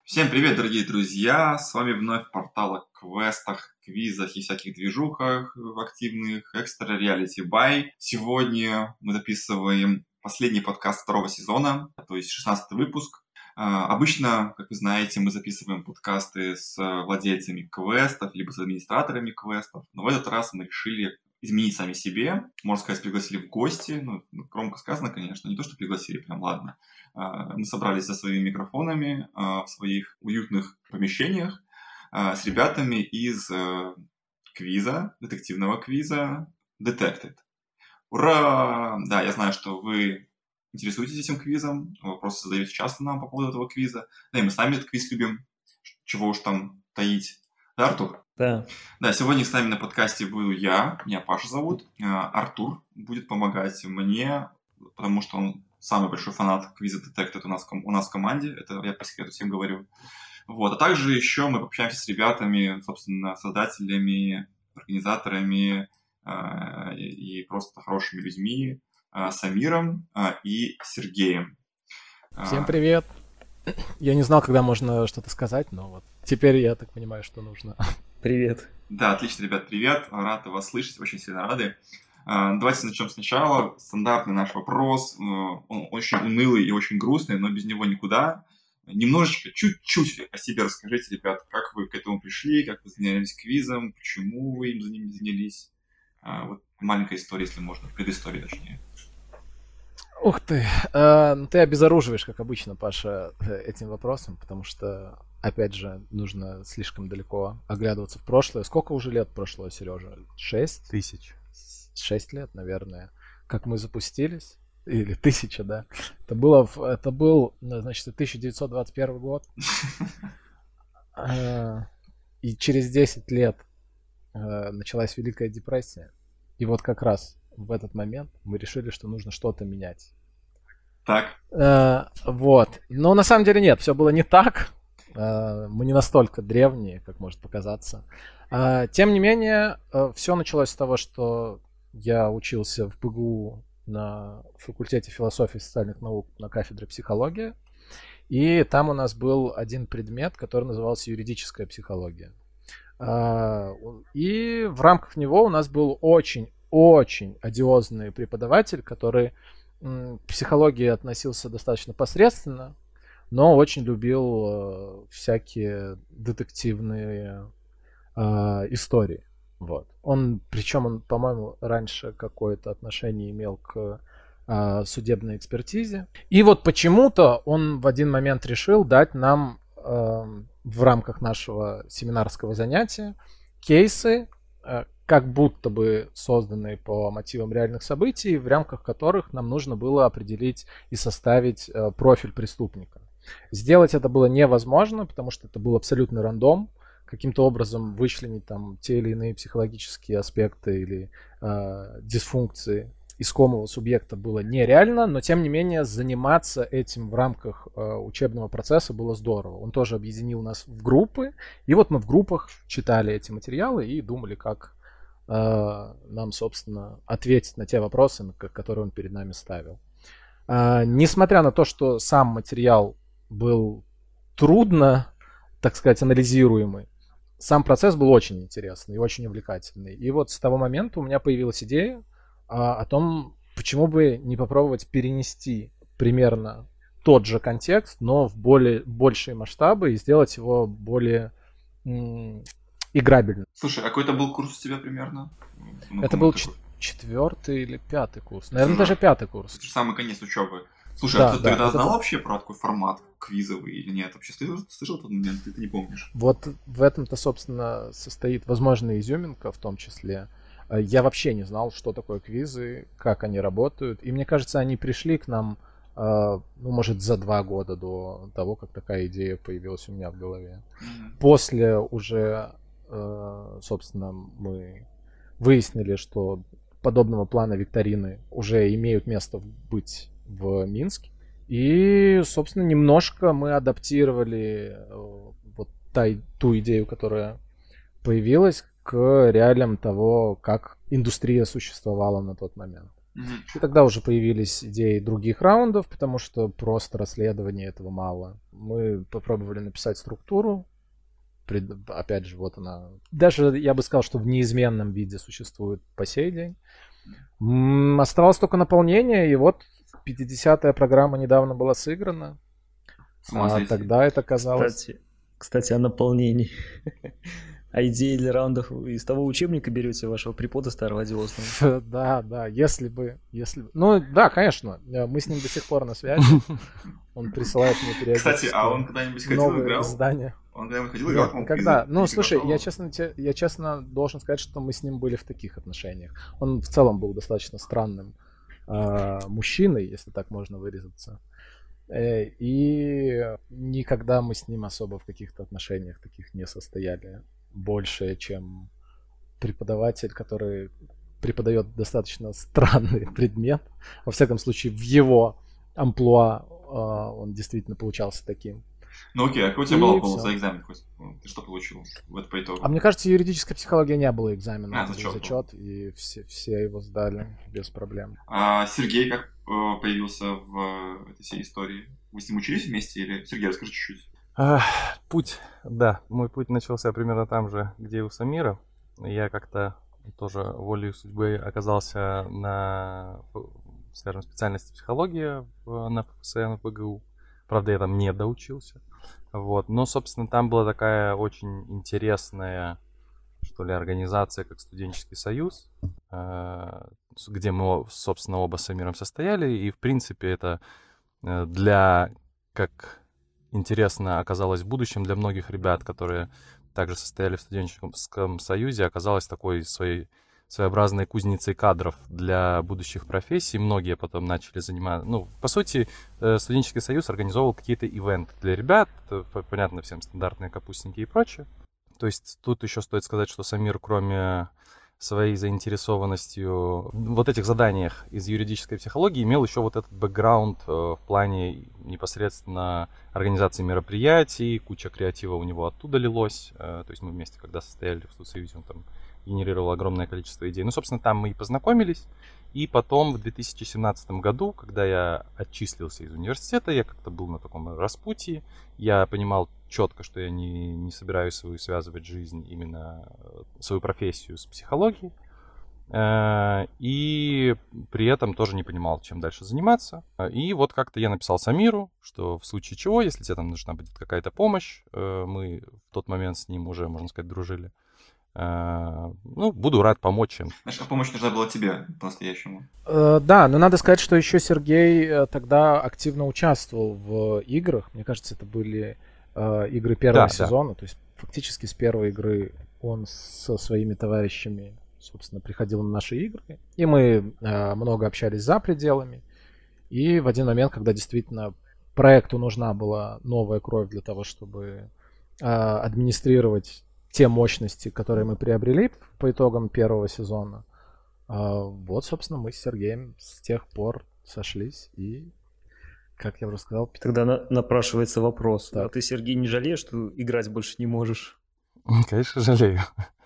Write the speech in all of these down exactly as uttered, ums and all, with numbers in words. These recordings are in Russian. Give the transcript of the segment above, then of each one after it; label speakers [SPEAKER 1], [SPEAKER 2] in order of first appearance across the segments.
[SPEAKER 1] Всем привет, дорогие друзья! С вами вновь портал о квестах, квизах и всяких движухах активных Extra Reality By. Сегодня мы записываем последний подкаст второго сезона, то есть шестнадцатый выпуск. Обычно, как вы знаете, мы записываем подкасты с владельцами квестов, либо с администраторами квестов, но в этот раз мы решили изменить сами себе, можно сказать, пригласили в гости, ну, громко сказано, конечно, не то, что пригласили, прям ладно. Мы собрались со своими микрофонами в своих уютных помещениях с ребятами из квиза, детективного квиза Detected. Ура! Да, я знаю, что вы интересуетесь этим квизом, вопросы задаете часто нам по поводу этого квиза. Да, и мы сами этот квиз любим, чего уж там таить. Да, Артур?
[SPEAKER 2] Да.
[SPEAKER 1] Да, сегодня с нами на подкасте буду я, меня Паша зовут. Артур будет помогать мне, потому что он самый большой фанат квиза Detected у нас, у нас в команде. Это я по секрету всем говорю. Вот. А также еще мы общаемся с ребятами, собственно, создателями, организаторами э, и просто хорошими людьми, э, Самиром э, и Сергеем.
[SPEAKER 2] Всем привет! Я не знал, когда можно что-то сказать, но вот теперь я так понимаю, что нужно. Привет!
[SPEAKER 1] Да, отлично, ребят, привет. Рад вас слышать, очень сильно рады. Давайте начнем сначала. Стандартный наш вопрос. Он очень унылый и очень грустный, но без него никуда. Немножечко, чуть-чуть о себе расскажите, ребят, как вы к этому пришли, как вы занялись квизом, почему вы им занялись. Вот маленькая история, если можно, предыстория точнее.
[SPEAKER 2] Ух ты, э, ты обезоруживаешь, как обычно, Паша, этим вопросом, потому что, опять же, нужно слишком далеко оглядываться в прошлое. Сколько уже лет прошло, Сережа? Шесть тысяч? Шесть лет, наверное, как мы запустились. Или тысяча, да. Это было, это был, значит, тысяча девятьсот двадцать первый год. И через десять лет началась Великая депрессия. И вот как раз в этот момент мы решили, что нужно что-то менять.
[SPEAKER 1] Так.
[SPEAKER 2] Вот. Но на самом деле нет, все было не так. Мы не настолько древние, как может показаться. Тем не менее, все началось с того, что я учился в БГУ на факультете философии и социальных наук на кафедре психологии. И там у нас был один предмет, который назывался юридическая психология. И в рамках него у нас был очень-очень одиозный преподаватель, который к психологии относился достаточно посредственно, но очень любил всякие детективные истории. Вот. Он, причем он, по-моему, раньше какое-то отношение имел к а, судебной экспертизе. И вот почему-то он в один момент решил дать нам а, в рамках нашего семинарского занятия кейсы, а, как будто бы созданные по мотивам реальных событий, в рамках которых нам нужно было определить и составить а, профиль преступника. Сделать это было невозможно, потому что это был абсолютный рандом. Каким-то образом вычленить там те или иные психологические аспекты или э, дисфункции искомого субъекта было нереально, но тем не менее заниматься этим в рамках э, учебного процесса было здорово. Он тоже объединил нас в группы, и вот мы в группах читали эти материалы и думали, как э, нам, собственно, ответить на те вопросы, которые он перед нами ставил. Э, несмотря на то, что сам материал был трудно, так сказать, анализируемый, сам процесс был очень интересный и очень увлекательный. И вот с того момента у меня появилась идея а, о том, почему бы не попробовать перенести примерно тот же контекст, но в более, большие масштабы и сделать его более м- играбельным.
[SPEAKER 1] Слушай, а какой это был курс у тебя примерно?
[SPEAKER 2] Ну, это был ч- четвертый или пятый курс. Наверное, это даже пятый курс.
[SPEAKER 1] Это же самый конец учебы. Слушай,
[SPEAKER 2] да,
[SPEAKER 1] а ты
[SPEAKER 2] да,
[SPEAKER 1] тогда знал
[SPEAKER 2] был...
[SPEAKER 1] вообще про такой формат квизовый или нет? Вообще слышал, слышал в тот момент, ты, ты не помнишь?
[SPEAKER 2] Вот в этом-то, собственно, состоит возможная изюминка в том числе. Я вообще не знал, что такое квизы, как они работают. И мне кажется, они пришли к нам, ну, может, за два года до того, как такая идея появилась у меня в голове. Mm-hmm. После уже, собственно, мы выяснили, что подобного плана викторины уже имеют место быть в Минске. И, собственно, немножко мы адаптировали вот та, ту идею, которая появилась, к реалиям того, как индустрия существовала на тот момент.
[SPEAKER 1] Mm-hmm.
[SPEAKER 2] И тогда уже появились идеи других раундов, потому что просто расследования этого мало. Мы попробовали написать структуру. Пред... Опять же, вот она. Даже я бы сказал, что в неизменном виде существует по сей день. М-м, оставалось только наполнение, и вот пятидесятая программа недавно была сыграна. А тогда это казалось...
[SPEAKER 3] Кстати, кстати, о наполнении. А идеи для раундов из того учебника берете вашего препода старого одиозного?
[SPEAKER 2] Да, да, если бы, если бы... Ну, да, конечно, мы с ним до сих пор на связи. Он присылает мне периодически
[SPEAKER 1] Кстати, а он когда-нибудь ходил,
[SPEAKER 2] новые
[SPEAKER 1] играл?
[SPEAKER 2] издания.
[SPEAKER 1] Он когда-нибудь ходил, играл?
[SPEAKER 2] Нет, никогда. Ну, слушай, я честно, я честно должен сказать, что мы с ним были в таких отношениях. Он в целом был достаточно странным э, мужчиной, если так можно выразиться. Э, и никогда мы с ним особо в каких-то отношениях таких не состояли. Больше, чем преподаватель, который преподает достаточно странный предмет. Во всяком случае, в его амплуа э, он действительно получался таким.
[SPEAKER 1] Ну окей, а какой у тебя балл был за экзамен? Ты что получил в это по итогу?
[SPEAKER 2] А мне кажется, юридическая психология не было экзамена.
[SPEAKER 1] А, зачет,
[SPEAKER 2] зачет и все, все его сдали без проблем.
[SPEAKER 1] А Сергей как э, появился в этой всей истории? Вы с ним учились вместе или... Сергей, расскажи чуть-чуть.
[SPEAKER 4] А, путь, да, мой путь начался примерно там же, где и у Самира. Я как-то тоже волей судьбы оказался на, скажем, специальности психология на ПФСН, в ПГУ. Правда, я там не доучился. Вот. Но, собственно, там была такая очень интересная, что ли, организация, как студенческий союз, где мы, собственно, оба с Самиром состояли. И, в принципе, это для, как интересно оказалось в будущем, для многих ребят, которые также состояли в студенческом союзе, оказалось такой своей своеобразной кузницей кадров для будущих профессий. Многие потом начали заниматься... Ну, по сути, студенческий союз организовывал какие-то ивенты для ребят, понятно всем, стандартные капустники и прочее. То есть тут еще стоит сказать, что Самир, кроме своей заинтересованностью в вот этих заданиях из юридической психологии, имел еще вот этот бэкграунд в плане непосредственно организации мероприятий, куча креатива у него оттуда лилось. То есть мы вместе, когда состояли в студсоюзе, он там генерировал огромное количество идей. Ну, собственно, там мы и познакомились. И потом в две тысячи семнадцатом году, когда я отчислился из университета, я как-то был на таком распутье. Я понимал четко, что я не, не собираюсь свою связывать жизнь, именно свою профессию с психологией. И при этом тоже не понимал, чем дальше заниматься. И вот как-то я написал Самиру, что в случае чего, если тебе там нужна будет какая-то помощь, мы в тот момент с ним уже, можно сказать, дружили. Ну, буду рад помочь им.
[SPEAKER 1] Знаешь, а помощь нужна была тебе по-настоящему?
[SPEAKER 2] Uh, да, но надо сказать, что еще Сергей тогда активно участвовал в играх. Мне кажется, это были uh, игры первого да, сезона. Да. То есть фактически с первой игры он со своими товарищами, собственно, приходил на наши игры. И мы uh, много общались за пределами. И в один момент, когда действительно проекту нужна была новая кровь для того, чтобы uh, администрировать те мощности, которые мы приобрели по итогам первого сезона. Вот, собственно, мы с Сергеем с тех пор сошлись и, как я уже сказал...
[SPEAKER 3] Тогда на- напрашивается вопрос. Да. А ты, Сергей, не жалеешь, что играть больше не можешь?
[SPEAKER 4] Конечно, жалею.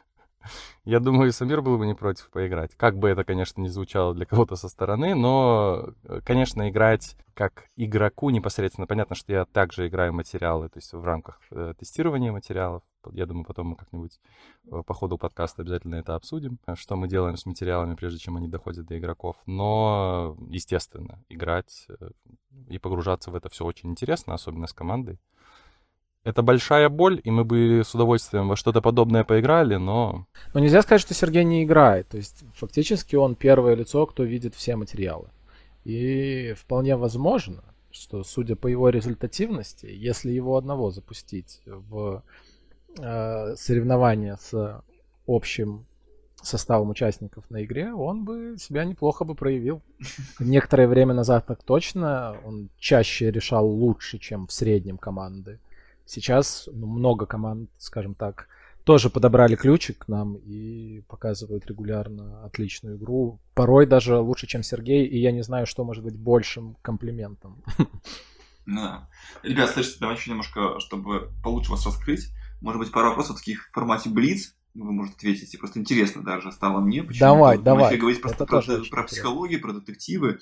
[SPEAKER 4] Я думаю, Самир был бы не против поиграть. Как бы это, конечно, не звучало для кого-то со стороны, но, конечно, играть как игроку непосредственно. Понятно, что я также играю материалы, то есть в рамках тестирования материалов. Я думаю, потом мы как-нибудь по ходу подкаста обязательно это обсудим, что мы делаем с материалами, прежде чем они доходят до игроков. Но, естественно, играть и погружаться в это все очень интересно, особенно с командой. Это большая боль, и мы бы с удовольствием во что-то подобное поиграли, но...
[SPEAKER 2] Но нельзя сказать, что Сергей не играет. То есть фактически он первое лицо, кто видит все материалы. И вполне возможно, что, судя по его результативности, если его одного запустить в э, соревнования с общим составом участников на игре, он бы себя неплохо бы проявил. Некоторое время назад так точно. Он чаще решал лучше, чем в среднем команды. Сейчас ну, много команд, скажем так, тоже подобрали ключик к нам и показывают регулярно отличную игру. Порой даже лучше, чем Сергей, и я не знаю, что может быть большим комплиментом.
[SPEAKER 1] Ну да. Ребят, слушайте, давайте еще немножко, чтобы получше вас раскрыть. Может быть, пару вопросов таких в формате блиц. вы, может, ответите. Просто интересно даже стало мне.
[SPEAKER 2] Давай,
[SPEAKER 1] Мы
[SPEAKER 2] давай.
[SPEAKER 1] начали говорить просто
[SPEAKER 2] Это
[SPEAKER 1] про,
[SPEAKER 2] тоже очень
[SPEAKER 1] про
[SPEAKER 2] интересно.
[SPEAKER 1] психологию, про детективы.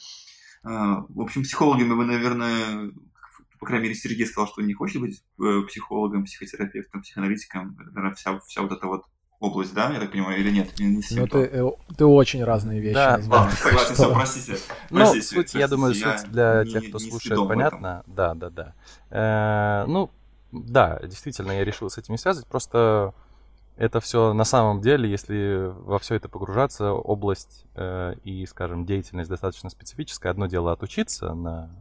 [SPEAKER 1] А, В общем, психологами вы, наверное, по крайней мере, Сергей сказал, что не хочет быть э, психологом, психотерапевтом, психоаналитиком. Это, наверное, вся, вся вот эта вот область, да, я так понимаю, или нет? Не, не совсем
[SPEAKER 2] Ну,
[SPEAKER 1] то.
[SPEAKER 2] ты, э, ты очень разные вещи
[SPEAKER 4] Да,
[SPEAKER 2] назвал.
[SPEAKER 1] Ладно, согласен,
[SPEAKER 2] Так
[SPEAKER 1] все,
[SPEAKER 2] что-
[SPEAKER 1] простите.
[SPEAKER 4] Ну,
[SPEAKER 1] простите,
[SPEAKER 4] суть,
[SPEAKER 1] простите,
[SPEAKER 4] я думаю,
[SPEAKER 1] я
[SPEAKER 4] суть для
[SPEAKER 1] не-
[SPEAKER 4] тех, кто
[SPEAKER 1] не
[SPEAKER 4] слушает,
[SPEAKER 1] сведом в этом.
[SPEAKER 4] понятно. Да, да, да. Э, ну, да, действительно, я решил с этим не связывать. Просто это все на самом деле, если во все это погружаться, область э, и, скажем, деятельность достаточно специфическая. Одно дело отучиться на,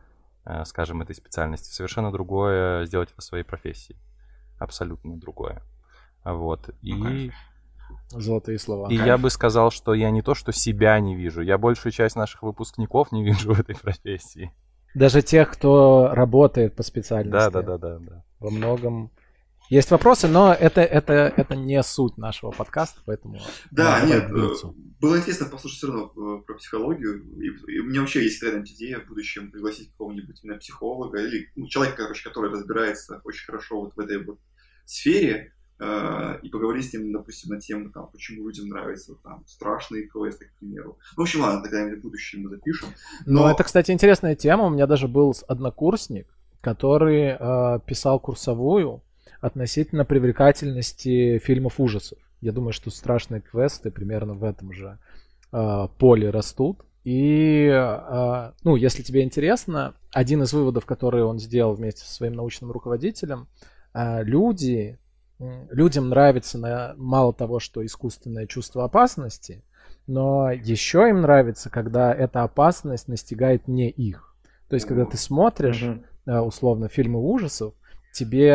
[SPEAKER 4] э, скажем, этой специальности, совершенно другое сделать это своей профессией. Абсолютно другое. Вот.
[SPEAKER 1] Ну,
[SPEAKER 4] И,
[SPEAKER 1] конечно.
[SPEAKER 2] Золотые слова.
[SPEAKER 4] и я бы сказал, что я не то, что себя не вижу, я большую часть наших выпускников не вижу в этой профессии.
[SPEAKER 2] Даже тех, кто работает по специальности.
[SPEAKER 4] Да, да, да, да, да.
[SPEAKER 2] Во многом есть вопросы, но это, это, это не суть нашего подкаста, поэтому...
[SPEAKER 1] Да,
[SPEAKER 2] давай
[SPEAKER 1] нет,
[SPEAKER 2] к
[SPEAKER 1] э,
[SPEAKER 2] Блицу.
[SPEAKER 1] было интересно послушать все равно э, про психологию. И, и у меня вообще есть какая-нибудь идея в будущем пригласить какого-нибудь именно психолога или ну, человека, короче, который разбирается очень хорошо вот в этой вот сфере, э, и поговорить с ним, допустим, на тему, там, почему людям нравятся вот, там, страшные квесты, к примеру. Ну, в общем, ладно, тогда в будущем мы запишем.
[SPEAKER 2] Но
[SPEAKER 1] Но
[SPEAKER 2] это, кстати, интересная тема. У меня даже был однокурсник, который э, писал курсовую относительно привлекательности фильмов ужасов. Я думаю, что страшные квесты примерно в этом же э, поле растут. И, э, ну, если тебе интересно, один из выводов, который он сделал вместе со своим научным руководителем, э, люди, м, людям нравится на, мало того, что искусственное чувство опасности, но еще им нравится, когда эта опасность настигает не их. То есть, когда ты смотришь,
[SPEAKER 3] Мгм.
[SPEAKER 2] э, условно, фильмы ужасов, тебе,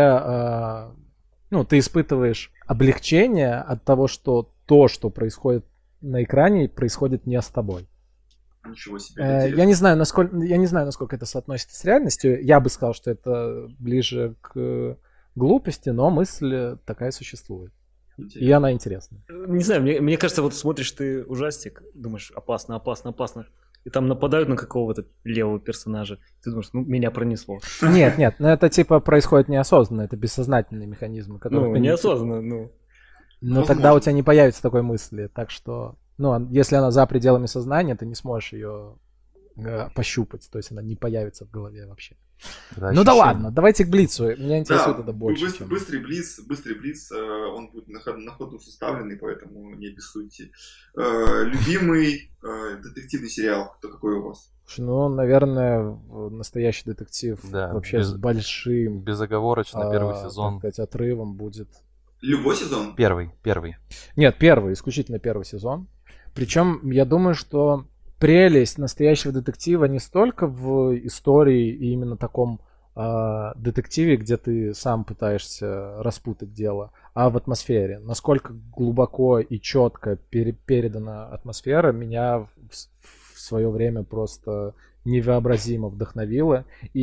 [SPEAKER 2] э, ну, ты испытываешь облегчение от того, что то, что происходит на экране, происходит не с тобой.
[SPEAKER 1] ничего себе.
[SPEAKER 2] Э,
[SPEAKER 1] интересно.
[SPEAKER 2] Я не знаю, насколько, я не знаю, насколько это соотносится с реальностью. Я бы сказал, что это ближе к глупости, но мысль такая существует. И
[SPEAKER 1] Интересно.
[SPEAKER 2] она интересная.
[SPEAKER 3] Не знаю, мне, мне кажется, вот смотришь ты ужастик, думаешь, опасно, опасно, опасно, и там нападают на какого-то левого персонажа, ты думаешь, ну, меня пронесло.
[SPEAKER 2] Нет, нет, но это типа происходит неосознанно, это бессознательные механизмы, которые...
[SPEAKER 3] Ну, неосознанно, ну.
[SPEAKER 2] Но
[SPEAKER 1] Возможно.
[SPEAKER 2] тогда у тебя не появится такой мысли, так что, ну, а если она за пределами сознания, ты не сможешь ее э, пощупать, то есть она не появится в голове вообще.
[SPEAKER 4] Это
[SPEAKER 2] Ну да
[SPEAKER 4] ощущение.
[SPEAKER 2] ладно, давайте к Блицу, меня интересует
[SPEAKER 1] Да,
[SPEAKER 2] это больше.
[SPEAKER 1] быс-
[SPEAKER 2] чем-
[SPEAKER 1] быстрый блиц, быстрый блиц, э, он будет на, ход- на ходу составленный, поэтому не обессудьте. Э, любимый э, детективный сериал, кто какой у вас?
[SPEAKER 2] Слушай, ну, наверное, в- настоящий детектив
[SPEAKER 4] Да,
[SPEAKER 2] вообще
[SPEAKER 4] без-
[SPEAKER 2] с большим,
[SPEAKER 4] Безоговорочно первый
[SPEAKER 2] а,
[SPEAKER 4] сезон.
[SPEAKER 2] так сказать, отрывом будет.
[SPEAKER 1] Любой сезон?
[SPEAKER 4] Первый, первый.
[SPEAKER 2] Нет, первый, исключительно первый сезон. Причем я думаю, что прелесть настоящего детектива не столько в истории и именно таком а, детективе, где ты сам пытаешься распутать дело, а в атмосфере. Насколько глубоко и четко пере- передана атмосфера, меня в, в свое время просто невообразимо вдохновило.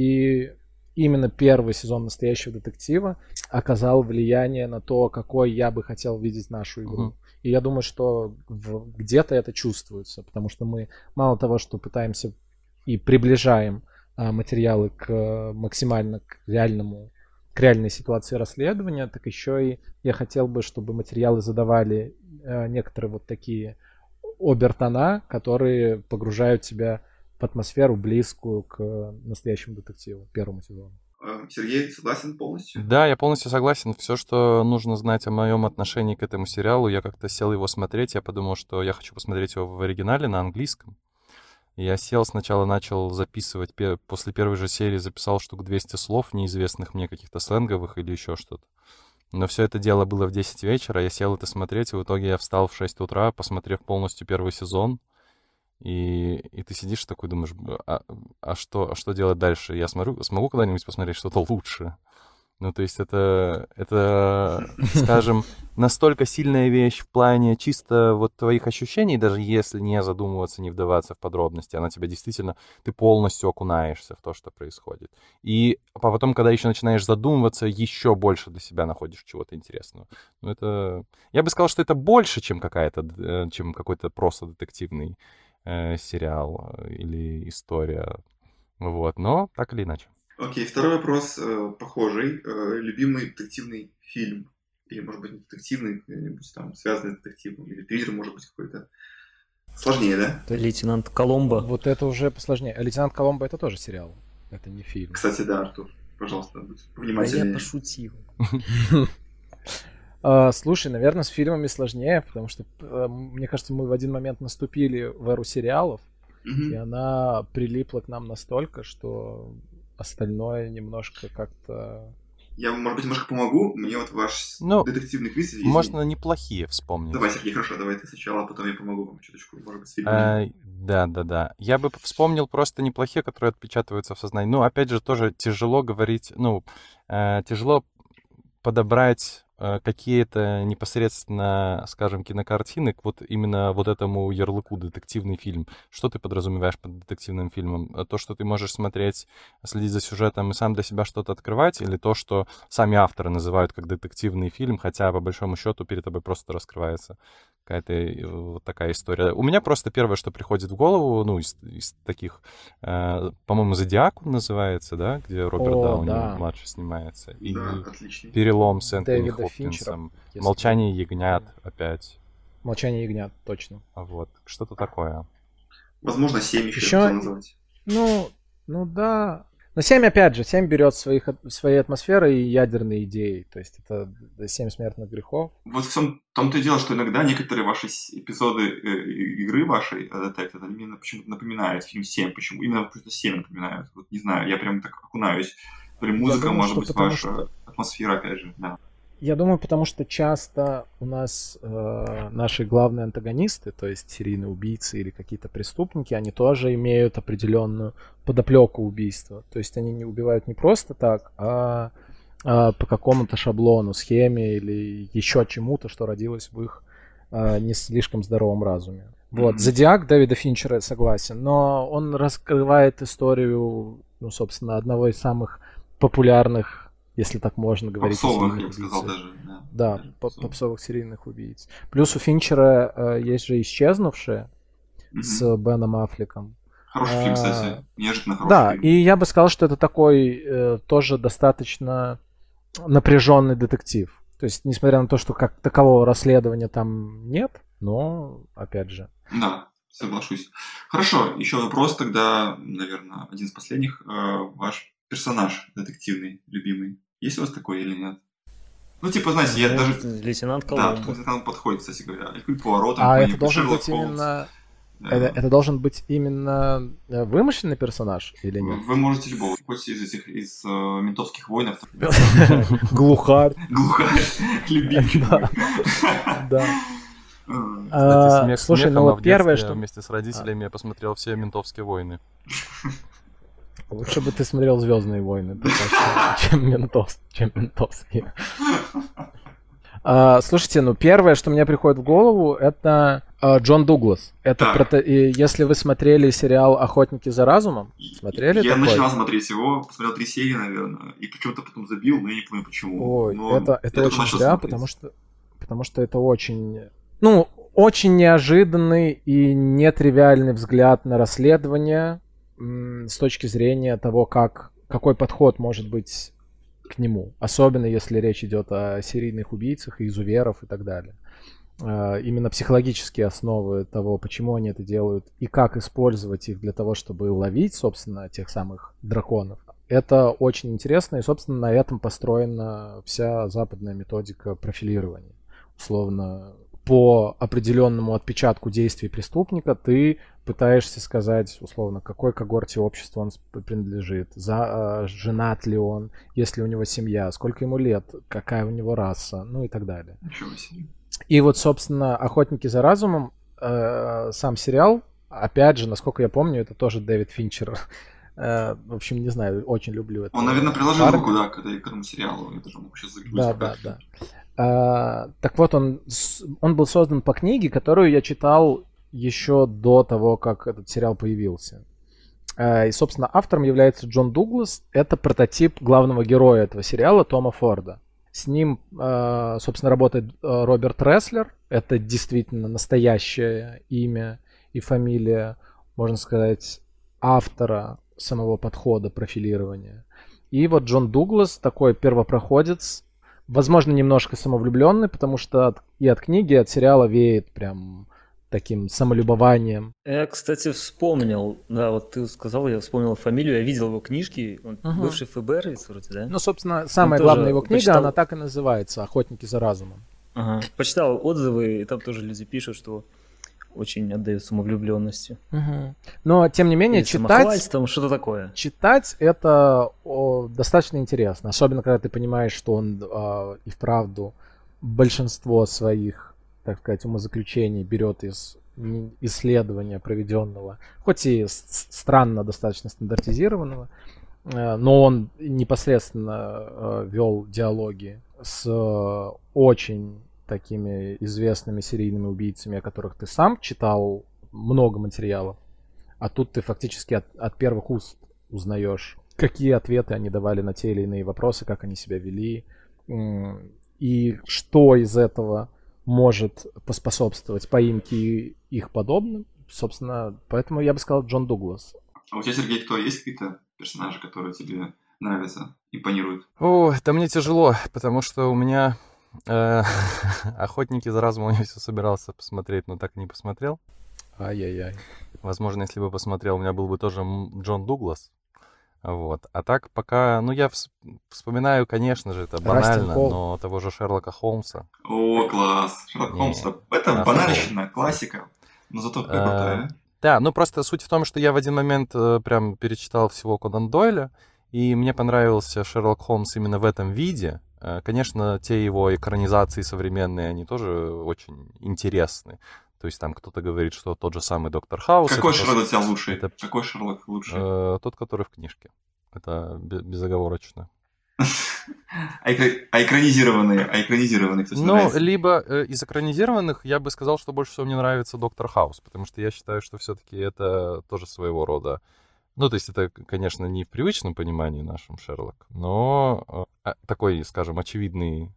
[SPEAKER 2] И именно первый сезон настоящего детектива оказал влияние на то, какой я бы хотел видеть нашу игру.
[SPEAKER 4] Мгм.
[SPEAKER 2] И я думаю, что в- где-то это чувствуется, потому что мы мало того, что пытаемся и приближаем а, материалы к а, максимально к реальному, к реальной ситуации расследования, так еще и я хотел бы, чтобы материалы задавали а, некоторые вот такие обертона, которые погружают тебя в атмосферу, близкую к настоящему детективу, первому сезону.
[SPEAKER 1] Э, Сергей, согласен полностью?
[SPEAKER 4] Да, я полностью согласен. Все, что нужно знать о моем отношении к этому сериалу, я как-то сел его смотреть. Я подумал, что я хочу посмотреть его в оригинале на английском. Я сел, сначала начал записывать, пе- после первой же серии записал штук двести слов, неизвестных мне каких-то сленговых или еще что-то. Но все это дело было в десять вечера, я сел это смотреть, и в итоге я встал в шесть утра, посмотрев полностью первый сезон. И, и ты сидишь такой, думаешь, а, а, что, а что делать дальше? Я смотрю, смогу когда-нибудь посмотреть что-то лучше? Ну, то есть это, это, скажем, настолько сильная вещь в плане чисто вот твоих ощущений, даже если не задумываться, не вдаваться в подробности, она тебя действительно, ты полностью окунаешься в то, что происходит. И а потом, когда еще начинаешь задумываться, еще больше для себя находишь чего-то интересного. Ну, это, я бы сказал, что это больше, чем какая-то, э, чем какой-то просто детективный э, сериал э, или история. Вот, но так или иначе.
[SPEAKER 1] Окей, второй вопрос э, похожий. Э, любимый детективный фильм? Или, может быть, детективный, какой-нибудь там, связанный с детективом, или триллер, может быть, какой-то. Сложнее, да?
[SPEAKER 3] Это лейтенант Коломбо.
[SPEAKER 2] Вот это уже посложнее. А «Лейтенант Коломбо» — это тоже сериал, это не фильм.
[SPEAKER 1] Кстати, да, Артур, пожалуйста, будь
[SPEAKER 3] Да
[SPEAKER 1] повнимательнее.
[SPEAKER 3] я пошутил.
[SPEAKER 2] А, слушай, наверное, с фильмами сложнее, потому что, э, мне кажется, мы в один момент наступили в эру сериалов,
[SPEAKER 1] Мгм.
[SPEAKER 2] и она прилипла к нам настолько, что остальное немножко как-то...
[SPEAKER 1] Я, может быть, немножко помогу. Мне вот ваш
[SPEAKER 4] Ну,
[SPEAKER 1] детективный квиз... извини.
[SPEAKER 4] Можно неплохие вспомнить.
[SPEAKER 1] Давай, Сергей, хорошо, давай ты сначала, а потом я помогу вам чуточку, может быть, с фильмами.
[SPEAKER 4] А, Да, да, да. Я бы вспомнил просто неплохие, которые отпечатываются в сознании. Ну, опять же, тоже тяжело говорить, ну, э, тяжело подобрать э, какие-то непосредственно, скажем, кинокартины к вот именно вот этому ярлыку детективный фильм. Что ты подразумеваешь под детективным фильмом? Э, То, что ты можешь смотреть, следить за сюжетом и сам для себя что-то открывать, или то, что сами авторы называют как детективный фильм, хотя по большому счету перед тобой просто раскрывается какая-то э, вот такая история. У меня просто первое, что приходит в голову, ну, из, из таких, э, по-моему, «Зодиак» он называется, да, где Роберт
[SPEAKER 2] О,
[SPEAKER 4] Дауни
[SPEAKER 2] да.
[SPEAKER 4] младший снимается. И
[SPEAKER 1] Да, отличный.
[SPEAKER 4] «Перелом» с Энтони
[SPEAKER 2] Дэвида Финчера,
[SPEAKER 4] Хопкинсом.
[SPEAKER 2] если-
[SPEAKER 4] «Молчание ягнят» опять.
[SPEAKER 2] «Молчание ягнят», точно.
[SPEAKER 4] А Вот, что-то такое.
[SPEAKER 1] Возможно, семь еще,
[SPEAKER 2] Ещё-
[SPEAKER 1] хотел назвать.
[SPEAKER 2] Ну, ну да. Но семь, опять же, семь берет своих, своей атмосферы и ядерные идеи. То есть это семь смертных грехов.
[SPEAKER 1] Вот в том- том-то и дело, что иногда некоторые ваши с- эпизоды э, и- игры вашей, э, Detected, они мне почему-то напоминают фильм семь. Почему? Именно просто семь напоминают. Вот не знаю, я прям так окунаюсь. То ли музыка,
[SPEAKER 2] думаю,
[SPEAKER 1] может
[SPEAKER 2] что
[SPEAKER 1] быть,
[SPEAKER 2] потому
[SPEAKER 1] ваша
[SPEAKER 2] что-
[SPEAKER 1] атмосфера, опять же, да.
[SPEAKER 2] Я думаю, потому что часто у нас э, наши главные антагонисты, то есть серийные убийцы или какие-то преступники, они тоже имеют определенную подоплеку убийства. То есть они не убивают не просто так, а, а по какому-то шаблону, схеме или еще чему-то, что родилось в их э, не слишком здоровом разуме. Вот.
[SPEAKER 1] Мгм.
[SPEAKER 2] «Зодиак» Дэвида Финчера, я согласен, но он раскрывает историю, ну, собственно, одного из самых популярных, если так можно говорить, о
[SPEAKER 1] Попсовых, я
[SPEAKER 2] серийных
[SPEAKER 1] бы сказал,
[SPEAKER 2] убийцах.
[SPEAKER 1] даже. Да,
[SPEAKER 2] Да,
[SPEAKER 1] даже
[SPEAKER 2] по-
[SPEAKER 1] попсовых.
[SPEAKER 2] попсовых серийных убийц. Плюс у Финчера э, есть же «Исчезнувшие»
[SPEAKER 1] Мгм.
[SPEAKER 2] с Беном Аффлеком.
[SPEAKER 1] Хороший фильм,
[SPEAKER 2] а,
[SPEAKER 1] кстати. Неожиданно хороший
[SPEAKER 2] Да,
[SPEAKER 1] фильм.
[SPEAKER 2] и я бы сказал, что это такой э, тоже достаточно напряженный детектив. То есть, несмотря на то, что как такового расследования там нет, но, опять же,
[SPEAKER 1] Да, соглашусь. Хорошо, еще вопрос тогда, наверное, один из последних. Э, Ваш персонаж детективный, любимый, есть у вас такой или нет? Ну, типа, знаете, я
[SPEAKER 3] Ну,
[SPEAKER 1] даже...
[SPEAKER 3] Лейтенант
[SPEAKER 1] Да,
[SPEAKER 3] Коломбо.
[SPEAKER 1] тут там подходит, кстати говоря. Элькуль Пуаро, там,
[SPEAKER 2] а это
[SPEAKER 1] какой-нибудь
[SPEAKER 2] должен
[SPEAKER 1] Шерлок
[SPEAKER 2] быть
[SPEAKER 1] Холмс.
[SPEAKER 2] именно...
[SPEAKER 1] Да.
[SPEAKER 2] Это, это должен быть именно э, вымышленный персонаж или нет?
[SPEAKER 1] Вы можете любого, хоть из этих, из э, ментовских воинов, там,
[SPEAKER 2] Глухарь.
[SPEAKER 1] глухарь, любимый.
[SPEAKER 2] Да. Да.
[SPEAKER 1] Э,
[SPEAKER 4] Кстати,
[SPEAKER 2] А,
[SPEAKER 4] смех
[SPEAKER 2] слушай,
[SPEAKER 4] смехом,
[SPEAKER 2] ну
[SPEAKER 4] а
[SPEAKER 2] вот
[SPEAKER 4] в
[SPEAKER 2] первое,
[SPEAKER 4] детстве
[SPEAKER 2] что...
[SPEAKER 4] вместе с родителями я посмотрел все «Ментовские войны».
[SPEAKER 2] Лучше бы ты смотрел «Звездные войны», пока что, чем «Ментос», чем «Ментовские». А, слушайте, ну первое, что мне приходит в голову, это а, Джон Дуглас. Это
[SPEAKER 1] Так.
[SPEAKER 2] прото- и если вы смотрели сериал «Охотники за разумом», смотрели
[SPEAKER 1] Я
[SPEAKER 2] такой?
[SPEAKER 1] начинал смотреть его, посмотрел три серии, наверное, и почему-то потом забил, но я не помню почему.
[SPEAKER 2] Ой,
[SPEAKER 1] Но
[SPEAKER 2] это, это
[SPEAKER 1] я
[SPEAKER 2] очень
[SPEAKER 1] начал
[SPEAKER 2] зря,
[SPEAKER 1] смотреть.
[SPEAKER 2] потому что, потому что это очень, ну, очень неожиданный и нетривиальный взгляд на расследование м, с точки зрения того, как, какой подход может быть к нему. Особенно если речь идет о серийных убийцах, изуверов и так далее. А, Именно психологические основы того, почему они это делают и как использовать их для того, чтобы ловить, собственно, тех самых драконов. Это очень интересно, и, собственно, на этом построена вся западная методика профилирования. Условно, по определенному отпечатку действий преступника ты пытаешься сказать, условно, какой когорте общества он сп- принадлежит, за, э, женат ли он, есть ли у него семья, сколько ему лет, какая у него раса, ну и так далее.
[SPEAKER 1] Ничего себе.
[SPEAKER 2] И вот, собственно, «Охотники за разумом», э, сам сериал, опять же, насколько я помню, это тоже Дэвид Финчер. Э, в общем, не знаю, очень люблю это.
[SPEAKER 1] Он, наверное, приложил
[SPEAKER 2] парня.
[SPEAKER 1] руку, да, к, этой- к этому сериалу. Я даже могу сейчас заглянуть.
[SPEAKER 2] Да,
[SPEAKER 1] пока.
[SPEAKER 2] да, да. А, так вот, он, с- он был создан по книге, которую я читал еще до того, как этот сериал появился. А, и, собственно, автором является Джон Дуглас. Это прототип главного героя этого сериала Тома Форда. С ним, а, собственно, работает а, Роберт Реслер. Это действительно настоящее имя и фамилия, можно сказать, автора самого подхода профилирования. И вот Джон Дуглас, такой первопроходец, возможно, немножко самовлюбленный, потому что от, и от книги, и от сериала веет прям таким самолюбованием.
[SPEAKER 3] Я, кстати, вспомнил, да, вот ты сказал, я вспомнил фамилию, я видел его книжки, он
[SPEAKER 2] Угу.
[SPEAKER 3] бывший ФБРовец вроде, да?
[SPEAKER 2] Ну, собственно, самая
[SPEAKER 3] тоже
[SPEAKER 2] главная его книга,
[SPEAKER 3] почитал-
[SPEAKER 2] она так и называется «Охотники за разумом».
[SPEAKER 3] Ага. Почитал отзывы, и там тоже люди пишут, что очень отдают самовлюбленностью.
[SPEAKER 2] Мгм. Но, тем не менее,
[SPEAKER 3] Или
[SPEAKER 2] читать,
[SPEAKER 3] самохвальством, что-то такое.
[SPEAKER 2] читать это о, достаточно интересно. Особенно, когда ты понимаешь, что он а, и вправду большинство своих, так сказать, умозаключений берет из м, исследования проведенного, хоть и с- странно достаточно стандартизированного, э, но он непосредственно э, вел диалоги с э, очень такими известными серийными убийцами, о которых ты сам читал много материалов, а тут ты фактически от, от первых уст узнаешь, какие ответы они давали на те или иные вопросы, как они себя вели, м, и что из этого может поспособствовать поимке их подобным. Собственно, поэтому я бы сказал Джон Дуглас.
[SPEAKER 1] А у тебя, Сергей, кто есть какие-то персонажи, которые тебе нравятся, импонируют?
[SPEAKER 4] О, да мне тяжело, потому что у меня э, «Охотники за разумом» я все собирался посмотреть, но так и не посмотрел.
[SPEAKER 2] Ай-яй-яй.
[SPEAKER 4] Возможно, если бы посмотрел, у меня был бы тоже м, Джон Дуглас. Вот. А так пока, ну я вс- вспоминаю, конечно же, это
[SPEAKER 2] Растин
[SPEAKER 4] банально,
[SPEAKER 2] Холл.
[SPEAKER 4] но того же Шерлока Холмса.
[SPEAKER 1] О, класс! Шерлок
[SPEAKER 4] Не,
[SPEAKER 1] Холмс. Это
[SPEAKER 4] офигел.
[SPEAKER 1] банальщина, классика. Но зато какая крутая.
[SPEAKER 4] Да, ну просто суть в том, что я в один момент э, прям перечитал всего Конан Дойля, и мне понравился Шерлок Холмс именно в этом виде. Э, Конечно, те его экранизации современные, они тоже очень интересны. То есть там кто-то говорит, что тот же самый Доктор Хаус.
[SPEAKER 1] Какой
[SPEAKER 4] это
[SPEAKER 1] Шерлок
[SPEAKER 4] просто-
[SPEAKER 1] для тебя лучший?
[SPEAKER 4] это,
[SPEAKER 1] Какой Шерлок лучший?
[SPEAKER 4] э, тот, который в книжке. Это бе- безоговорочно.
[SPEAKER 1] А экра- а экранизированные? А экранизированные, кто тебе
[SPEAKER 4] Ну,
[SPEAKER 1] нравится?
[SPEAKER 4] либо э, из экранизированных я бы сказал, что больше всего мне нравится Доктор Хаус, потому что я считаю, что все-таки это тоже своего рода. Ну, то есть это, конечно, не в привычном понимании нашем Шерлок, но э, а, такой, скажем, очевидный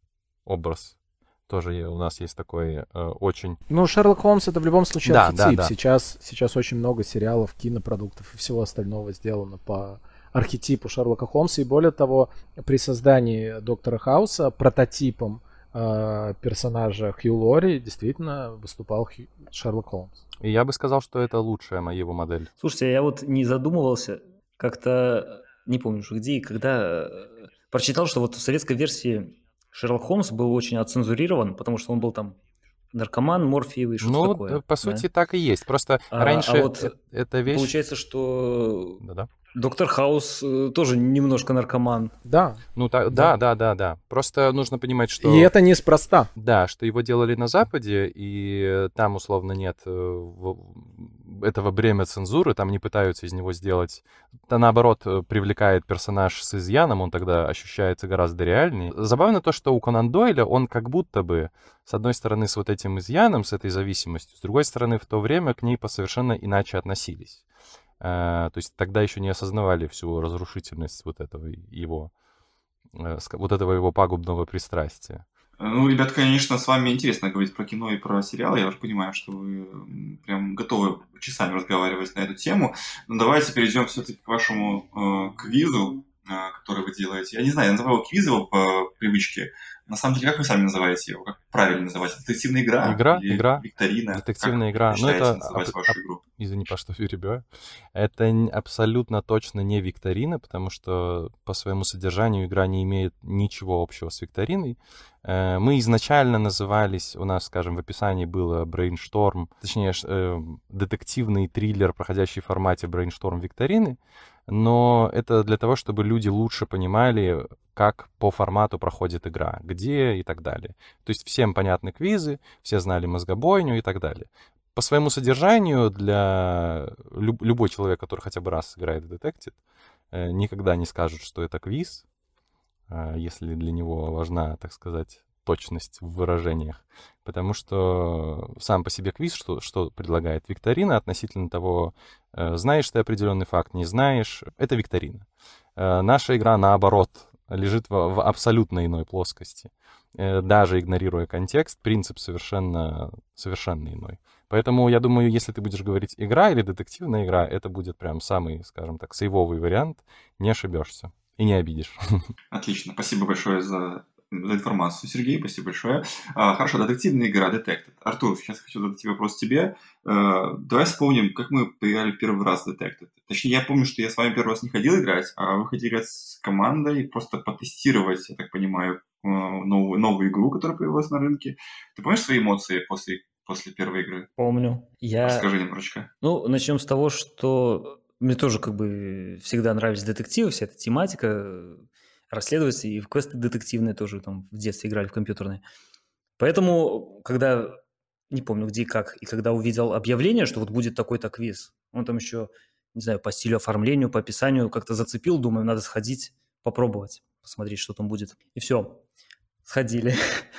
[SPEAKER 4] образ. Тоже е- у нас есть такой э, очень...
[SPEAKER 2] Ну, Шерлок Холмс это в любом случае
[SPEAKER 4] Да,
[SPEAKER 2] архетип.
[SPEAKER 4] да, да.
[SPEAKER 2] Сейчас, сейчас очень много сериалов, кинопродуктов и всего остального сделано по архетипу Шерлока Холмса. И более того, при создании Доктора Хауса прототипом э, персонажа Хью Лори действительно выступал Хью- Шерлок Холмс.
[SPEAKER 4] И я бы сказал, что это лучшая моя его модель.
[SPEAKER 3] Слушайте, я вот не задумывался, как-то, не помню уже где и когда, э, прочитал, что вот в советской версии Шерлок Холмс был очень отцензурирован, потому что он был там наркоман, морфиевый, что-то
[SPEAKER 4] Ну,
[SPEAKER 3] такое.
[SPEAKER 4] э, по
[SPEAKER 3] да?
[SPEAKER 4] сути, так и есть. Просто
[SPEAKER 3] А-
[SPEAKER 4] раньше
[SPEAKER 3] а вот
[SPEAKER 4] э- эта вещь...
[SPEAKER 3] Получается, что
[SPEAKER 4] Да-да.
[SPEAKER 3] Доктор Хаус э, тоже немножко наркоман.
[SPEAKER 2] Да.
[SPEAKER 4] Ну, та- да, да, да, да. Просто нужно понимать, что...
[SPEAKER 2] И это неспроста.
[SPEAKER 4] Да, что его делали на Западе, и там условно нет э, в- этого бремя цензуры, там не пытаются из него сделать... Да, наоборот, э, привлекает персонаж с изъяном, он тогда ощущается гораздо реальнее. Забавно то, что у Конан Дойля он как будто бы, с одной стороны, с вот этим изъяном, с этой зависимостью, с другой стороны, в то время к ней по совершенно иначе относились. Э, То есть тогда еще не осознавали всю разрушительность вот этого его, э, ска- вот этого его пагубного пристрастия.
[SPEAKER 1] Ну, ребят, конечно, с вами интересно говорить про кино и про сериалы. Я уже понимаю, что вы м, прям готовы часами разговаривать на эту тему. Но давайте перейдем все-таки к вашему э, квизу, э, который вы делаете. Я не знаю, я называю его квизом по привычке. На самом деле, как вы сами называете его? Как правильно называть? Детективная игра?
[SPEAKER 4] Игра,
[SPEAKER 1] Или
[SPEAKER 4] игра.
[SPEAKER 1] викторина?
[SPEAKER 4] Детективная
[SPEAKER 1] Как
[SPEAKER 4] игра.
[SPEAKER 1] вы
[SPEAKER 4] Ну,
[SPEAKER 1] считаете
[SPEAKER 4] это
[SPEAKER 1] называть
[SPEAKER 4] ап-
[SPEAKER 1] вашу
[SPEAKER 4] ап-
[SPEAKER 1] игру?
[SPEAKER 4] Извини, по что перебиваю. Это н- абсолютно точно не викторина, потому что по своему содержанию игра не имеет ничего общего с викториной. Э, Мы изначально назывались, у нас, скажем, в описании было Brainstorm, точнее, ш- э, детективный триллер, проходящий в формате Brainstorm викторины, но это для того, чтобы люди лучше понимали, как по формату проходит игра, где и так далее. То есть всем понятны квизы, все знали мозгобойню и так далее. По своему содержанию для люб- любой человек, который хотя бы раз играет в Detected, э, никогда не скажет, что это квиз, э, если для него важна, так сказать, точность в выражениях. Потому что сам по себе квиз, что, что предлагает викторина относительно того, э, знаешь ты определенный факт, не знаешь, это викторина. Э, Наша игра, наоборот, лежит в, в абсолютно иной плоскости. Э, Даже игнорируя контекст, принцип совершенно, совершенно иной. Поэтому я думаю, если ты будешь говорить игра или детективная игра, это будет прям самый, скажем так, сейвовый вариант. Не ошибешься и не обидишь.
[SPEAKER 1] Отлично. Спасибо большое за за информацию, Сергей, спасибо большое. А, хорошо, детективная игра, Detected. Артур, сейчас хочу задать вопрос тебе. А, давай вспомним, как мы поиграли в первый раз в Detected. Точнее, я помню, что я с вами первый раз не ходил играть, а вы хотели играть с командой, просто потестировать, я так понимаю, новую, новую игру, которая появилась на рынке. Ты помнишь свои эмоции после, после первой игры?
[SPEAKER 3] Помню. Я...
[SPEAKER 1] Расскажи немножечко.
[SPEAKER 3] Ну, начнем с того, что мне тоже как бы всегда нравились детективы, вся эта тематика, расследовать, и в квесты детективные тоже там в детстве играли в компьютерные. Поэтому, когда, не помню где и как, и когда увидел объявление, что вот будет такой-то квиз, он там еще, не знаю, по стилю оформлению, по описанию как-то зацепил, думаю, надо сходить, попробовать, посмотреть, что там будет. И все, сходили.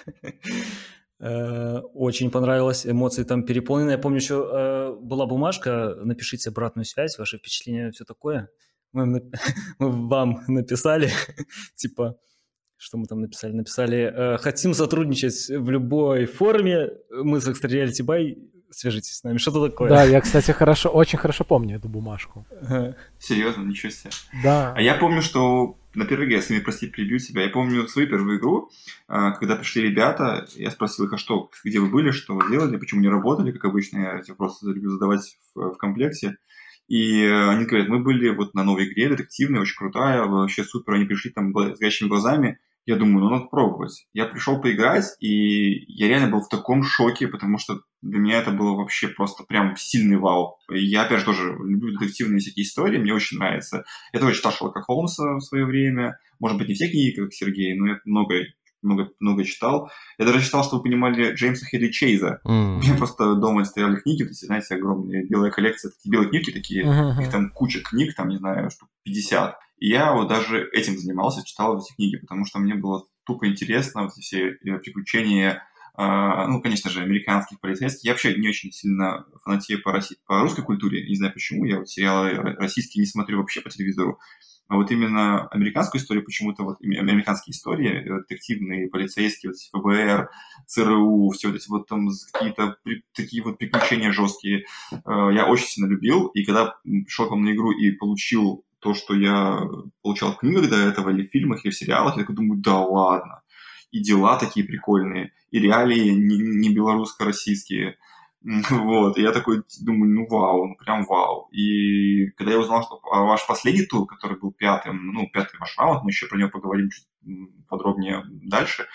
[SPEAKER 3] Очень понравилось, эмоции там переполнены. Я помню, еще была бумажка, напишите обратную связь, ваши впечатления, все такое. Мы, мы вам написали, типа, что мы там написали? Написали, э, хотим сотрудничать в любой форме, мы с Extra Reality Buy, свяжитесь с нами, что-то такое.
[SPEAKER 2] Да, я, кстати, хорошо, очень хорошо помню эту бумажку.
[SPEAKER 1] Серьезно, ничего себе.
[SPEAKER 2] Да.
[SPEAKER 1] А я помню, что на первой игре, если мне, прости, прибью тебя, я помню свою первую игру, когда пришли ребята, я спросил их, а что, где вы были, что вы делали, почему не работали, как обычно, я эти вопросы люблю задавать в, в комплекте. И они говорят, мы были вот на новой игре, детективная, очень крутая, вообще супер, они пришли там с горящими глазами. Я думаю, ну надо пробовать. Я пришел поиграть, и я реально был в таком шоке, потому что для меня это было вообще просто прям сильный вау. И я, опять же, тоже люблю детективные всякие истории, мне очень нравится. Я тоже читал Шерлока Холмса в свое время. Может быть, не все книги, как Сергей, но я много, много, много читал. Я даже читал, что вы понимали, Джеймса Хедли Чейза. Mm. У меня просто дома стояли книги, то есть, знаете, огромные белая коллекция, такие белые книжки такие, uh-huh. их там куча книг, там, не знаю, штук пятьдесят. И я вот даже этим занимался, читал эти книги, потому что мне было тупо интересно, вот все приключения, э, ну, конечно же, американских полицейских. Я вообще не очень сильно фанатею по, России, по русской культуре, не знаю почему, я вот сериалы российские не смотрю вообще по телевизору. А вот именно американскую историю, почему-то вот американские истории, детективные, полицейские, вот эф бэ эр, цэ эр у, все вот эти вот там какие-то при, такие вот приключения жесткие, э, я очень сильно любил. И когда пришел к вам на игру и получил то, что я получал в книгах до этого, или в фильмах, или в сериалах, я такой думаю, да ладно. И дела такие прикольные, и реалии не, не белорусско-российские. Вот, и я такой думаю, ну вау, ну прям вау. И когда я узнал, что ваш последний тур, который был пятым, ну, пятый ваш раунд, мы еще про него поговорим чуть подробнее дальше,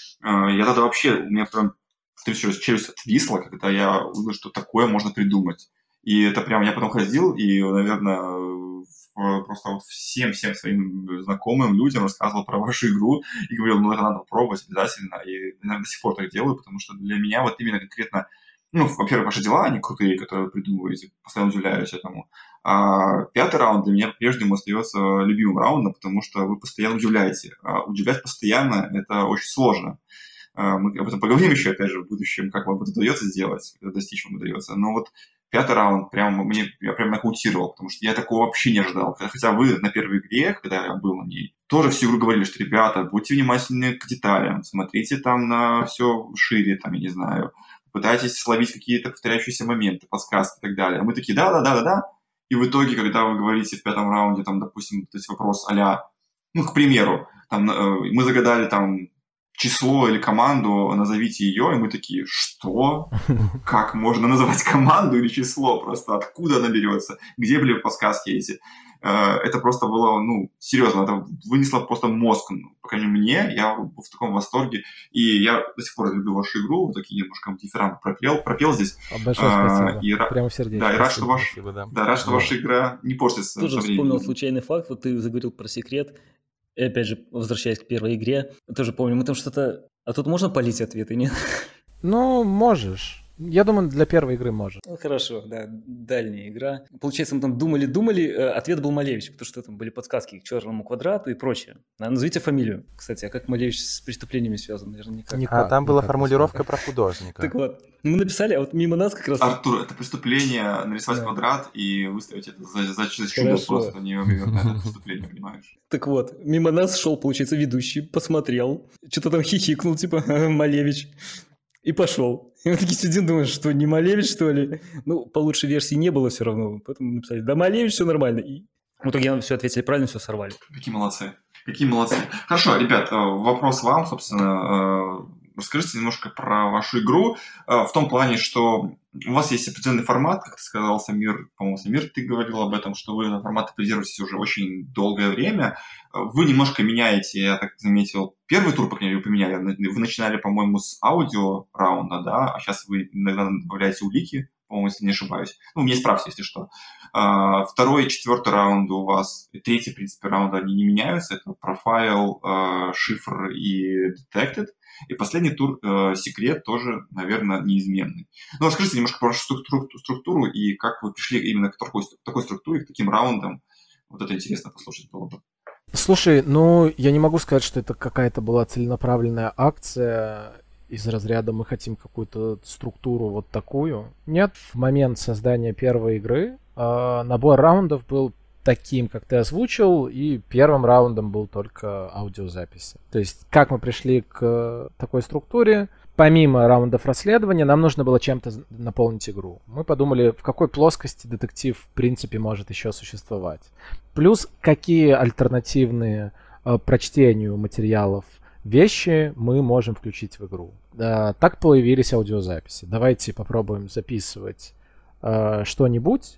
[SPEAKER 1] я тогда вообще, у меня прям челюсть отвисла, когда я увидел, что такое можно придумать. И это прям, я потом ходил, и, наверное, просто вот всем-всем своим знакомым людям рассказывал про вашу игру и говорил, ну, это надо попробовать обязательно. И, наверное, до сих пор так делаю, потому что для меня вот именно конкретно, ну, во-первых, ваши дела, они крутые, которые вы придумываете, постоянно удивляюсь этому. А пятый раунд для меня по-прежнему остается любимым раундом, потому что вы постоянно удивляете. А удивлять постоянно – это очень сложно. Мы об этом поговорим еще, опять же, в будущем, как вам это удается сделать, достичь вам удается. Но вот пятый раунд прям мне я прям нокаутировал, потому что я такого вообще не ожидал. Хотя вы на первой игре, когда я был на ней, тоже всю игру говорили, что, ребята, будьте внимательны к деталям, смотрите там на все шире, там, я не знаю, пытайтесь словить какие-то повторяющиеся моменты, подсказки и так далее. А мы такие, да-да-да-да-да. И в итоге, когда вы говорите в пятом раунде, там, допустим, то есть вопрос а-ля, ну, к примеру, там, мы загадали там число или команду, назовите ее, и мы такие, что? Как можно называть команду или число? Просто откуда она берется? Где были подсказки эти? Это просто было, ну, серьезно, это вынесло просто мозг, ну, по крайней мере, мне, я был в таком восторге, и я до сих пор люблю вашу игру, вот такие немножко дифирамбы пропел, пропел здесь.
[SPEAKER 2] Большое спасибо,
[SPEAKER 1] и
[SPEAKER 2] прямо сердечно.
[SPEAKER 1] Да, и рад, что, ваш, спасибо, да. Да, рад, что да. ваша игра не портится.
[SPEAKER 3] Тоже вспомнил случайный факт, вот ты заговорил про секрет. И опять же, возвращаясь к первой игре, тоже помню, мы там что-то... А тут можно палить ответы, нет?
[SPEAKER 2] Ну, можешь. Я думаю, для первой игры можешь.
[SPEAKER 3] Ну, хорошо, да, дальняя игра. Получается, мы там думали-думали, ответ был Малевич, потому что там были подсказки к черному квадрату и прочее. А назовите фамилию. Кстати, а как Малевич с преступлениями связан? Наверное, никак.
[SPEAKER 4] никак а там была формулировка про художника.
[SPEAKER 3] Так вот, мы написали, а вот мимо нас как раз...
[SPEAKER 1] Артур, это преступление, нарисовать да. квадрат и выставить это за, за, за чудо просто невероятно. Это преступление, понимаешь?
[SPEAKER 3] Так вот, мимо нас шел, получается, ведущий, посмотрел, что-то там хихикнул, типа, Малевич, и пошел. И мы такие сидим, думаем, что не Малевич, что ли? Ну, по лучшей версии не было все равно, поэтому написали, да Малевич, все нормально. И в итоге нам все ответили правильно, все сорвали.
[SPEAKER 1] Какие молодцы. Какие молодцы. Хорошо, ребят, вопрос вам, собственно. Расскажите немножко про вашу игру в том плане, что у вас есть определенный формат, как ты сказал, Самир, по-моему, Самир, ты говорил об этом, что вы на формат придерживаетесь уже очень долгое время. Вы немножко меняете, я так заметил, первый тур, по крайней мере, вы поменяли. Вы начинали, по-моему, с аудио раунда, да, а сейчас вы иногда добавляете улики, по-моему, если не ошибаюсь. Ну, мне исправьте, если что. Uh, второй и четвертый раунды у вас, и третий, в принципе, раунды, они не меняются. Это профайл, uh, шифр и detected. И последний тур, uh, секрет, тоже, наверное, неизменный. Ну, расскажите немножко про вашу структуру, структуру и как вы пришли именно к такой, к такой структуре, к таким раундам. Вот это интересно послушать было бы.
[SPEAKER 2] Слушай, ну, я не могу сказать, что это какая-то была целенаправленная акция из разряда мы хотим какую-то структуру вот такую. Нет, в момент создания первой игры э, набор раундов был таким, как ты озвучил, и первым раундом был только аудиозаписи. То есть, как мы пришли к такой структуре, помимо раундов расследования, нам нужно было чем-то наполнить игру. Мы подумали, в какой плоскости детектив, в принципе, может еще существовать. Плюс, какие альтернативные э, прочтению материалов вещи мы можем включить в игру. Да, так появились аудиозаписи. Давайте попробуем записывать э, что-нибудь,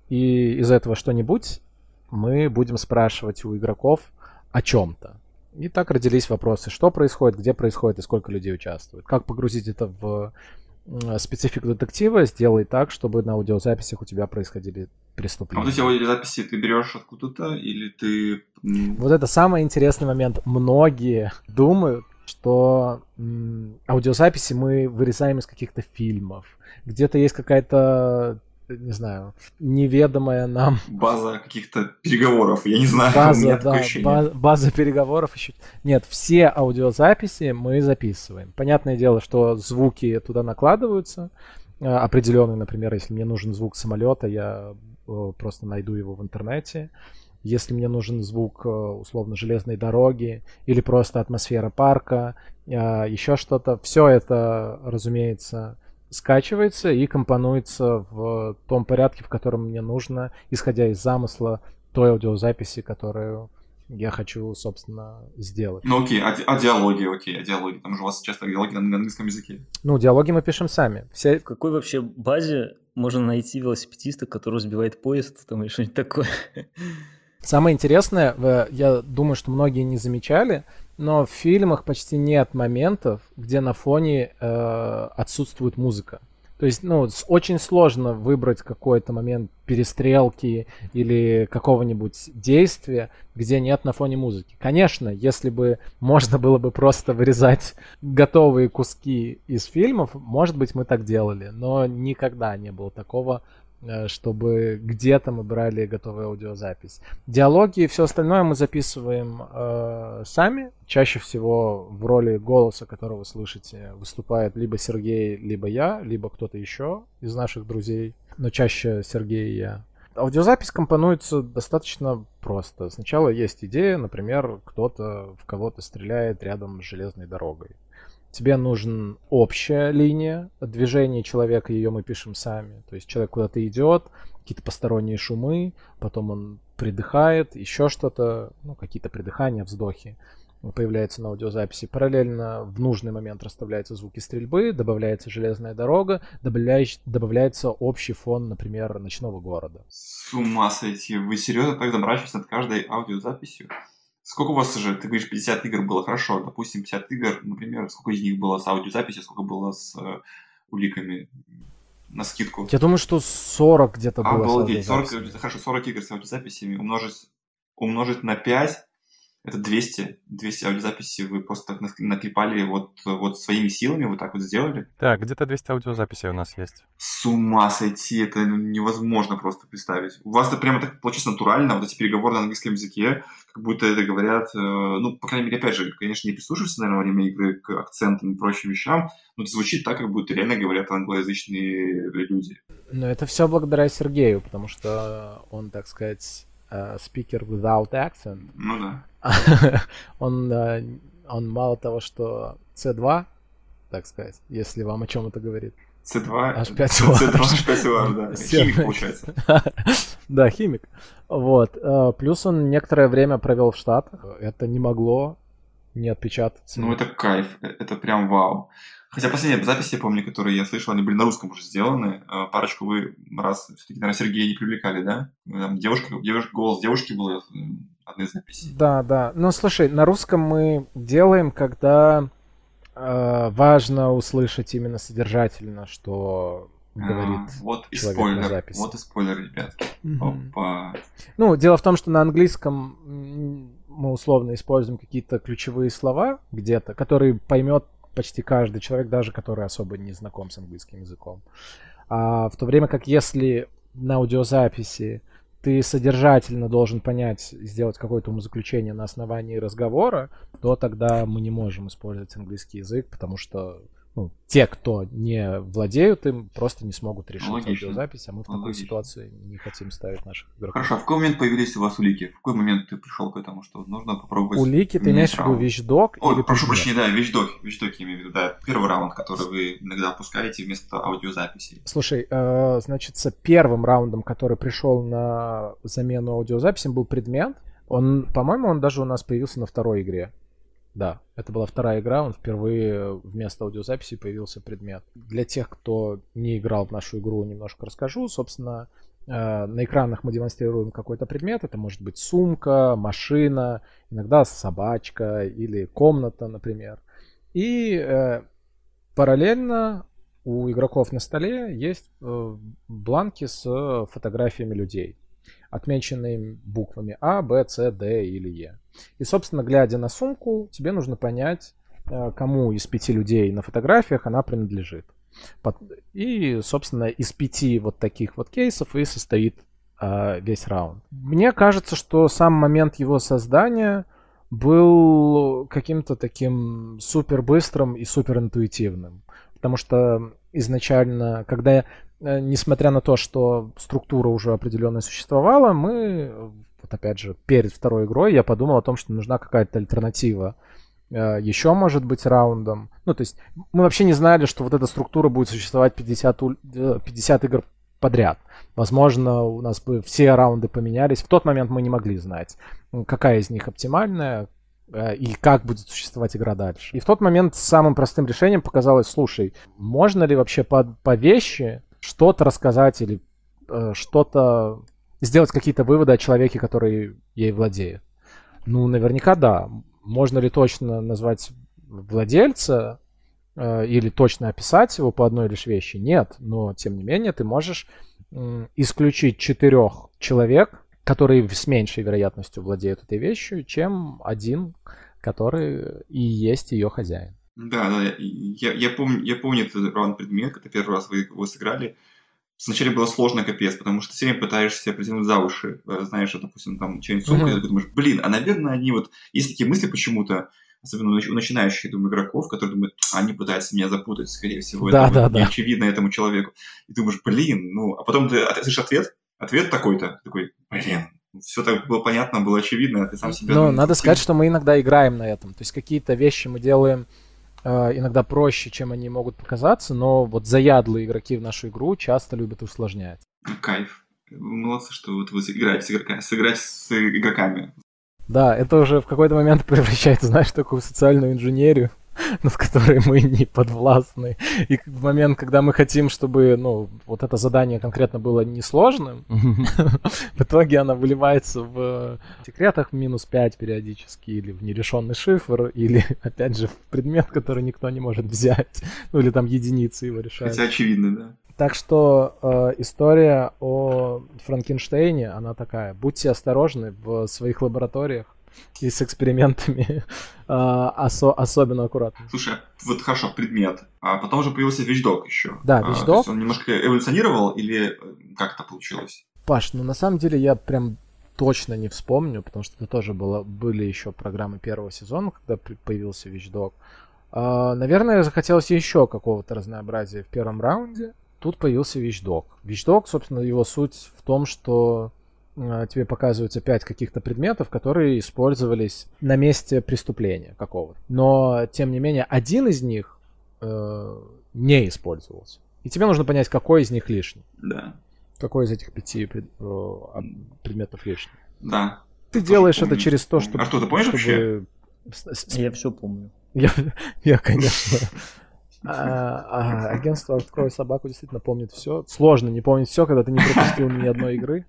[SPEAKER 2] и из этого что-нибудь мы будем спрашивать у игроков о чем-то. И так родились вопросы, что происходит, где происходит и сколько людей участвует. Как погрузить это в специфику детектива, сделай так, чтобы на аудиозаписях у тебя происходили преступления.
[SPEAKER 1] А вот эти аудиозаписи ты берешь откуда-то или ты...
[SPEAKER 2] Вот это самый интересный момент. Многие думают, что м, аудиозаписи мы вырезаем из каких-то фильмов. Где-то есть какая-то, не знаю, неведомая нам...
[SPEAKER 1] База каких-то переговоров, я не знаю.
[SPEAKER 2] База,
[SPEAKER 1] у меня
[SPEAKER 2] да, база, база переговоров еще. Нет, все аудиозаписи мы записываем. Понятное дело, что звуки туда накладываются. Определенный, например, если мне нужен звук самолета, я просто найду его в интернете. Если мне нужен звук, условно, железной дороги или просто атмосфера парка, еще что-то, все это, разумеется, скачивается и компонуется в том порядке, в котором мне нужно, исходя из замысла той аудиозаписи, которую я хочу, собственно, сделать.
[SPEAKER 1] Ну окей, а, а диалоги, окей, а диалоги, там же у вас часто диалоги на, на английском языке.
[SPEAKER 2] Ну, диалоги мы пишем сами. Все...
[SPEAKER 3] В какой вообще базе можно найти велосипедиста, который сбивает поезд, там или что-нибудь такое?
[SPEAKER 2] Самое интересное, я думаю, что многие не замечали, но в фильмах почти нет моментов, где на фоне э, отсутствует музыка. То есть, ну, очень сложно выбрать какой-то момент перестрелки или какого-нибудь действия, где нет на фоне музыки. Конечно, если бы можно было бы просто вырезать готовые куски из фильмов, может быть, мы так делали, но никогда не было такого, чтобы где-то мы брали готовую аудиозапись. Диалоги и все остальное мы записываем э, сами. Чаще всего в роли голоса, которого вы слышите, выступает либо Сергей, либо я, либо кто-то еще из наших друзей. Но чаще Сергей и я. Аудиозапись компонуется достаточно просто. Сначала есть идея, например, кто-то в кого-то стреляет рядом с железной дорогой. Тебе нужна общая линия движения человека, ее мы пишем сами. То есть человек куда-то идет, какие-то посторонние шумы, потом он придыхает, еще что-то, ну, какие-то придыхания, вздохи появляются на аудиозаписи. Параллельно в нужный момент расставляются звуки стрельбы, добавляется железная дорога, добавляется, добавляется общий фон, например, ночного города.
[SPEAKER 1] С ума сойти. Вы серьезно так заморачиваетесь над каждой аудиозаписью? Сколько у вас уже, ты говоришь, пятьдесят игр было, хорошо, допустим, пятьдесят игр, например, сколько из них было с аудиозаписью, сколько было с э, уликами на скидку?
[SPEAKER 2] Я думаю, что сорок где-то было.
[SPEAKER 1] Обалдеть, сорок, хорошо, сорок игр с аудиозаписями умножить, умножить на пять, это двести, двести аудиозаписей вы просто так наклепали вот, вот своими силами, вы так вот сделали?
[SPEAKER 4] Да, где-то двести аудиозаписей у нас есть.
[SPEAKER 1] С ума сойти, это невозможно просто представить. У вас это прямо так получилось натурально, вот эти переговоры на английском языке, как будто это говорят, э, ну, по крайней мере, опять же, конечно, не прислушивайся, наверное, во время игры к акцентам и прочим вещам, но это звучит так, как будто реально говорят англоязычные люди.
[SPEAKER 2] Но это все благодаря Сергею, потому что он, так сказать, speaker without accent.
[SPEAKER 1] Ну да.
[SPEAKER 2] он, он мало того, что си два, так сказать, если вам о чем это говорит.
[SPEAKER 1] си два,
[SPEAKER 2] эйч пять у ар.
[SPEAKER 1] си два, эйч пять у ар, да. Химик, получается.
[SPEAKER 2] Да, химик. Вот. Плюс он некоторое время провел в Штатах. Это не могло не отпечататься.
[SPEAKER 1] Ну, это кайф. Это прям вау. Хотя последние записи, я помню, которые я слышал, они были на русском уже сделаны. Парочку вы раз все-таки, наверное, Сергея не привлекали, да? Там девушка, девушка, голос девушки был одной из записей.
[SPEAKER 2] Да, да. Ну, слушай, на русском мы делаем, когда э, важно услышать именно содержательно, что говорит
[SPEAKER 1] а, вот и
[SPEAKER 2] человек
[SPEAKER 1] спойлер,
[SPEAKER 2] на записи.
[SPEAKER 1] Вот и спойлер, ребятки. Mm-hmm. Опа.
[SPEAKER 2] Ну, дело в том, что на английском мы условно используем какие-то ключевые слова где-то, которые поймет почти каждый человек, даже который особо не знаком с английским языком. А в то время как если на аудиозаписи ты содержательно должен понять, сделать какое-то умозаключение на основании разговора, то тогда мы не можем использовать английский язык, потому что ну, те, кто не владеют им, просто не смогут решить
[SPEAKER 1] Логично.
[SPEAKER 2] Аудиозапись, а мы в такой
[SPEAKER 1] Логично.
[SPEAKER 2] Ситуации не хотим ставить наших игроков.
[SPEAKER 1] Хорошо, а в какой момент появились у вас улики? В какой момент ты пришел к этому, что нужно попробовать?
[SPEAKER 2] Улики, ты имеешь в виду вещдок?
[SPEAKER 1] Ой,
[SPEAKER 2] или
[SPEAKER 1] прошу
[SPEAKER 2] предмет?
[SPEAKER 1] прощения, да, вещдок, вещдок я имею в виду, да. Первый раунд, который вы иногда опускаете вместо аудиозаписи.
[SPEAKER 2] Слушай, э, значит, первым раундом, который пришел на замену аудиозаписям, был предмет. Он, по-моему, он даже у нас появился на второй игре. Да, это была вторая игра, он впервые вместо аудиозаписи появился предмет. Для тех, кто не играл в нашу игру, немножко расскажу. Собственно, э, на экранах мы демонстрируем какой-то предмет. Это может быть сумка, машина, иногда собачка или комната, например. И э, параллельно у игроков на столе есть э, бланки с фотографиями людей, отмеченные буквами А, Б, С, Д или Е. И, собственно, глядя на сумку, тебе нужно понять, кому из пяти людей на фотографиях она принадлежит. И, собственно, из пяти вот таких вот кейсов и состоит весь раунд. Мне кажется, что сам момент его создания был каким-то таким супер быстрым и супер интуитивным. Потому что изначально, когда, несмотря на то, что структура уже определенная существовала, мы, вот опять же, перед второй игрой я подумал о том, что нужна какая-то альтернатива. Еще, может быть, раундом. Ну, то есть мы вообще не знали, что вот эта структура будет существовать пятьдесят, пятьдесят игр подряд. Возможно, у нас бы все раунды поменялись. В тот момент мы не могли знать, какая из них оптимальная и как будет существовать игра дальше. И в тот момент самым простым решением показалось, слушай, можно ли вообще по, по вещи что-то рассказать или э, что-то сделать какие-то выводы о человеке, который ей владеет? Ну, наверняка да. Можно ли точно назвать владельца э, или точно описать его по одной лишь вещи? Нет, но тем не менее ты можешь э, исключить четырех человек, которые с меньшей вероятностью владеют этой вещью, чем один, который и есть ее хозяин.
[SPEAKER 1] Да, да, я, я, помню, я помню этот раунд предмет, когда первый раз вы его сыграли. Сначала было сложно капец, потому что все время пытаешься себя притянуть за уши. Знаешь, допустим, там что-нибудь сумка, mm-hmm. и ты думаешь, блин, а наверное они вот... Есть такие мысли почему-то, особенно у начинающих, думаю, игроков, которые думают, они пытаются меня запутать, скорее всего,
[SPEAKER 2] да,
[SPEAKER 1] это
[SPEAKER 2] да,
[SPEAKER 1] будет
[SPEAKER 2] да.
[SPEAKER 1] не очевидно этому человеку. И думаешь, блин, ну... А потом ты слышишь ответ, ответ такой-то, такой, блин, все так было понятно, было очевидно, а ты сам себя...
[SPEAKER 2] Ну,
[SPEAKER 1] думаешь,
[SPEAKER 2] надо сказать, что мы иногда играем на этом. То есть какие-то вещи мы делаем э, иногда проще, чем они могут показаться, но вот заядлые игроки в нашу игру часто любят усложнять.
[SPEAKER 1] Кайф. Вы молодцы, что вот вы играете с игроками, сыграть с игроками.
[SPEAKER 2] Да, это уже в какой-то момент превращается, знаешь, в такую социальную инженерию, над которой мы не подвластны. И в момент, когда мы хотим, чтобы, ну, вот это задание конкретно было несложным, в итоге она выливается в секретах в минус пять периодически, или в нерешенный шифр, или, опять же, в предмет, который никто не может взять, ну, или там единицы его решают.
[SPEAKER 1] Хотя очевидно, да.
[SPEAKER 2] Так что э, история о Франкенштейне, она такая. Будьте осторожны в своих лабораториях и с экспериментами э, осо- особенно аккуратно.
[SPEAKER 1] Слушай, вот хорошо, предмет. А потом уже появился вещдок еще.
[SPEAKER 2] Да,
[SPEAKER 1] а,
[SPEAKER 2] вещдок.
[SPEAKER 1] То есть он немножко эволюционировал или как это получилось?
[SPEAKER 2] Паш, ну на самом деле я прям точно не вспомню, потому что это тоже было, были еще программы первого сезона, когда появился вещдок. Э, наверное, захотелось еще какого-то разнообразия в первом раунде. Тут появился вещдок. Вещдок, собственно, его суть в том, что э, тебе показываются пять каких-то предметов, которые использовались на месте преступления какого-то. Но, тем не менее, один из них э, не использовался. И тебе нужно понять, какой из них лишний.
[SPEAKER 1] Да.
[SPEAKER 2] Какой из этих пяти пред, о, предметов лишний?
[SPEAKER 1] Да.
[SPEAKER 2] Ты делаешь это через то, чтобы...
[SPEAKER 1] Артур, ты помнишь
[SPEAKER 2] чтобы...
[SPEAKER 3] вообще? Я все помню.
[SPEAKER 2] Я, я конечно... А, а, агентство «Открой собаку» действительно помнит все. Сложно не помнить все, когда ты не пропустил ни одной игры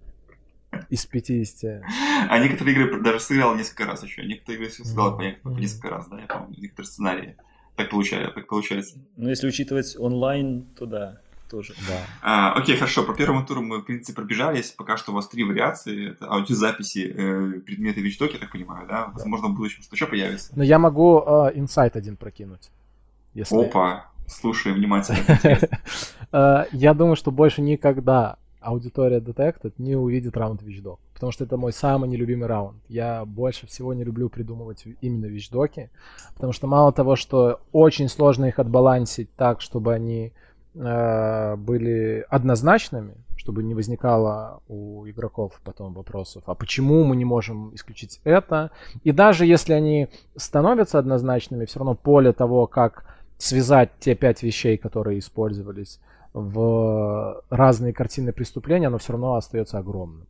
[SPEAKER 2] из пятидесяти.
[SPEAKER 1] А некоторые игры даже сыграл несколько раз еще. Некоторые игры сыграл по, по несколько раз, да, я помню. Некоторые сценарии. Так получается. Так получается.
[SPEAKER 3] Ну, если учитывать онлайн, то да, тоже.
[SPEAKER 2] Да.
[SPEAKER 1] А, окей, хорошо. По первому туру мы, в принципе, пробежались. Пока что у вас три вариации. Это аудиозаписи, э, предметы вещдоки, я так понимаю, да? Возможно, в будущем что еще появится.
[SPEAKER 2] Но я могу э, инсайт один прокинуть. Если...
[SPEAKER 1] Опа, слушай внимательно.
[SPEAKER 2] Я думаю, что больше никогда аудитория Detected не увидит раунд вещдок, потому что это мой самый нелюбимый раунд. Я больше всего не люблю придумывать именно вещдоки, потому что мало того, что очень сложно их отбалансить так, чтобы они э, были однозначными, чтобы не возникало у игроков потом вопросов, а почему мы не можем исключить это? И даже если они становятся однозначными, все равно поле того, как связать те пять вещей, которые использовались в разные картины преступления, оно все равно остается огромным.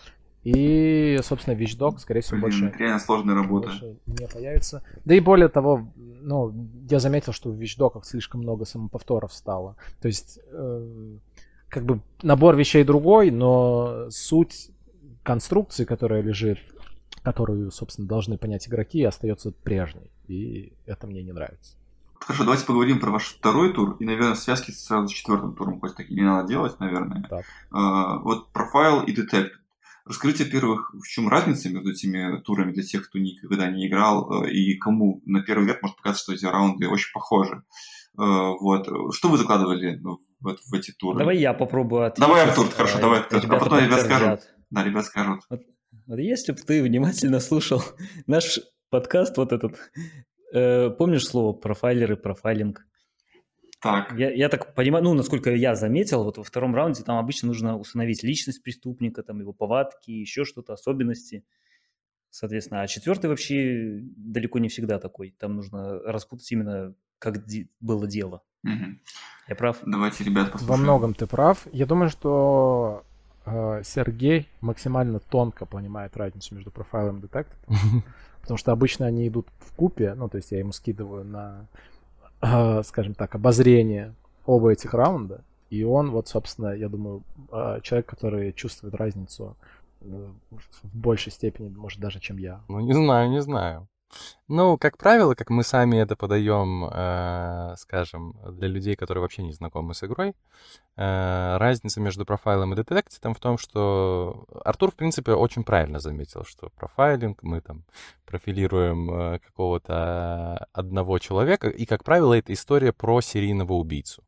[SPEAKER 2] И, собственно, вещдок, скорее всего,
[SPEAKER 1] Блин,
[SPEAKER 2] больше,
[SPEAKER 1] реально сложная работа.
[SPEAKER 2] больше не появится. Да и более того, ну, я заметил, что в вещдоках слишком много самоповторов стало. То есть, э, как бы набор вещей другой, но суть конструкции, которая лежит, которую, собственно, должны понять игроки, остается прежней. И это мне не нравится.
[SPEAKER 1] Хорошо, давайте поговорим про ваш второй тур и, наверное, связки сразу с четвертым туром, хоть так и не надо делать, наверное.
[SPEAKER 2] Так.
[SPEAKER 1] А, вот Profile и Detect. Расскажите, во-первых, в чем разница между этими турами для тех, кто никогда не играл, и кому на первый взгляд может показаться, что эти раунды очень похожи. Вот. Что вы закладывали в, в эти туры?
[SPEAKER 3] Давай я попробую ответить.
[SPEAKER 1] Давай, Артур, хорошо, давай. А потом ребят скажут. Да, ребят скажут.
[SPEAKER 3] Вот, вот если бы ты внимательно слушал наш подкаст, вот этот, э, помнишь слово профайлеры, профайлинг?
[SPEAKER 1] Так.
[SPEAKER 3] Я, я так понимаю, ну, насколько я заметил, вот во втором раунде там обычно нужно установить личность преступника, там его повадки, еще что-то, особенности. Соответственно, а четвертый вообще далеко не всегда такой. Там нужно распутать именно, как де- было дело.
[SPEAKER 1] Угу.
[SPEAKER 3] Я прав?
[SPEAKER 1] Давайте, ребят, послушаем.
[SPEAKER 2] Во многом ты прав. Я думаю, что э, Сергей максимально тонко понимает разницу между профайлом и детектом. Потому что обычно они идут в купе, ну, то есть я ему скидываю на, э, скажем так, обозрение оба этих раунда, и он, вот, собственно, я думаю, э, человек, который чувствует разницу э, в большей степени, может, даже, чем я.
[SPEAKER 4] Ну, не знаю, не знаю. Ну, как правило, как мы сами это подаем, э, скажем, для людей, которые вообще не знакомы с игрой, э, разница между профайлом и детектом в том, что Артур, в принципе, очень правильно заметил, что профайлинг, мы там профилируем э, какого-то одного человека, и, как правило, это история про серийного убийцу.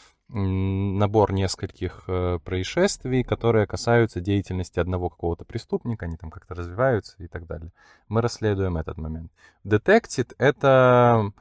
[SPEAKER 4] Набор нескольких э, происшествий, которые касаются деятельности одного какого-то преступника, они там как-то развиваются и так далее. Мы расследуем этот момент. Detected — это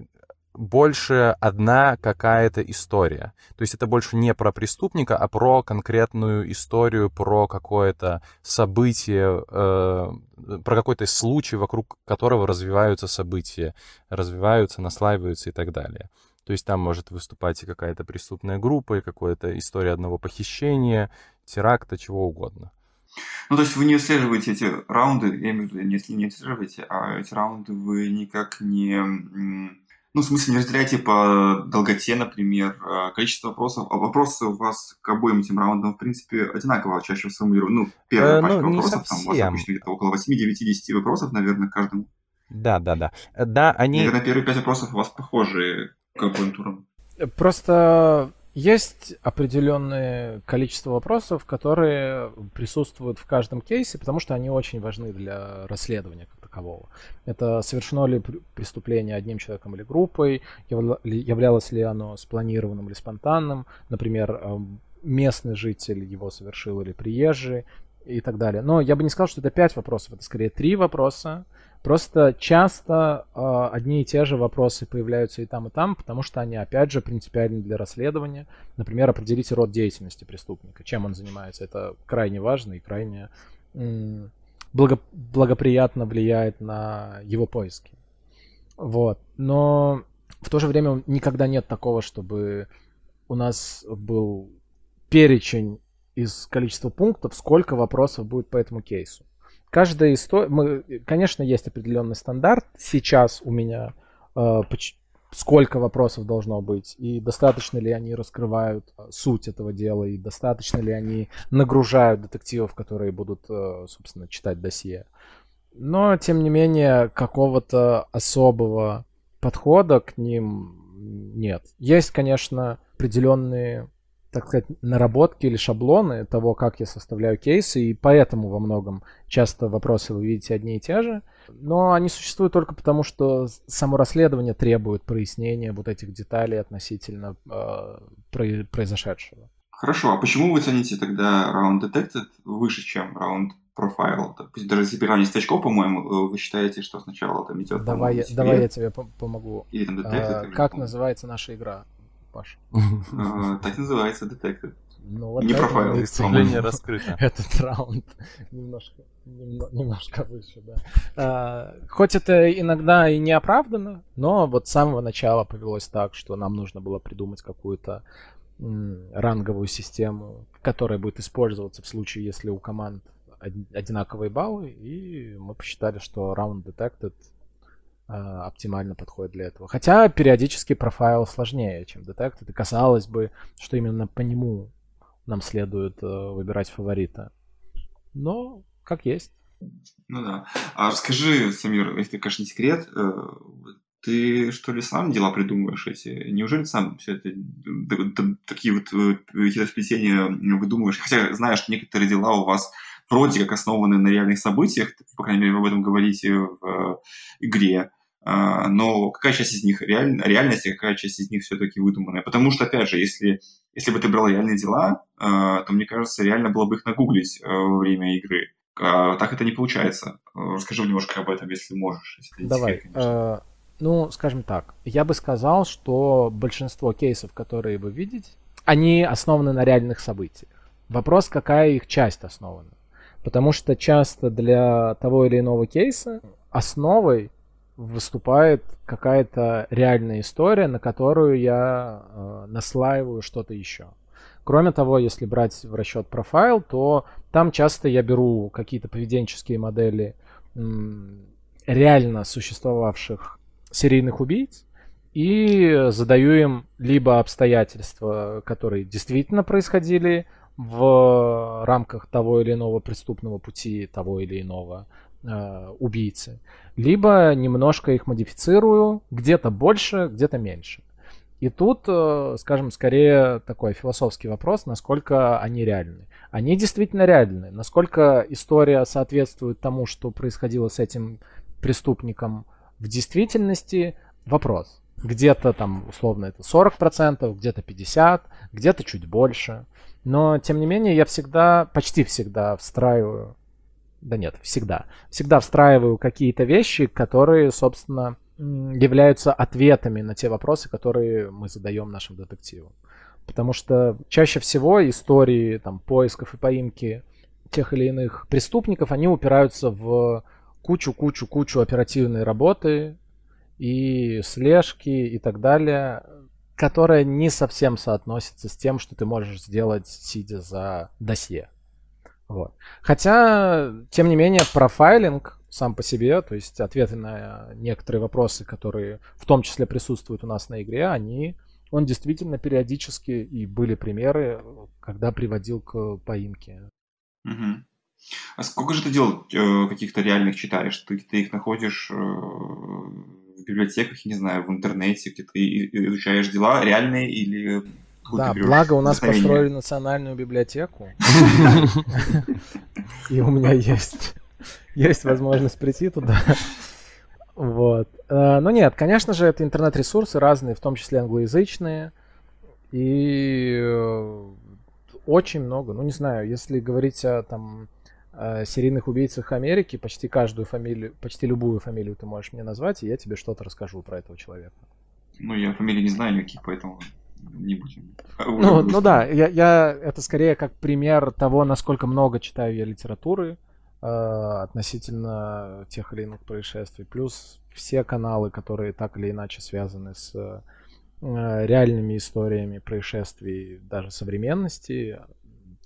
[SPEAKER 4] больше одна какая-то история. То есть это больше не про преступника, а про конкретную историю, про какое-то событие, э, про какой-то случай, вокруг которого развиваются события, развиваются, наслаиваются и так далее. То есть там может выступать и какая-то преступная группа, и какая-то история одного похищения, теракта, чего угодно.
[SPEAKER 1] Ну, то есть вы не отслеживаете эти раунды, я имею в виду, если не отслеживаете, а эти раунды вы никак не... Ну, в смысле, не разделяете по долготе, например, количество вопросов. А вопросы у вас к обоим этим раундам, в принципе, одинаково чаще сформулированы. Ну, первая
[SPEAKER 4] э,
[SPEAKER 1] пачка
[SPEAKER 4] ну,
[SPEAKER 1] вопросов, там у вас обычно где-то около восемь, девять, десять вопросов, наверное, к каждому.
[SPEAKER 4] Да, да, да. Да, они...
[SPEAKER 1] Наверное, первые пять вопросов у вас похожие к обоим турам.
[SPEAKER 2] Просто есть определенное количество вопросов, которые присутствуют в каждом кейсе, потому что они очень важны для расследования как такового. Это совершено ли преступление одним человеком или группой, являлось ли оно спланированным или спонтанным, например, местный житель его совершил или приезжий и так далее. Но я бы не сказал, что это пять вопросов, это скорее три вопроса. Просто часто э, одни и те же вопросы появляются и там, и там, потому что они, опять же, принципиальны для расследования. Например, определите род деятельности преступника, чем он занимается. Это крайне важно и крайне м- благо- благоприятно влияет на его поиски. Вот. Но в то же время никогда нет такого, чтобы у нас был перечень из количества пунктов, сколько вопросов будет по этому кейсу. Каждая история... Мы, конечно, есть определенный стандарт. Сейчас у меня э, сколько вопросов должно быть, и достаточно ли они раскрывают суть этого дела, и достаточно ли они нагружают детективов, которые будут, э, собственно, читать досье. Но, тем не менее, какого-то особого подхода к ним нет. Есть, конечно, определенные, так сказать, наработки или шаблоны того, как я составляю кейсы, и поэтому во многом часто вопросы вы видите одни и те же, но они существуют только потому, что само расследование требует прояснения вот этих деталей относительно э, произошедшего.
[SPEAKER 1] Хорошо, а почему вы цените тогда Round Detected выше, чем Round Profile? Пусть даже если приравнивать очков, по-моему, вы считаете, что сначала там идет...
[SPEAKER 2] Давай, я, давай я тебе помогу.
[SPEAKER 1] Или там Detected.
[SPEAKER 2] А, или как называется наша игра, Паша?
[SPEAKER 1] Так называется, Detected.
[SPEAKER 2] Ну, вот
[SPEAKER 1] не профайл.
[SPEAKER 4] К сожалению, раскрыто.
[SPEAKER 2] Этот раунд немножко, немножко выше, да. А, хоть это иногда и не оправдано, но вот с самого начала повелось так, что нам нужно было придумать какую-то м, ранговую систему, которая будет использоваться в случае, если у команд одинаковые баллы, и мы посчитали, что Round Detected а, оптимально подходит для этого. Хотя периодически профайл сложнее, чем Detected, и казалось бы, что именно по нему нам следует uh, выбирать фаворита. Но как есть.
[SPEAKER 1] Ну да. А расскажи, Самир, если, конечно, не секрет, ты что ли сам дела придумываешь эти? Неужели сам все это, такие вот хитросплетения выдумываешь? Хотя знаешь, что некоторые дела у вас вроде как основаны на реальных событиях, по крайней мере, вы об этом говорите в игре. Но какая часть из них реаль... реальность, а какая часть из них все-таки выдуманная? Потому что, опять же, если, если бы ты брал реальные дела, то, мне кажется, реально было бы их нагуглить во время игры. Так это не получается. Расскажи немножко об этом, если можешь. Если
[SPEAKER 2] Давай.
[SPEAKER 1] секрет, конечно.
[SPEAKER 2] Ну, скажем так, я бы сказал, что большинство кейсов, которые вы видите, они основаны на реальных событиях. Вопрос, какая их часть основана. Потому что часто для того или иного кейса основой выступает какая-то реальная история, на которую я э, наслаиваю что-то еще. Кроме того, если брать в расчет профайл, то там часто я беру какие-то поведенческие модели м, реально существовавших серийных убийц и задаю им либо обстоятельства, которые действительно происходили в рамках того или иного преступного пути, того или иного э, убийцы, либо немножко их модифицирую, где-то больше, где-то меньше. И тут, э, скажем, скорее такой философский вопрос, насколько они реальны. Они действительно реальны. Насколько история соответствует тому, что происходило с этим преступником в действительности, вопрос. Где-то там, условно, это сорок процентов, где-то пятьдесят процентов, где-то чуть больше. Но, тем не менее, я всегда, почти всегда встраиваю, да нет, всегда, всегда встраиваю какие-то вещи, которые, собственно, являются ответами на те вопросы, которые мы задаем нашим детективам. Потому что чаще всего истории там, поисков и поимки тех или иных преступников, они упираются в кучу-кучу-кучу оперативной работы и слежки и так далее, которая не совсем соотносится с тем, что ты можешь сделать, сидя за досье. Вот. Хотя, тем не менее, профайлинг сам по себе, то есть ответы на некоторые вопросы, которые в том числе присутствуют у нас на игре, они, он действительно периодически, и были примеры, когда приводил к поимке.
[SPEAKER 1] Угу. А сколько же ты дел э, каких-то реальных читаешь? Ты, ты их находишь э, в библиотеках, я не знаю, в интернете, где ты изучаешь дела реальные или...
[SPEAKER 2] Да, благо у нас построили национальную библиотеку. И у меня есть, есть возможность прийти туда. Вот. Но нет, конечно же, это интернет-ресурсы разные, в том числе англоязычные. И очень много, ну не знаю, если говорить о там серийных убийцах Америки, почти каждую фамилию, почти любую фамилию ты можешь мне назвать, и я тебе что-то расскажу про этого человека.
[SPEAKER 1] Ну, я фамилии не знаю никаких, поэтому... Не будем.
[SPEAKER 2] Ну, ну да, я, я это скорее как пример того, насколько много читаю я литературы э, относительно тех или иных происшествий. Плюс все каналы, которые так или иначе связаны с э, реальными историями происшествий даже современности,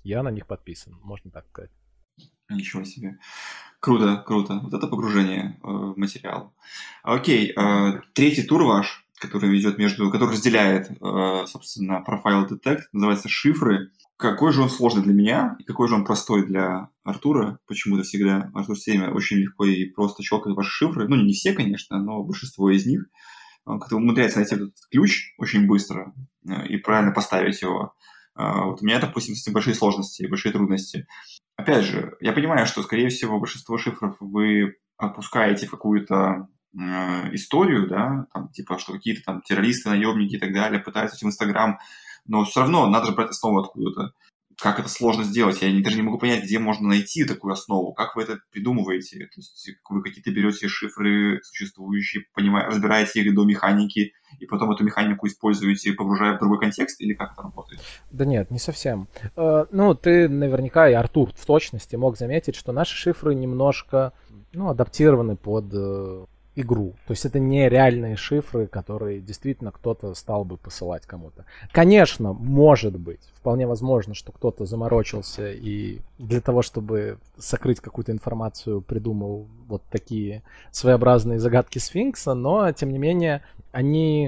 [SPEAKER 2] я на них подписан, можно так сказать.
[SPEAKER 1] Ничего себе. Круто, круто. Вот это погружение э, в материал. Окей, э, третий тур ваш, который идет между, который разделяет, э, собственно, Profile Detect, называется «Шифры». Какой же он сложный для меня, и какой же он простой для Артура. Почему-то всегда Артур все время очень легко и просто щелкает ваши шифры. Ну, не все, конечно, но большинство из них. Он как-то умудряется найти этот ключ очень быстро э, и правильно поставить его. Э, вот у меня, допустим, с этим большие сложности, большие трудности. Опять же, я понимаю, что, скорее всего, большинство шифров вы опускаете в какую-то э, историю, да, там, типа, что какие-то там террористы, наемники и так далее пытаются в Инстаграм, но все равно надо же брать основу откуда-то. Как это сложно сделать? Я даже не могу понять, где можно найти такую основу. Как вы это придумываете? То есть вы какие-то берете шифры существующие, понимаете, разбираете их до механики, и потом эту механику используете, погружая в другой контекст, или как это работает?
[SPEAKER 2] Да нет, не совсем. Э, ну, ты наверняка, и Артур в точности мог заметить, что наши шифры немножко, ну, адаптированы под э, игру. То есть это не реальные шифры, которые действительно кто-то стал бы посылать кому-то. Конечно, может быть, вполне возможно, что кто-то заморочился и для того, чтобы сокрыть какую-то информацию, придумал вот такие своеобразные загадки сфинкса, но, тем не менее, они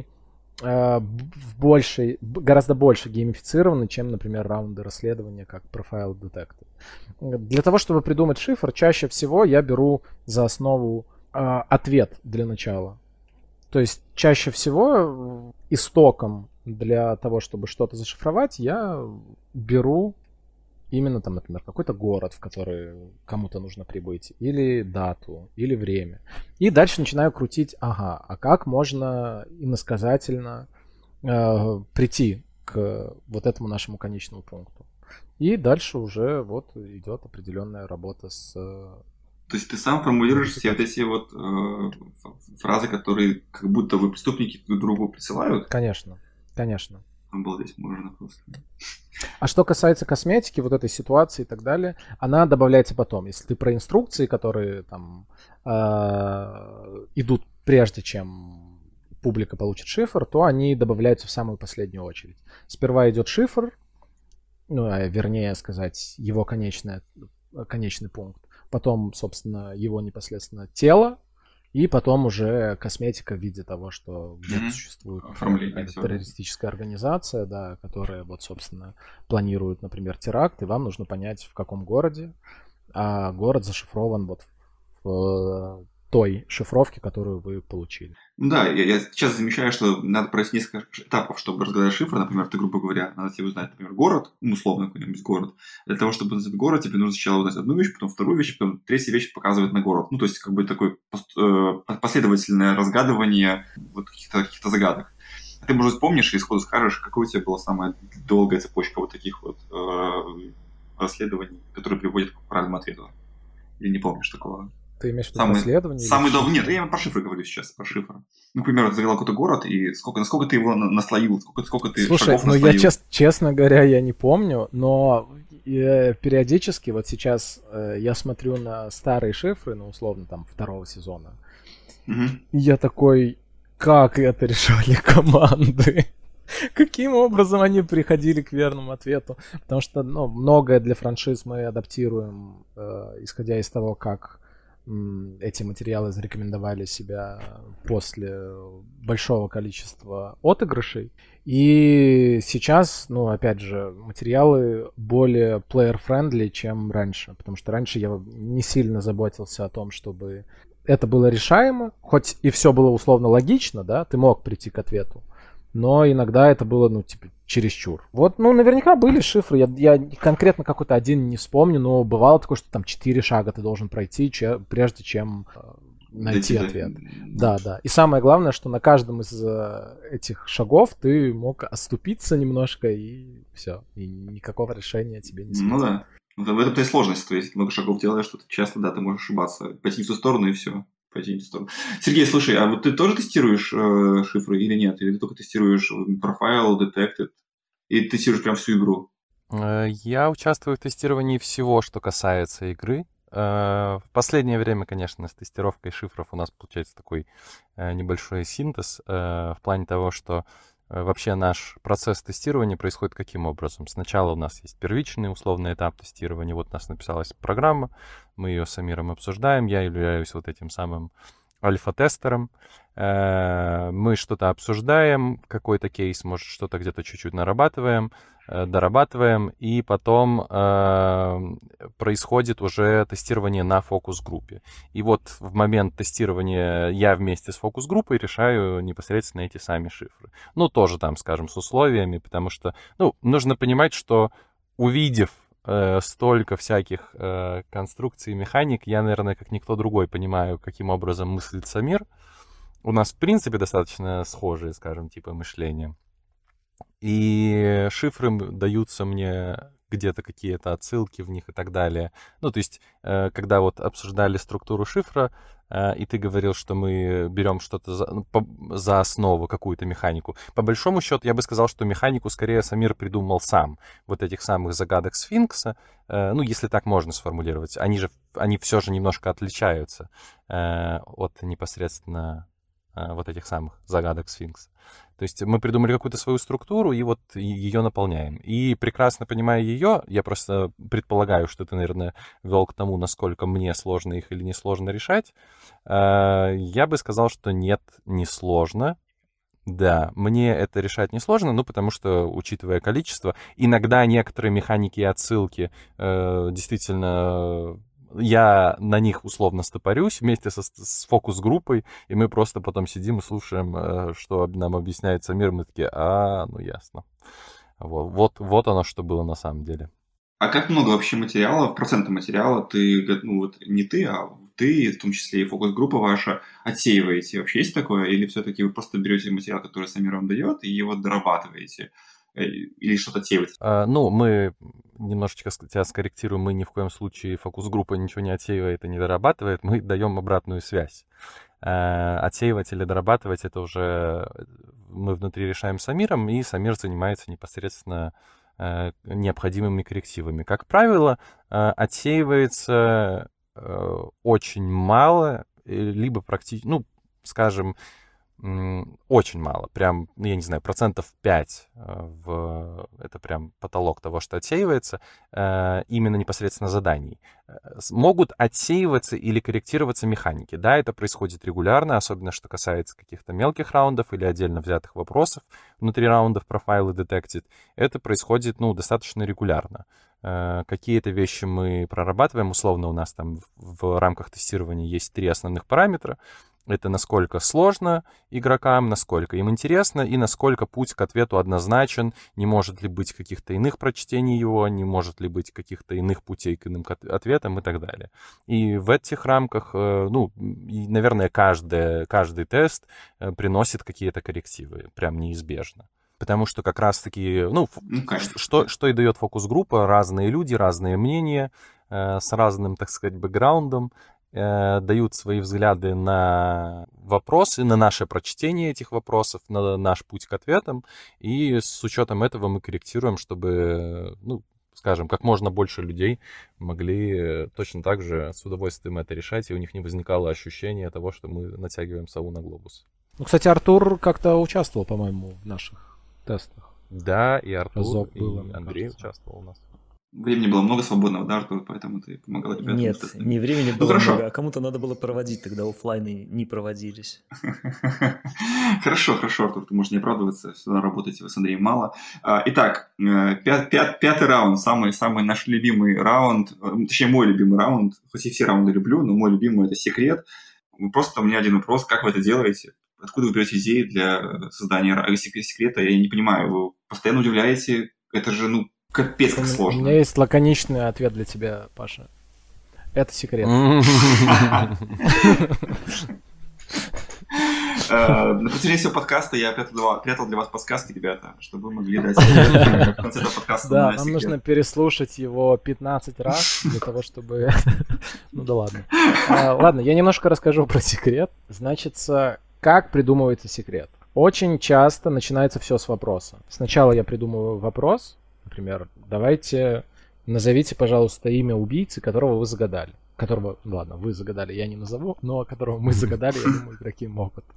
[SPEAKER 2] э, в большей, гораздо больше геймифицированы, чем, например, раунды расследования, как Profile Detected. Для того, чтобы придумать шифр, чаще всего я беру за основу ответ для начала. То есть чаще всего истоком для того, чтобы что-то зашифровать, я беру именно там, например, какой-то город, в который кому-то нужно прибыть, или дату, или время. И дальше начинаю крутить, ага, а как можно иносказательно э, прийти к вот этому нашему конечному пункту. И дальше уже вот идет определенная работа с...
[SPEAKER 1] То есть ты сам формулируешь все вот эти вот э, фразы, которые как будто вы преступники друг другу присылают?
[SPEAKER 2] Конечно, конечно.
[SPEAKER 1] Обалдеть, можно просто.
[SPEAKER 2] А что касается косметики, вот этой ситуации и так далее, она добавляется потом. Если ты про инструкции, которые там э, идут прежде, чем публика получит шифр, то они добавляются в самую последнюю очередь. Сперва идет шифр, ну, а вернее сказать, его конечный, конечный пункт. Потом, собственно, его непосредственно тело, и потом уже косметика в виде того, что где-то mm-hmm. существует террористическая организация, да, которая, вот, собственно, планирует, например, теракт, и вам нужно понять, в каком городе, а город зашифрован вот в той шифровке, которую вы получили.
[SPEAKER 1] Да, я, я сейчас замечаю, что надо пройти несколько этапов, чтобы разгадать шифр. Например, ты, грубо говоря, надо тебе узнать, например, город, ну, условно какой-нибудь город. Для того, чтобы узнать город, тебе нужно сначала узнать одну вещь, потом вторую вещь, потом третья вещь показывает на город. Ну, то есть, как бы такое последовательное разгадывание вот каких-то, каких-то загадок. Ты, может, вспомнишь и сходу скажешь, какая у тебя была самая долгая цепочка вот таких вот э, расследований, которые приводят к правильному ответу? Или не помнишь такого?
[SPEAKER 2] Ты имеешь в виду
[SPEAKER 1] самый,
[SPEAKER 2] расследование?
[SPEAKER 1] Самый долгий... Нет, я про шифры говорю сейчас, про шифр. Ну, к примеру, ты загадал какой-то город, и сколько, насколько ты его наслоил, сколько, сколько ты
[SPEAKER 2] Слушай,
[SPEAKER 1] шагов
[SPEAKER 2] ну
[SPEAKER 1] наслоил?
[SPEAKER 2] я, чест, честно говоря, я не помню, но э, периодически, вот сейчас э, я смотрю на старые шифры, ну, условно, там, второго сезона,
[SPEAKER 1] угу.
[SPEAKER 2] и я такой, как это решали команды? Каким образом они приходили к верному ответу? Потому что, ну, многое для франшиз мы адаптируем, э, исходя из того, как эти материалы зарекомендовали себя после большого количества отыгрышей. И сейчас, ну, опять же, материалы более player-friendly, чем раньше. Потому что раньше я не сильно заботился о том, чтобы это было решаемо. Хоть и все было условно логично, да, ты мог прийти к ответу. Но иногда это было, ну, типа, чересчур. Вот, ну, наверняка были шифры. Я, я конкретно какой-то один не вспомню, но бывало такое, что там четыре шага ты должен пройти, че, прежде чем э, найти Дайте, ответ. Да, да. И самое главное, что на каждом из э, этих шагов ты мог оступиться немножко, и все. И никакого решения тебе не светит.
[SPEAKER 1] Ну да. В этом-то и сложность. То есть много шагов делаешь, что ты часто, да, ты можешь ошибаться. Пойти в ту сторону, и все. Сергей, слушай, а вот ты тоже тестируешь э, шифры или нет? Или ты только тестируешь Profile, Detected? И ты тестируешь прям всю игру?
[SPEAKER 4] Я участвую в тестировании всего, что касается игры. В последнее время, конечно, с тестировкой шифров у нас получается такой небольшой синтез в плане того, что вообще наш процесс тестирования происходит каким образом? Сначала у нас есть первичный условный этап тестирования. Вот у нас написалась программа, мы ее с Амиром обсуждаем, я являюсь вот этим самым альфа-тестером. Мы что-то обсуждаем, какой-то кейс, может, что-то где-то чуть-чуть нарабатываем, дорабатываем, и потом происходит уже тестирование на фокус-группе. И вот в момент тестирования я вместе с фокус-группой решаю непосредственно эти сами шифры. Ну, тоже там, скажем, с условиями, потому что, ну, нужно понимать, что увидев столько всяких э, конструкций и механик, я, наверное, как никто другой понимаю, каким образом мыслит Самир. У нас, в принципе, достаточно схожие, скажем, типы мышления. И шифры даются мне где-то какие-то отсылки в них и так далее. Ну, то есть, э, когда вот обсуждали структуру шифра, и ты говорил, что мы берем что-то за, ну, по, за основу, какую-то механику. По большому счету, я бы сказал, что механику скорее Самир придумал сам. Вот этих самых загадок сфинкса, э, ну, если так можно сформулировать, они же, они все же немножко отличаются э, от непосредственно э, вот этих самых загадок сфинкса. То есть мы придумали какую-то свою структуру и вот ее наполняем. И прекрасно понимая ее, я просто предполагаю, что ты, наверное, вел к тому, насколько мне сложно их или не сложно решать. Я бы сказал, что нет, не сложно. Да, мне это решать несложно, ну, потому что, учитывая количество, иногда некоторые механики и отсылки э, действительно... Я на них условно стопорюсь вместе со, с фокус-группой, и мы просто потом сидим и слушаем, что нам объясняет Самир, мы такие, а, ну ясно. Вот, вот, вот оно, что было на самом деле.
[SPEAKER 1] А как много вообще материала, процента материала ты, ну вот не ты, а ты, в том числе и фокус-группа ваша, отсеиваете? Вообще есть такое? Или все-таки вы просто берете материал, который Самир вам дает, и его дорабатываете? Или что-то отсеиваете?
[SPEAKER 4] А, ну, мы немножечко тебя скорректируем. Мы ни в коем случае, фокус-группа ничего не отсеивает и не дорабатывает. Мы даем обратную связь. А, отсеивать или дорабатывать — это уже мы внутри решаем с Амиром, и Самир занимается непосредственно а, необходимыми коррективами. Как правило, а, отсеивается а, очень мало, либо практически, ну, скажем, очень мало, прям, я не знаю, процентов пять в... это прям потолок того, что отсеивается, именно непосредственно заданий. Могут отсеиваться или корректироваться механики. Да, это происходит регулярно, особенно что касается каких-то мелких раундов или отдельно взятых вопросов внутри раундов Profile и Detected. Это происходит, ну, достаточно регулярно. Какие-то вещи мы прорабатываем, условно у нас там в рамках тестирования есть три основных параметра. Это насколько сложно игрокам, насколько им интересно и насколько путь к ответу однозначен, не может ли быть каких-то иных прочтений его, не может ли быть каких-то иных путей к иным ответам и так далее. И в этих рамках, ну, и, наверное, каждый, каждый тест приносит какие-то коррективы, прям неизбежно. Потому что как раз-таки, ну, ну что, что и дает фокус-группа, разные люди, разные мнения, с разным, так сказать, бэкграундом, дают свои взгляды на вопросы, на наше прочтение этих вопросов, на наш путь к ответам, и с учетом этого мы корректируем, чтобы, ну, скажем, как можно больше людей могли точно так же с удовольствием это решать, и у них не возникало ощущения того, что мы натягиваем сову на глобус.
[SPEAKER 2] Ну, кстати, Артур как-то участвовал, по-моему, в наших тестах.
[SPEAKER 4] Да, и Артур,
[SPEAKER 2] Разок
[SPEAKER 4] и
[SPEAKER 2] было,
[SPEAKER 4] Андрей
[SPEAKER 2] кажется.
[SPEAKER 4] участвовал у нас.
[SPEAKER 1] Времени было много свободного, да, Артур, поэтому ты помогал ребятам.
[SPEAKER 3] Нет, не времени было
[SPEAKER 1] ну,
[SPEAKER 3] много, а кому-то надо было проводить, тогда офлайны не проводились.
[SPEAKER 1] Хорошо, хорошо, Артур, ты можешь не оправдываться, всегда работаете вы с Андреем мало. Итак, пят, пят, пятый раунд, самый, самый наш любимый раунд, точнее мой любимый раунд, хоть и все раунды люблю, но мой любимый — это секрет. Просто у меня один вопрос, как вы это делаете? Откуда вы берете идеи для создания секрета? Я не понимаю, вы постоянно удивляете, это же, ну, капец как сложно.
[SPEAKER 2] У меня есть лаконичный ответ для тебя, Паша. Это секрет.
[SPEAKER 1] На протяжении всего подкаста я прятал для вас подсказки, ребята, чтобы вы могли дать в конце этого подкаста.
[SPEAKER 2] Да, нам нужно переслушать его пятнадцать раз для того, чтобы... Ну да ладно. Ладно, я немножко расскажу про секрет. Значится, как придумывается секрет. Очень часто начинается все с вопроса. Сначала я придумываю вопрос. Например, давайте назовите, пожалуйста, имя убийцы, которого вы загадали. Которого, ладно, вы загадали, я не назову, но которого мы загадали, я думаю, игроки могут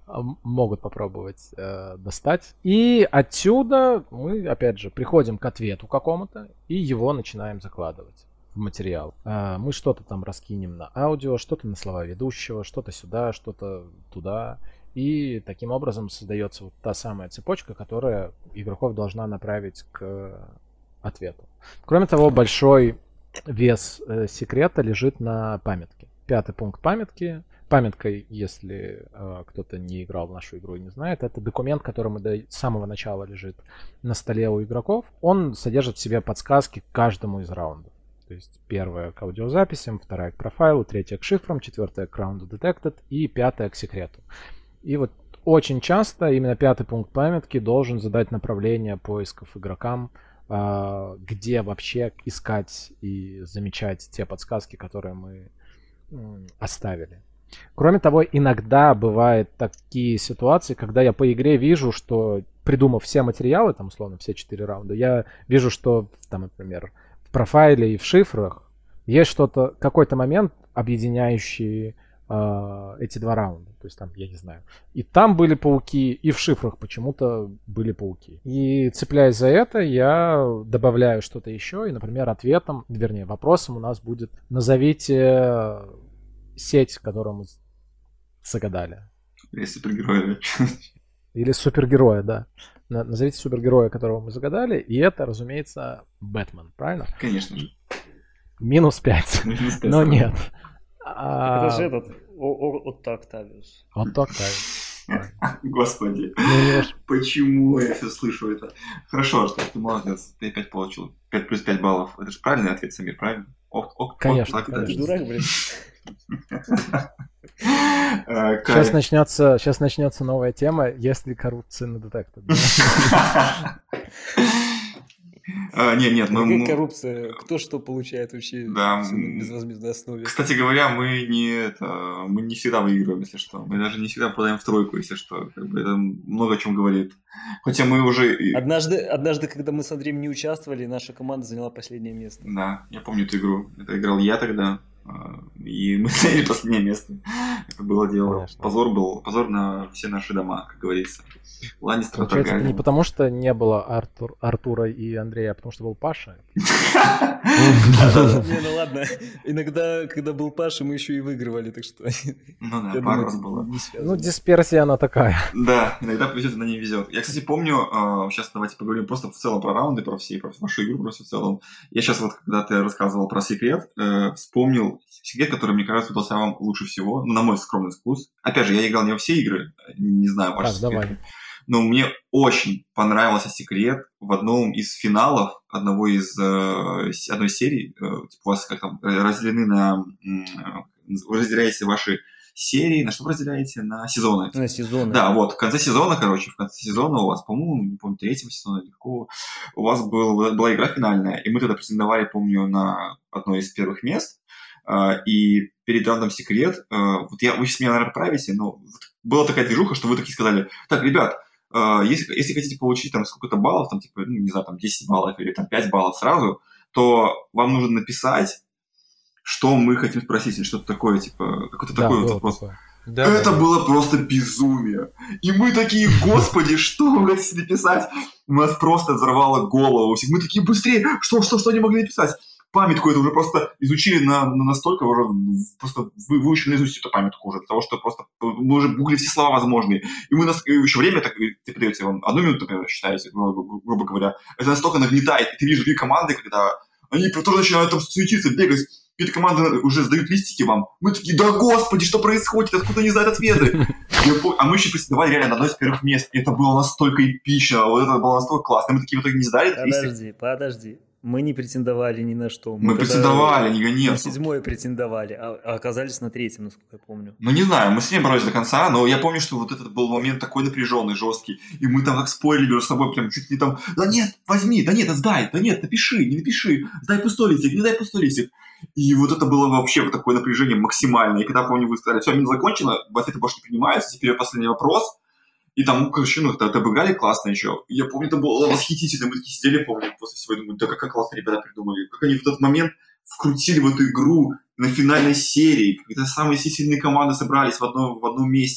[SPEAKER 2] могут попробовать э, достать. И отсюда мы, опять же, приходим к ответу какому-то и его начинаем закладывать в материал. Э, мы что-то там раскинем на аудио, что-то на слова ведущего, что-то сюда, что-то туда. И таким образом создается вот та самая цепочка, которая игроков должна направить к ответу. Кроме того, большой вес э, секрета лежит на памятке. Пятый пункт памятки. Памяткой, если э, кто-то не играл в нашу игру и не знает, это документ, который мы до самого начала лежит на столе у игроков. Он содержит в себе подсказки к каждому из раундов. То есть первая к аудиозаписям, вторая к профайлу, третья к шифрам, четвертая к раунду detected и пятая к секрету. И вот очень часто именно пятый пункт памятки должен задать направление поисков игрокам, где вообще искать и замечать те подсказки, которые мы оставили. Кроме того, иногда бывают такие ситуации, когда я по игре вижу, что, придумав все материалы, там, условно, все четыре раунда, я вижу, что, там, например, в профайле и в шифрах есть что-то, какой-то момент, объединяющий эти два раунда. То есть там, я не знаю, и там были пауки, и в шифрах почему-то были пауки. И цепляясь за это, я добавляю что-то еще, и, например, ответом, вернее, вопросом у нас будет: назовите сеть, которую мы загадали.
[SPEAKER 1] Или супергероя.
[SPEAKER 2] Или супергероя, да. Назовите супергероя, которого мы загадали, и это, разумеется, Бэтмен, правильно?
[SPEAKER 1] Конечно же.
[SPEAKER 2] Минус пять. Минус пять. Но нет.
[SPEAKER 3] Это же этот Отто Октавиус.
[SPEAKER 2] Отто Октавиус.
[SPEAKER 1] Господи, почему я все слышу это? Хорошо, что ты молодец, ты опять получил пять плюс пять баллов. Это же правильный ответ, Самир, правильно?
[SPEAKER 2] Конечно.
[SPEAKER 3] Ты дурак, блин.
[SPEAKER 2] Сейчас начнется, сейчас начнется новая тема, есть ли коррупция на детекторе.
[SPEAKER 1] А, нет, нет, мы...
[SPEAKER 3] Какая коррупция? Кто что получает вообще
[SPEAKER 1] да.
[SPEAKER 3] на безвозмездной основе?
[SPEAKER 1] Кстати говоря, мы не, это, мы не всегда выигрываем, если что. Мы даже не всегда попадаем в тройку, если что. Как бы это много о чем говорит. Хотя мы уже...
[SPEAKER 3] Однажды, однажды, когда мы с Андреем не участвовали, наша команда заняла последнее место.
[SPEAKER 1] Да, я помню эту игру. Это играл я тогда. И мы заняли последнее место. Это было дело. Конечно. Позор был. Позор на все наши дома, как говорится. Ланнистер
[SPEAKER 2] Получается, это не потому, что не было Артур, Артура и Андрея, а потому что был Паша?
[SPEAKER 3] Не, ну ладно. Иногда, когда был Паша, мы еще и выигрывали, так что...
[SPEAKER 1] Ну да, пару раз было.
[SPEAKER 2] Ну, дисперсия она такая.
[SPEAKER 1] Да, иногда повезет, иногда не везет. Я, кстати, помню, сейчас давайте поговорим просто в целом про раунды, про все, про вашу игру просто в целом. Я сейчас вот, когда ты рассказывал про секрет, вспомнил секрет, который, мне кажется, удался вам лучше всего, ну, на мой скромный вкус. Опять же, я играл не во все игры, не знаю ваши секреты. Но мне очень понравился секрет в одном из финалов одного из, э, одной из серий. Э, типа у вас как там разделены на... Э, вы разделяете ваши серии, на что вы разделяете? На сезоны.
[SPEAKER 3] На сезоны.
[SPEAKER 1] Да, вот, в конце сезона, короче, в конце сезона у вас, по-моему, не помню, третьего сезона или какого, у вас был, была игра финальная, и мы тогда претендовали, помню, на одно из первых мест. Uh, и перед раундом секрет, uh, вот я, вы сейчас меня, наверное, правите, но вот была такая движуха, что вы такие сказали: так, ребят, uh, если, если хотите получить там сколько-то баллов, там, типа, ну, не знаю, там, десять баллов или там пять баллов сразу, то вам нужно написать, что мы хотим спросить, или что-то такое, типа, какой-то да, такой вот вопрос. Да, это да. Было просто безумие. И мы такие: господи, что вы хотите написать? У нас просто взорвало голову. Мы такие: быстрее, что, что, что они могли написать? Памятку это уже просто изучили на, на настолько, уже просто вы выучили наизусть эту памятку уже, для того, что просто мы уже гуглили все слова возможные. И мы нас, еще время так, типа, даете вам одну минуту, например, считаете, грубо, грубо говоря. Это настолько нагнетает. И ты видишь другие команды, когда они тоже начинают там суетиться, бегать. Какие-то команды уже сдают листики вам. Мы такие: да господи, что происходит? Откуда они знают ответы? А мы еще претендовали реально на одно из первых мест. И это было настолько эпично, вот это было настолько классно. Мы такие в итоге не сдали этот листик.
[SPEAKER 3] Подожди, подожди. Мы не претендовали ни на что.
[SPEAKER 1] Мы, мы претендовали, не нет.
[SPEAKER 3] На седьмое претендовали, а оказались на третьем, насколько я помню.
[SPEAKER 1] Ну, не знаю, мы с ним боролись до конца, но я помню, что вот этот был момент такой напряженный, жесткий. И мы там как спорили между собой, прям чуть ли там: да нет, возьми, да нет, сдай, да нет, напиши, не напиши, сдай пустой листик, не дай пустой листик. И вот это было вообще вот такое напряжение максимальное. И когда, помню, вы сказали: все, минута закончена, ответы больше не принимаются, теперь последний вопрос. И там, ну, короче, ну, это обыграли классно еще. Я помню, это было восхитительно. Мы такие сидели, помню, после всего, думаю: да как классно ребята придумали. Как они в тот момент вкрутили в эту игру на финальной серии, когда самые сильные команды собрались в одном, в одном месте.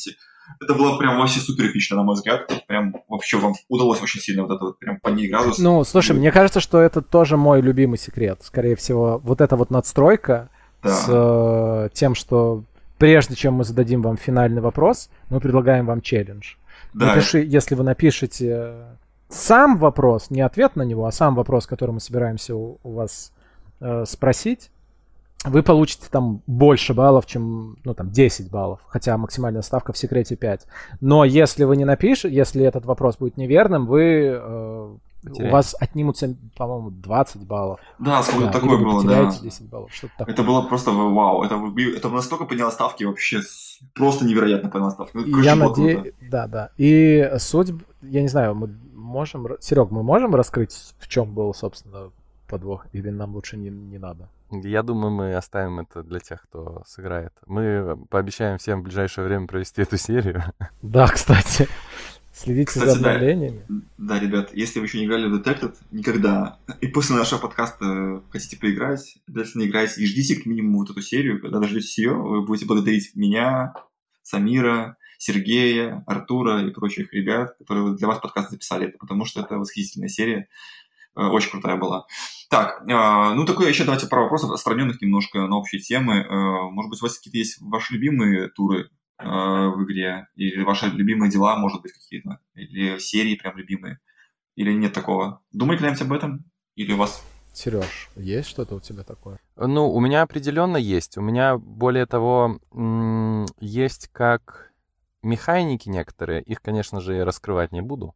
[SPEAKER 1] Это было прям вообще супер эпично, на мой взгляд. Прям вообще вам удалось очень сильно вот это вот прям поднять градус.
[SPEAKER 2] Ну, слушай, мне кажется, что это тоже мой любимый секрет. Скорее всего, вот эта вот надстройка да. с э, тем, что прежде чем мы зададим вам финальный вопрос, мы предлагаем вам челлендж. Да. Напиши, если вы напишете сам вопрос, не ответ на него, а сам вопрос, который мы собираемся у, у вас э, спросить, вы получите там больше баллов, чем, ну, там, десять баллов, хотя максимальная ставка в секрете пять. Но если вы не напишете, если этот вопрос будет неверным, вы, э, у вас отнимутся, по-моему, двадцать баллов.
[SPEAKER 1] Да, сколько да, такое было, да.
[SPEAKER 2] десять баллов, что-то такое.
[SPEAKER 1] Это было просто вау, это, это настолько подняло ставки, вообще просто невероятно подняло ставки. Ну,
[SPEAKER 2] я надеюсь, да, да. И суть, я не знаю, мы можем, Серег, мы можем раскрыть, в чем был, собственно, подвох, или нам лучше не, не надо?
[SPEAKER 4] Я думаю, мы оставим это для тех, кто сыграет. Мы пообещаем всем в ближайшее время провести эту серию.
[SPEAKER 2] Да, кстати. Следите кстати, за обновлениями.
[SPEAKER 1] Да, да, ребят, если вы еще не играли в Detected, никогда, и после нашего подкаста хотите поиграть, обязательно играйте и ждите как минимум вот эту серию. Когда дождетесь ее, вы будете благодарить меня, Самира, Сергея, Артура и прочих ребят, которые для вас подкаст записали это, потому что это восхитительная серия. Очень крутая была. Так, ну такое еще давайте пару вопросов, отстраненных немножко на общие темы. Может быть, у вас какие-то есть ваши любимые туры в игре? Или ваши любимые дела, может быть, какие-то? Или серии прям любимые? Или нет такого? Думали когда-нибудь об этом? Или у вас...
[SPEAKER 2] Сереж, есть что-то у тебя такое?
[SPEAKER 4] Ну, у меня определенно есть. У меня, более того, есть как механики некоторые. Их, конечно же, я раскрывать не буду.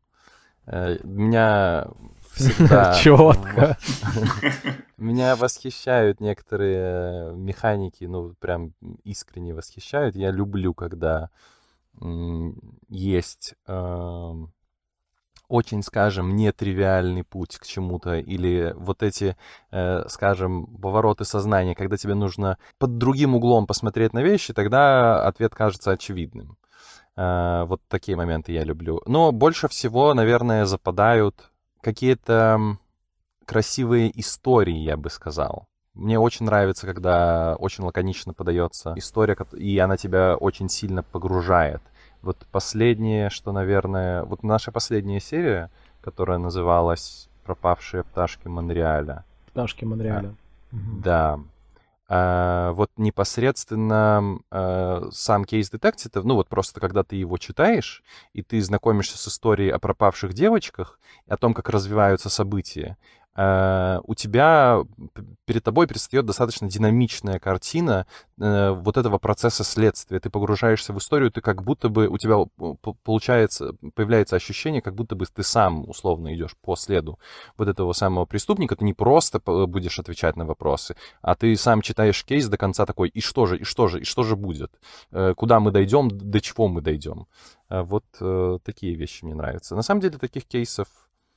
[SPEAKER 4] Меня... Всегда.
[SPEAKER 2] Четко.
[SPEAKER 4] Меня восхищают некоторые механики, ну, прям искренне восхищают. Я люблю, когда м- есть э- очень, скажем, нетривиальный путь к чему-то, или вот эти, э- скажем, повороты сознания, когда тебе нужно под другим углом посмотреть на вещи, тогда ответ кажется очевидным. Э- вот такие моменты я люблю. Но больше всего, наверное, западают какие-то красивые истории, я бы сказал. Мне очень нравится, когда очень лаконично подается история, и она тебя очень сильно погружает. Вот последнее, что, наверное... Вот наша последняя серия, которая называлась «Пропавшие пташки Монреаля».
[SPEAKER 2] «Пташки Монреаля».
[SPEAKER 4] Да. Угу. Да. А, вот непосредственно а, сам кейс детектив, ну вот просто когда ты его читаешь, и ты знакомишься с историей о пропавших девочках, о том, как развиваются события, а, у тебя перед тобой предстает достаточно динамичная картина а, вот этого процесса следствия. Ты погружаешься в историю, ты как будто бы, у тебя получается, появляется ощущение, как будто бы ты сам условно идешь по следу вот этого самого преступника. Ты не просто будешь отвечать на вопросы, а ты сам читаешь кейс до конца такой, и что же, и что же, и что же будет? Куда мы дойдем, до чего мы дойдем? Вот такие вещи мне нравятся. На самом деле таких кейсов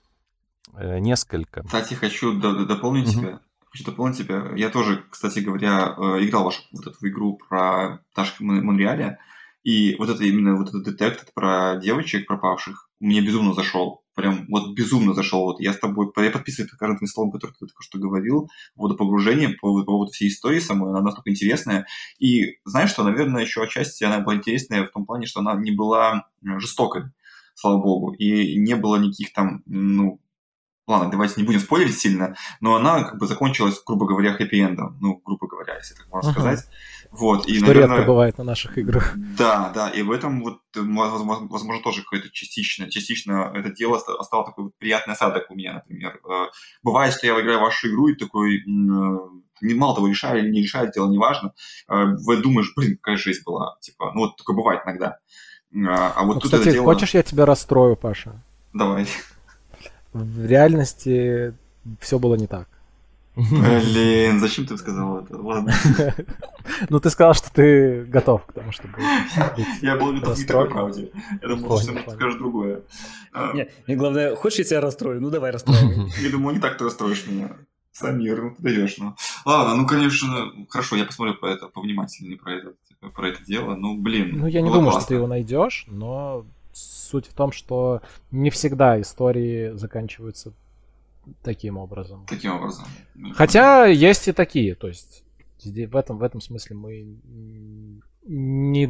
[SPEAKER 4] несколько.
[SPEAKER 1] Кстати, хочу дополнить mm-hmm. тебя. Хочу дополнить тебя. Я тоже, кстати говоря, играл вашу вот эту игру про пташки Монреаля. И вот это именно вот этот детектив про девочек пропавших мне безумно зашел. Прям вот безумно зашел. Вот я с тобой, я подписываюсь под каждым словом, которое ты только что говорил, по поводу погружения, по поводу всей истории самой, она настолько интересная. И знаешь что, наверное, еще отчасти она была интересная в том плане, что она не была жестокой, слава богу, и не было никаких там, ну, ладно, давайте не будем спойлерить сильно, но она как бы закончилась, грубо говоря, хэппи-эндом, ну, грубо говоря, если так можно uh-huh. сказать. Вот, и,
[SPEAKER 2] что
[SPEAKER 1] наверное,
[SPEAKER 2] редко бывает на наших играх.
[SPEAKER 1] Да, да, и в этом вот, возможно, тоже какое-то частично, частично это дело остало такой вот приятный осадок у меня, например. Бывает, что я играю в вашу игру и такой, не мало того, решаю или не решаю, дело неважно. Вы думаешь, блин, какая жизнь была, типа, ну вот такое бывает иногда. А вот
[SPEAKER 2] ну,
[SPEAKER 1] тут
[SPEAKER 2] кстати,
[SPEAKER 1] это дело...
[SPEAKER 2] хочешь, я тебя расстрою, Паша?
[SPEAKER 1] Давай.
[SPEAKER 2] В реальности все было не так.
[SPEAKER 1] Блин, зачем ты сказал это? Ладно.
[SPEAKER 2] Ну, ты сказал, что ты готов к тому, чтобы...
[SPEAKER 1] Я был готов не такой правде. Я думал, что ты скажешь другое.
[SPEAKER 3] Нет, мне главное, хочешь, я тебя расстрою? Ну, давай расстраивай.
[SPEAKER 1] Я думал, не так ты расстроишь меня. Самир, ну ты даешь, ну. Ладно, ну, конечно, хорошо, я посмотрю по это, повнимательнее про это, про это дело. Ну, блин.
[SPEAKER 2] Ну, я не думаю, что ты его найдешь, но суть в том, что не всегда истории заканчиваются таким образом.
[SPEAKER 1] Таким образом.
[SPEAKER 2] Хотя есть и такие, то есть в этом, в этом смысле мы не,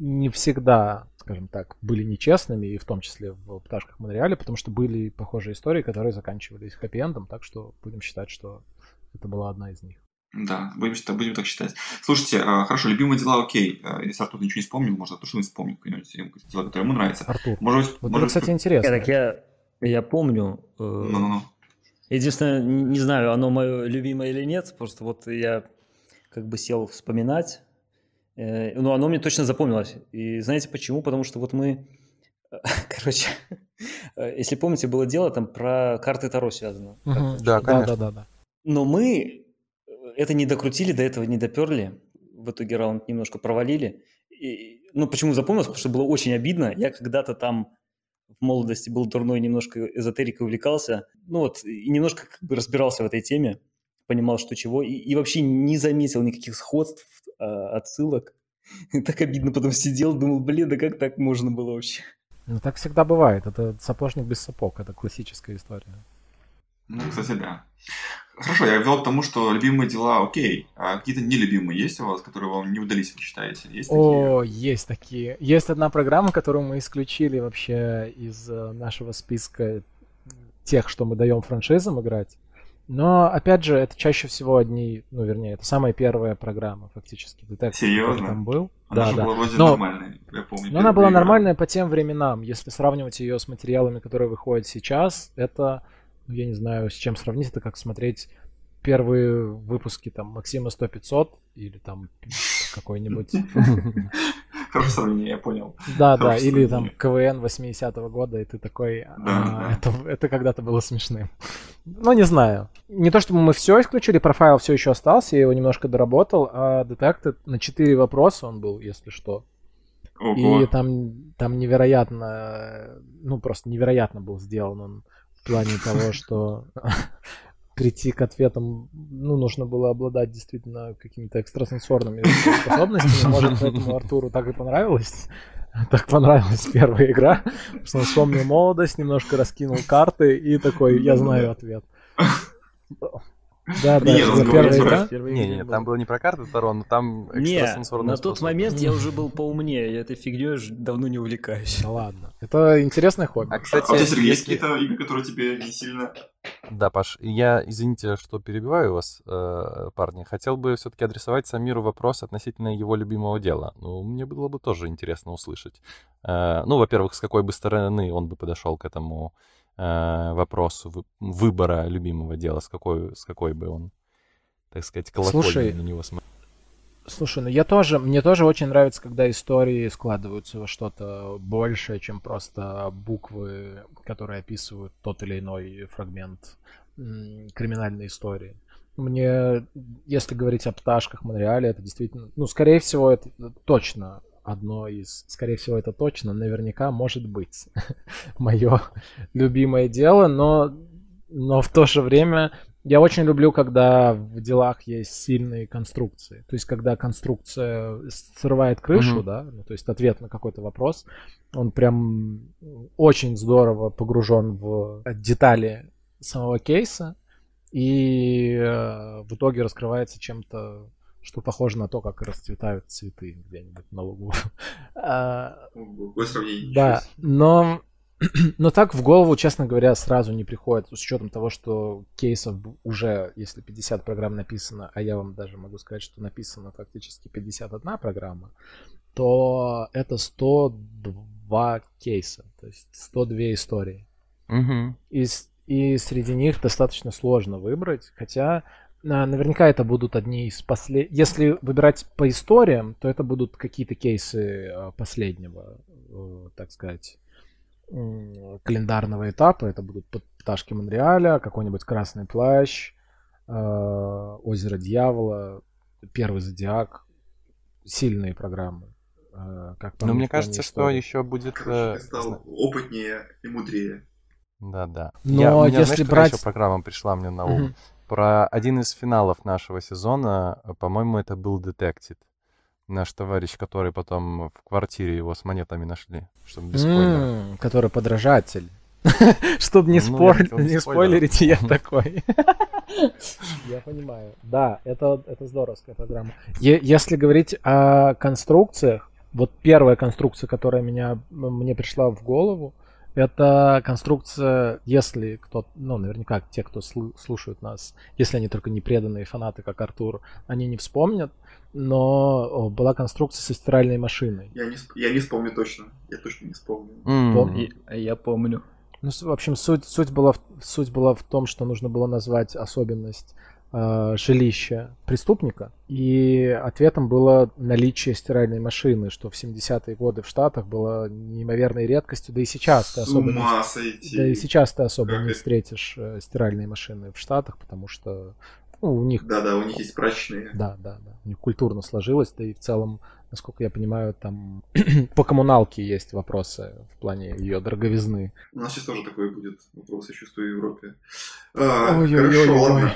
[SPEAKER 2] не всегда, скажем так, были нечестными, и в том числе в «Пташках Монреаля», потому что были похожие истории, которые заканчивались хэппи-эндом, так что будем считать, что это была одна из них.
[SPEAKER 1] Да, будем, будем так считать. Слушайте, хорошо, любимые дела, окей. Если Артур ничего не вспомнил, может, Артур что-нибудь вспомнил, какие-нибудь дела, которые ему нравятся.
[SPEAKER 2] Артур,
[SPEAKER 1] может,
[SPEAKER 2] вот
[SPEAKER 1] может,
[SPEAKER 2] это, кстати, интересно.
[SPEAKER 3] Так я, я помню. Э,
[SPEAKER 1] ну-ну.
[SPEAKER 3] Единственное, не знаю, оно мое любимое или нет, просто вот я как бы сел вспоминать, э, но оно мне точно запомнилось. И знаете почему? Потому что вот мы, короче, если помните, было дело там про карты Таро связано.
[SPEAKER 2] Угу.
[SPEAKER 4] Да, конечно.
[SPEAKER 2] Да, да, да.
[SPEAKER 3] Но мы это не докрутили, до этого не доперли. В итоге раунд немножко провалили. И, ну, почему запомнилось? Потому что было очень обидно. Я когда-то там в молодости был дурной, немножко эзотерикой увлекался. Ну вот, и немножко как бы разбирался в этой теме. Понимал, что чего. И, и вообще не заметил никаких сходств, а, отсылок. И так обидно потом сидел, думал, блин, да как так можно было вообще?
[SPEAKER 2] Ну, так всегда бывает. Это сапожник без сапог. Это классическая история.
[SPEAKER 1] Ну, кстати, да. Хорошо, я ввел к тому, что любимые дела окей, а какие-то нелюбимые есть у вас, которые вам не удались, вы считаете? Есть такие?
[SPEAKER 2] О, есть такие. Есть одна программа, которую мы исключили вообще из нашего списка тех, что мы даем франшизам играть. Но, опять же, это чаще всего одни, ну, вернее, это самая первая программа, фактически. Детектив, который там был.
[SPEAKER 1] Она
[SPEAKER 2] да,
[SPEAKER 1] же
[SPEAKER 2] да.
[SPEAKER 1] была вроде
[SPEAKER 2] но,
[SPEAKER 1] нормальная, я помню.
[SPEAKER 2] Но она была нормальная по тем временам. Если сравнивать ее с материалами, которые выходят сейчас, это... Я не знаю, с чем сравнить, это как смотреть первые выпуски там Максима сто пятьсот или там какой-нибудь...
[SPEAKER 1] Хорошее сравнение, я понял.
[SPEAKER 2] Да, да, или там КВН восьмидесятого года, и ты такой,
[SPEAKER 1] да, да.
[SPEAKER 2] Это, это когда-то было смешным. Ну, не знаю. Не то, чтобы мы все исключили, профайл все еще остался, я его немножко доработал, а Detected на четыре вопроса он был, если что.
[SPEAKER 1] Ого.
[SPEAKER 2] И там, там невероятно, ну, просто невероятно был сделан он. В плане того, что прийти к ответам, ну, нужно было обладать действительно какими-то экстрасенсорными способностями. Может, поэтому Артуру так и понравилось. Так понравилась первая игра, что он вспомнил молодость, немножко раскинул карты и такой, я знаю ответ. Да, да, это первая игра.
[SPEAKER 4] Не, не, там было не про карты Таро, но там экстрасенсорные.
[SPEAKER 3] На тот момент я уже был поумнее, я этой фигней давно не увлекаюсь.
[SPEAKER 2] Ну ладно, это интересное хобби.
[SPEAKER 1] А, кстати, а у тебя, Сергей, есть какие-то игры, которые тебе не сильно...
[SPEAKER 4] Да, Паш, я, извините, что перебиваю вас, э, парни. Хотел бы все-таки адресовать Самиру вопрос относительно его любимого дела. Ну, мне было бы тоже интересно услышать. Э, ну, во-первых, с какой бы стороны он бы подошел к этому э, вопросу вы, выбора любимого дела, с какой, с какой бы он, так сказать, колокольней на него смотрел.
[SPEAKER 2] Слушай, ну я тоже, мне тоже очень нравится, когда истории складываются во что-то большее, чем просто буквы, которые описывают тот или иной фрагмент м- криминальной истории. Мне, если говорить о «Пташках Монреаля», это действительно, ну, скорее всего, это точно одно из, скорее всего, это точно, наверняка, может быть, мое любимое дело, но, но в то же время... Я очень люблю, когда в делах есть сильные конструкции. То есть, когда конструкция срывает крышу, mm-hmm. да, ну, то есть ответ на какой-то вопрос, он прям очень здорово погружен в детали самого кейса, и э, в итоге раскрывается чем-то, что похоже на то, как расцветают цветы где-нибудь на лугу. Да, но... Но так в голову, честно говоря, сразу не приходит, с учетом того, что кейсов уже, если пятьдесят программ написано, а я вам даже могу сказать, что написано фактически пятьдесят одна программа, то это сто два кейса, то есть сто две истории.
[SPEAKER 4] Угу.
[SPEAKER 2] И, и среди них достаточно сложно выбрать, хотя наверняка это будут одни из последних... Если выбирать по историям, то это будут какие-то кейсы последнего, так сказать... календарного этапа. Это будут «Пташки Монреаля», какой-нибудь «Красный плащ», «Озеро дьявола», «Первый зодиак». Сильные программы. Как
[SPEAKER 4] Но мне кажется, истории. Что еще будет...
[SPEAKER 1] Короче, стал опытнее и мудрее.
[SPEAKER 4] Да-да.
[SPEAKER 2] Но
[SPEAKER 4] Я, у меня,
[SPEAKER 2] если
[SPEAKER 4] знаешь,
[SPEAKER 2] брать...
[SPEAKER 4] еще программа пришла мне на ум?
[SPEAKER 2] Угу.
[SPEAKER 4] Про один из финалов нашего сезона, по-моему, это был Detected. Наш товарищ, который потом в квартире его с монетами нашли, чтобы без спойлеров.
[SPEAKER 2] Mm, который подражатель. Чтобы не спойлерить, я такой. Я понимаю. Да, это здоровская программа. Если говорить о конструкциях, Вот первая конструкция, которая меня, мне пришла в голову, это конструкция, если кто, ну, наверняка те, кто слушают нас, если они только не преданные фанаты, как Артур, они не вспомнят, но была конструкция со стиральной машиной.
[SPEAKER 1] Я не, я не вспомню точно, я точно не вспомню.
[SPEAKER 3] Mm. Я, я помню.
[SPEAKER 2] Ну, в общем, суть, суть, была, суть была в том, что нужно было назвать особенность э, жилища преступника, и ответом было наличие стиральной машины, что в семидесятые годы в Штатах было неимоверной редкостью, да и сейчас ты особо, не, да и сейчас ты особо как не это? встретишь э, стиральные машины в Штатах, потому что ну, у них...
[SPEAKER 1] Да-да, у них есть прачечные.
[SPEAKER 2] Да, да, да. У них культурно сложилось, да и в целом, насколько я понимаю, там по коммуналке есть вопросы в плане ее дороговизны.
[SPEAKER 1] У нас сейчас тоже такой будет вопрос, я чувствую, в Европе. А, хорошо, ладно.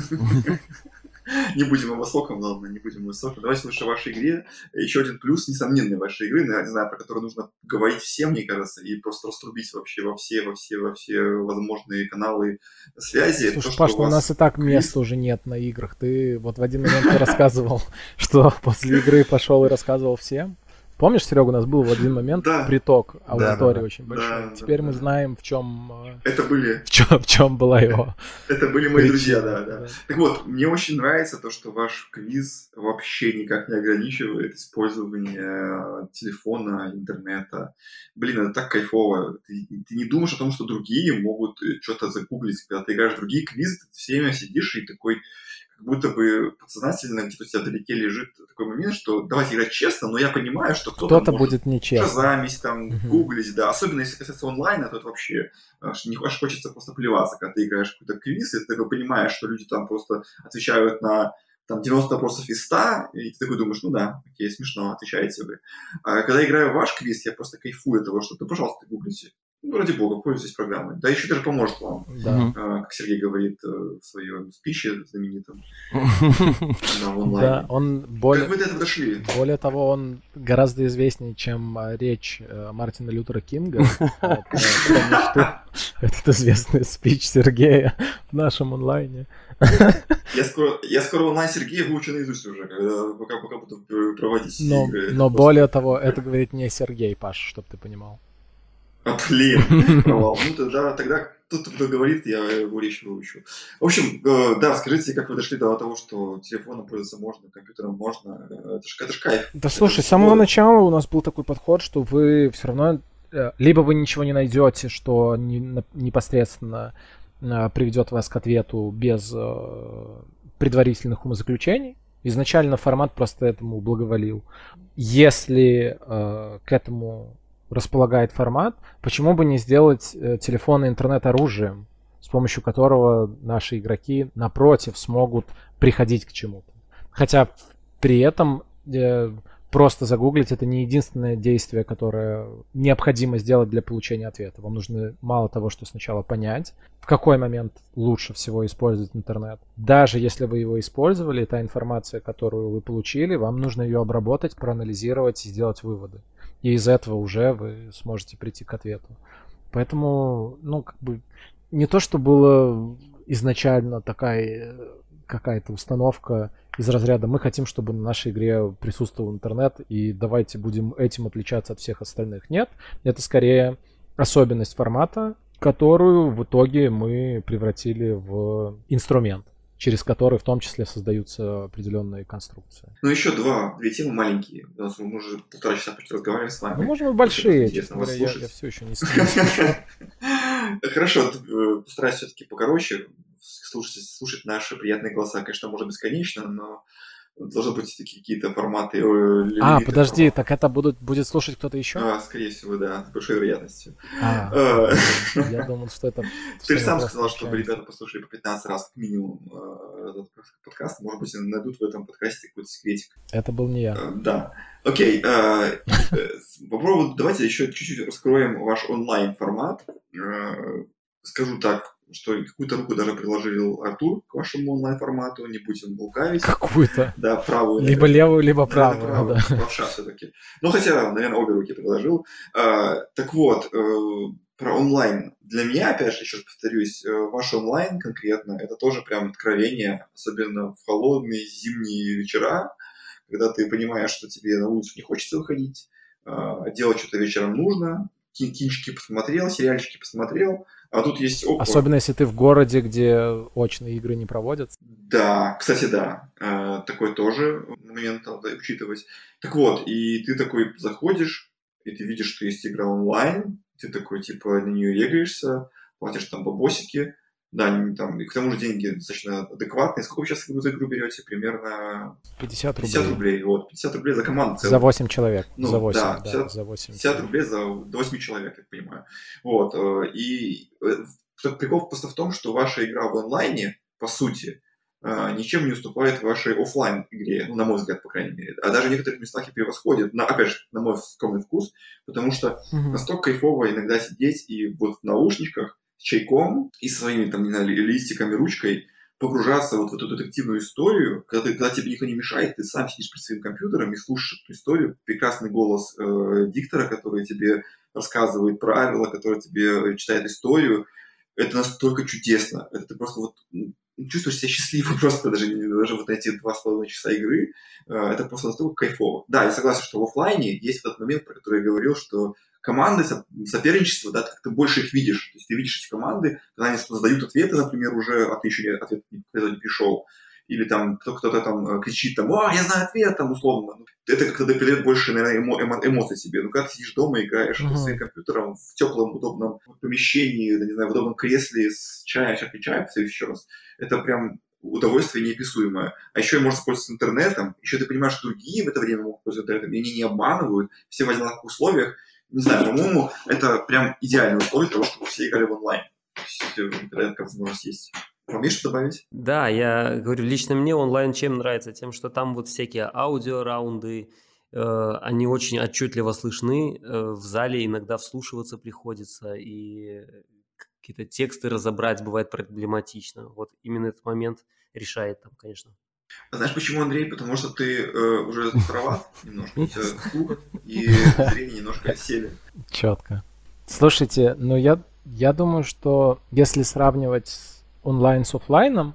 [SPEAKER 1] Не будем о высоком, ладно, не будем о высоком. Давайте лучше о вашей игре. Еще один плюс, несомненный вашей игры, не знаю, про который нужно говорить всем, мне кажется, и просто раструбить вообще во все, во все, во все возможные каналы связи.
[SPEAKER 2] Слушай, то, Паш, у, у нас и так места уже нет на играх. Ты вот в один момент рассказывал, что после игры пошел и рассказывал всем. Помнишь, Серега, у нас был в один момент да. приток аудитории да, очень большой. Да, Теперь да, мы да. знаем, в чем
[SPEAKER 1] это были
[SPEAKER 2] в чем, в чем была его.
[SPEAKER 1] Это были мои друзья, да, да, да. Так вот, мне очень нравится то, что ваш квиз вообще никак не ограничивает использование телефона, интернета. Блин, это так кайфово. Ты, ты не думаешь о том, что другие могут что-то загуглить, когда ты играешь в другие квизы, ты все время сидишь и такой. Как будто бы подсознательно где-то у тебя вдалеке лежит такой момент, что давайте играть честно, но я понимаю, что кто-то,
[SPEAKER 2] кто-то будет нечестно.
[SPEAKER 1] Шазамить, там, uh-huh. гуглить, да. Особенно если касается онлайна, то это вообще аж, не, аж хочется просто плеваться, когда ты играешь какой-то квиз, и ты такой понимаешь, что люди там просто отвечают на там, девяносто вопросов из ста, и ты такой думаешь, ну да, окей, смешно, отвечаете вы. А когда я играю в ваш квиз, я просто кайфую от того, что, ну, пожалуйста, гуглите. Ну, ради бога, пользуйтесь программой. Да еще даже поможет вам,
[SPEAKER 2] да.
[SPEAKER 1] а, как Сергей говорит в своем спиче знаменитом. Да, в онлайне.
[SPEAKER 2] Да, он более...
[SPEAKER 1] Как вы до этого дошли?
[SPEAKER 2] Более того, он гораздо известнее, чем речь Мартина Лютера Кинга. Этот известный спич Сергея в нашем онлайне.
[SPEAKER 1] Я скоро, я скоро онлайн Сергея выучу наизусть уже, когда, пока, пока буду проводить
[SPEAKER 2] но, игры. Но более того, это говорит не Сергей, Паш, чтобы ты понимал.
[SPEAKER 1] А, блин, провал. Ну, тогда, тогда тот, кто говорит, я его речь выучу. В общем, э, да, скажите, как вы дошли до того, что телефоном пользоваться можно, компьютером можно. Это ж, это ж кайф.
[SPEAKER 2] Да слушай, с самого начала у нас был такой подход, что вы все равно... Либо вы ничего не найдете, что не, непосредственно приведет вас к ответу без предварительных умозаключений. Изначально формат просто этому благоволил. Если э, к этому располагает формат, почему бы не сделать э, телефон и интернет оружием, с помощью которого наши игроки, напротив, смогут приходить к чему-то. Хотя при этом э, просто загуглить — это не единственное действие, которое необходимо сделать для получения ответа. Вам нужно мало того, что сначала понять, в какой момент лучше всего использовать интернет. Даже если вы его использовали, та информация, которую вы получили, вам нужно ее обработать, проанализировать и сделать выводы. И из этого уже вы сможете прийти к ответу. Поэтому, ну, как бы, не то, что было изначально такая какая-то установка из разряда «мы хотим, чтобы на нашей игре присутствовал интернет, и давайте будем этим отличаться от всех остальных». Нет, это скорее особенность формата, которую в итоге мы превратили в инструмент, через который в том числе создаются определенные конструкции.
[SPEAKER 1] Ну, еще два, две темы маленькие. Мы уже полтора часа почти разговариваем с вами.
[SPEAKER 2] Ну, можно большие, честно говоря, я, я все еще не слышу.
[SPEAKER 1] Хорошо, постараюсь все-таки покороче. Слушать, слушать наши приятные голоса, конечно, можно бесконечно, но должны быть такие какие-то форматы.
[SPEAKER 2] А, подожди, формат. Так это будут, будет слушать кто-то еще?
[SPEAKER 1] А, скорее всего, да, с большой вероятностью.
[SPEAKER 2] А, я думал, что это...
[SPEAKER 1] Ты же сам сказал, чтобы ребята послушали по пятнадцать раз как минимум этот подкаст. Может быть, найдут в этом подкасте какой-то секретик.
[SPEAKER 2] Это был не я.
[SPEAKER 1] Да. Окей. Попробуем, давайте еще чуть-чуть раскроем ваш онлайн-формат. Скажу так, что какую-то руку даже приложил Артур к вашему онлайн-формату, не будем лукавить.
[SPEAKER 2] Какую-то?
[SPEAKER 1] Да, правую.
[SPEAKER 2] Либо наверное. Левую, либо правую.
[SPEAKER 1] Да, правую, да. Правша все-таки. Ну, хотя, наверное, обе руки приложил. А, так вот, э, про онлайн. Для меня, опять же, еще раз повторюсь, э, ваш онлайн конкретно, это тоже прям откровение, особенно в холодные зимние вечера, когда ты понимаешь, что тебе на улицу не хочется выходить, делать что-то вечером нужно, кинчики посмотрел, сериальчики посмотрел, а тут есть... Опа.
[SPEAKER 2] Особенно если ты в городе, где очные игры не проводятся.
[SPEAKER 1] Да, кстати, да, такой тоже момент надо учитывать. Так вот, и ты такой заходишь, и ты видишь, что есть игра онлайн, ты такой, типа, на нее регаешься, платишь там бабосики, да, там, и к тому же деньги достаточно адекватные. Сколько вы сейчас за игру берете? Примерно
[SPEAKER 2] пятьдесят рублей.
[SPEAKER 1] пятьдесят рублей, вот, пятьдесят рублей за команду.
[SPEAKER 2] За восемь человек.
[SPEAKER 1] Ну,
[SPEAKER 2] за восемь,
[SPEAKER 1] да,
[SPEAKER 2] да,
[SPEAKER 1] пятьдесят,
[SPEAKER 2] за восемь
[SPEAKER 1] пятьдесят рублей за до восьми человек, я понимаю. Вот, и прикол просто в том, что ваша игра в онлайне, по сути, ничем не уступает вашей офлайн игре, ну, на мой взгляд, по крайней мере. А даже в некоторых местах и превосходит, на, опять же, на мой скромный вкус, потому что угу. настолько кайфово иногда сидеть и вот в наушниках с чайком и своими, там, не знаю, листиками, ручкой погружаться вот в эту детективную историю, когда, ты, когда тебе никто не мешает, ты сам сидишь перед своим компьютером и слушаешь эту историю, прекрасный голос э, диктора, который тебе рассказывает правила, который тебе читает историю. Это настолько чудесно. Это ты просто вот чувствуешь себя счастливым просто даже, даже вот эти два с половиной часа игры. Это просто настолько кайфово. Да, я согласен, что в офлайне есть этот момент, про который я говорил, что команды, соперничество, да, ты как-то больше их видишь. То есть ты видишь эти команды, когда они задают ответы, например, уже, а ты еще ответ не пришел. Или там кто-то там кричит, там, а, я знаю ответ, там, условно. Это как-то придает больше, наверное, эмо- эмо- эмоций себе. Ну, когда ты сидишь дома, играешь uh-huh. своим компьютером в теплом, удобном помещении, не знаю, в удобном кресле с чаем, чашкой чая, еще раз, это прям удовольствие неописуемое. А еще можно пользоваться интернетом, еще ты понимаешь, что другие в это время могут пользоваться интернетом, и они не обманывают, все в одинаковых условиях. Не знаю, по-моему, это прям идеальное условие того, чтобы все играли в онлайн. Когда такая возможность есть. Вам есть что добавить?
[SPEAKER 5] Да, я говорю, лично мне онлайн чем нравится? Тем, что там вот всякие аудиораунды, э, они очень отчетливо слышны, э, в зале иногда вслушиваться приходится, и какие-то тексты разобрать бывает проблематично. Вот именно этот момент решает там, конечно.
[SPEAKER 1] А знаешь почему, Андрей? Потому что ты э, уже староват немножко, у тебя слух и зрение немножко сели.
[SPEAKER 2] Четко. Слушайте, ну я, я думаю, что если сравнивать онлайн с офлайном,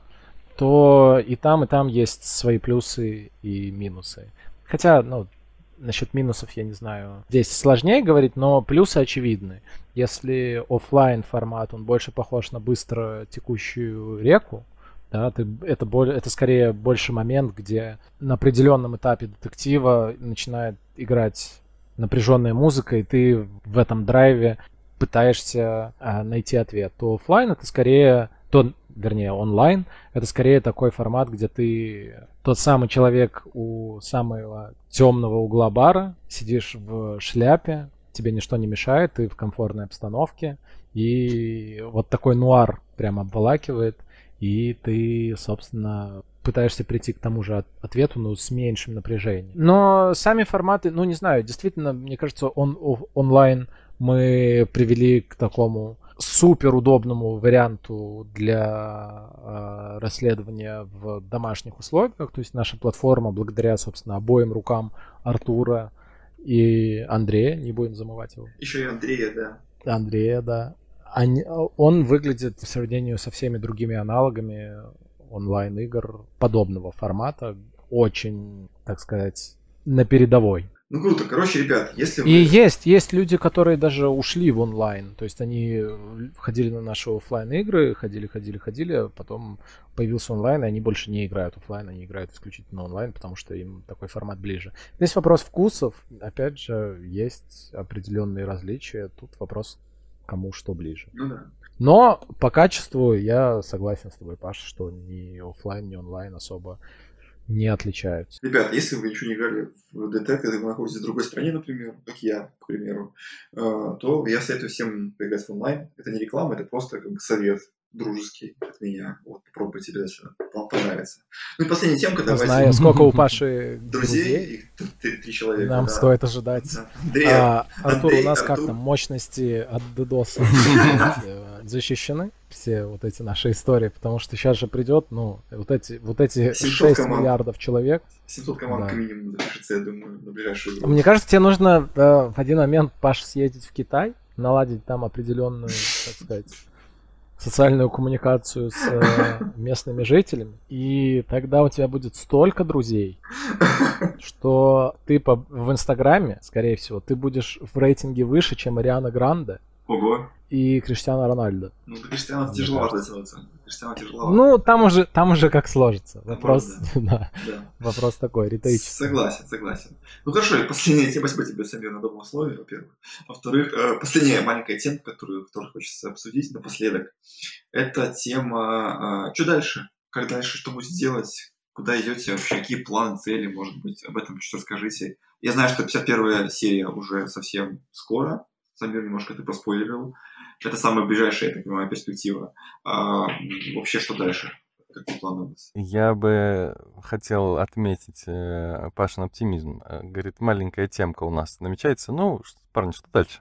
[SPEAKER 2] то и там, и там есть свои плюсы и минусы. Хотя, ну, насчет минусов я не знаю. Здесь сложнее говорить, но плюсы очевидны. Если офлайн формат, он больше похож на быстро текущую реку, да, ты, это, более, это скорее больше момент, где на определенном этапе детектива начинает играть напряженная музыка, и ты в этом драйве пытаешься а, найти ответ. То офлайн это скорее, то, вернее, онлайн, это скорее такой формат, где ты тот самый человек у самого темного угла бара, сидишь в шляпе, тебе ничто не мешает, ты в комфортной обстановке, и вот такой нуар прям обволакивает, и ты, собственно, пытаешься прийти к тому же ответу, но с меньшим напряжением. Но сами форматы, ну, не знаю, действительно, мне кажется, он, онлайн мы привели к такому супер удобному варианту для э, расследования в домашних условиях. То есть наша платформа, благодаря, собственно, обоим рукам Артура и Андрея, не будем замывать его.
[SPEAKER 1] Еще и Андрея, да.
[SPEAKER 2] Андрея, да. Они, он выглядит в сравнении со всеми другими аналогами онлайн-игр подобного формата очень, так сказать, на передовой.
[SPEAKER 1] Ну круто, короче, ребят, если вы...
[SPEAKER 2] И есть, есть люди, которые даже ушли в онлайн, то есть они ходили на наши офлайн игры, ходили, ходили, ходили, а потом появился онлайн, и они больше не играют офлайн, они играют исключительно онлайн, потому что им такой формат ближе. Здесь вопрос вкусов, опять же, есть определенные различия, тут вопрос, кому что ближе.
[SPEAKER 1] Ну да.
[SPEAKER 2] Но по качеству я согласен с тобой, Паша, что ни офлайн, ни онлайн особо не отличаются.
[SPEAKER 1] Ребят, если вы еще не играли в детектив, и вы находитесь в другой стране, например, как я, к примеру, то я советую всем поиграть в онлайн. Это не реклама, это просто как совет дружеский от меня. Вот, попробуйте обязательно, вам понравится. Ну и последняя темка, давайте.
[SPEAKER 2] Знаю, сколько у Паши
[SPEAKER 1] друзей, друзей три человека.
[SPEAKER 2] Нам
[SPEAKER 1] да.
[SPEAKER 2] стоит ожидать.
[SPEAKER 1] Да. Андрей,
[SPEAKER 2] а, Артур,
[SPEAKER 1] Андрей,
[SPEAKER 2] у нас
[SPEAKER 1] Артур.
[SPEAKER 2] как там мощности от дедоса защищены все вот эти наши истории, потому что сейчас же придет, ну, вот эти, вот эти шесть
[SPEAKER 1] команд.
[SPEAKER 2] Миллиардов человек.
[SPEAKER 1] семьсот команд
[SPEAKER 2] да.
[SPEAKER 1] как минимум запишется, я думаю, на ближайшую игру.
[SPEAKER 2] Мне кажется, тебе нужно э, в один момент, Паш, съездить в Китай, наладить там определенную, так сказать, социальную коммуникацию с э, местными жителями, и тогда у тебя будет столько друзей, что ты по, в Инстаграме, скорее всего, ты будешь в рейтинге выше, чем Ариана Гранде.
[SPEAKER 1] Ого.
[SPEAKER 2] И Криштиану Роналдо.
[SPEAKER 1] Ну, до Криштиану тяжеловато дотянуться. Криштиану тяжеловато.
[SPEAKER 2] Ну, там уже, там уже как сложится. Вопрос, да.
[SPEAKER 1] Да.
[SPEAKER 2] Вопрос такой, риторический.
[SPEAKER 1] Согласен, согласен. Ну хорошо, и последняя тема, спасибо тебе, Самир, на добром слове, во-первых. Во-вторых, э, последняя маленькая тема, которую, которую хочется обсудить напоследок, это тема, э, что дальше? Как дальше, что будете делать? Куда идете? Вообще, какие планы, цели, может быть, об этом чуть расскажите. Я знаю, что пятьдесят первая серия уже совсем скоро. Самир, немножко ты проспойлерил. Это самая ближайшая, я так понимаю, перспектива. А, вообще, что дальше? Какие планы у вас?
[SPEAKER 4] Я бы хотел отметить э, Пашин оптимизм. Э, Говорит, маленькая темка у нас намечается. Ну, ш- парни, что дальше?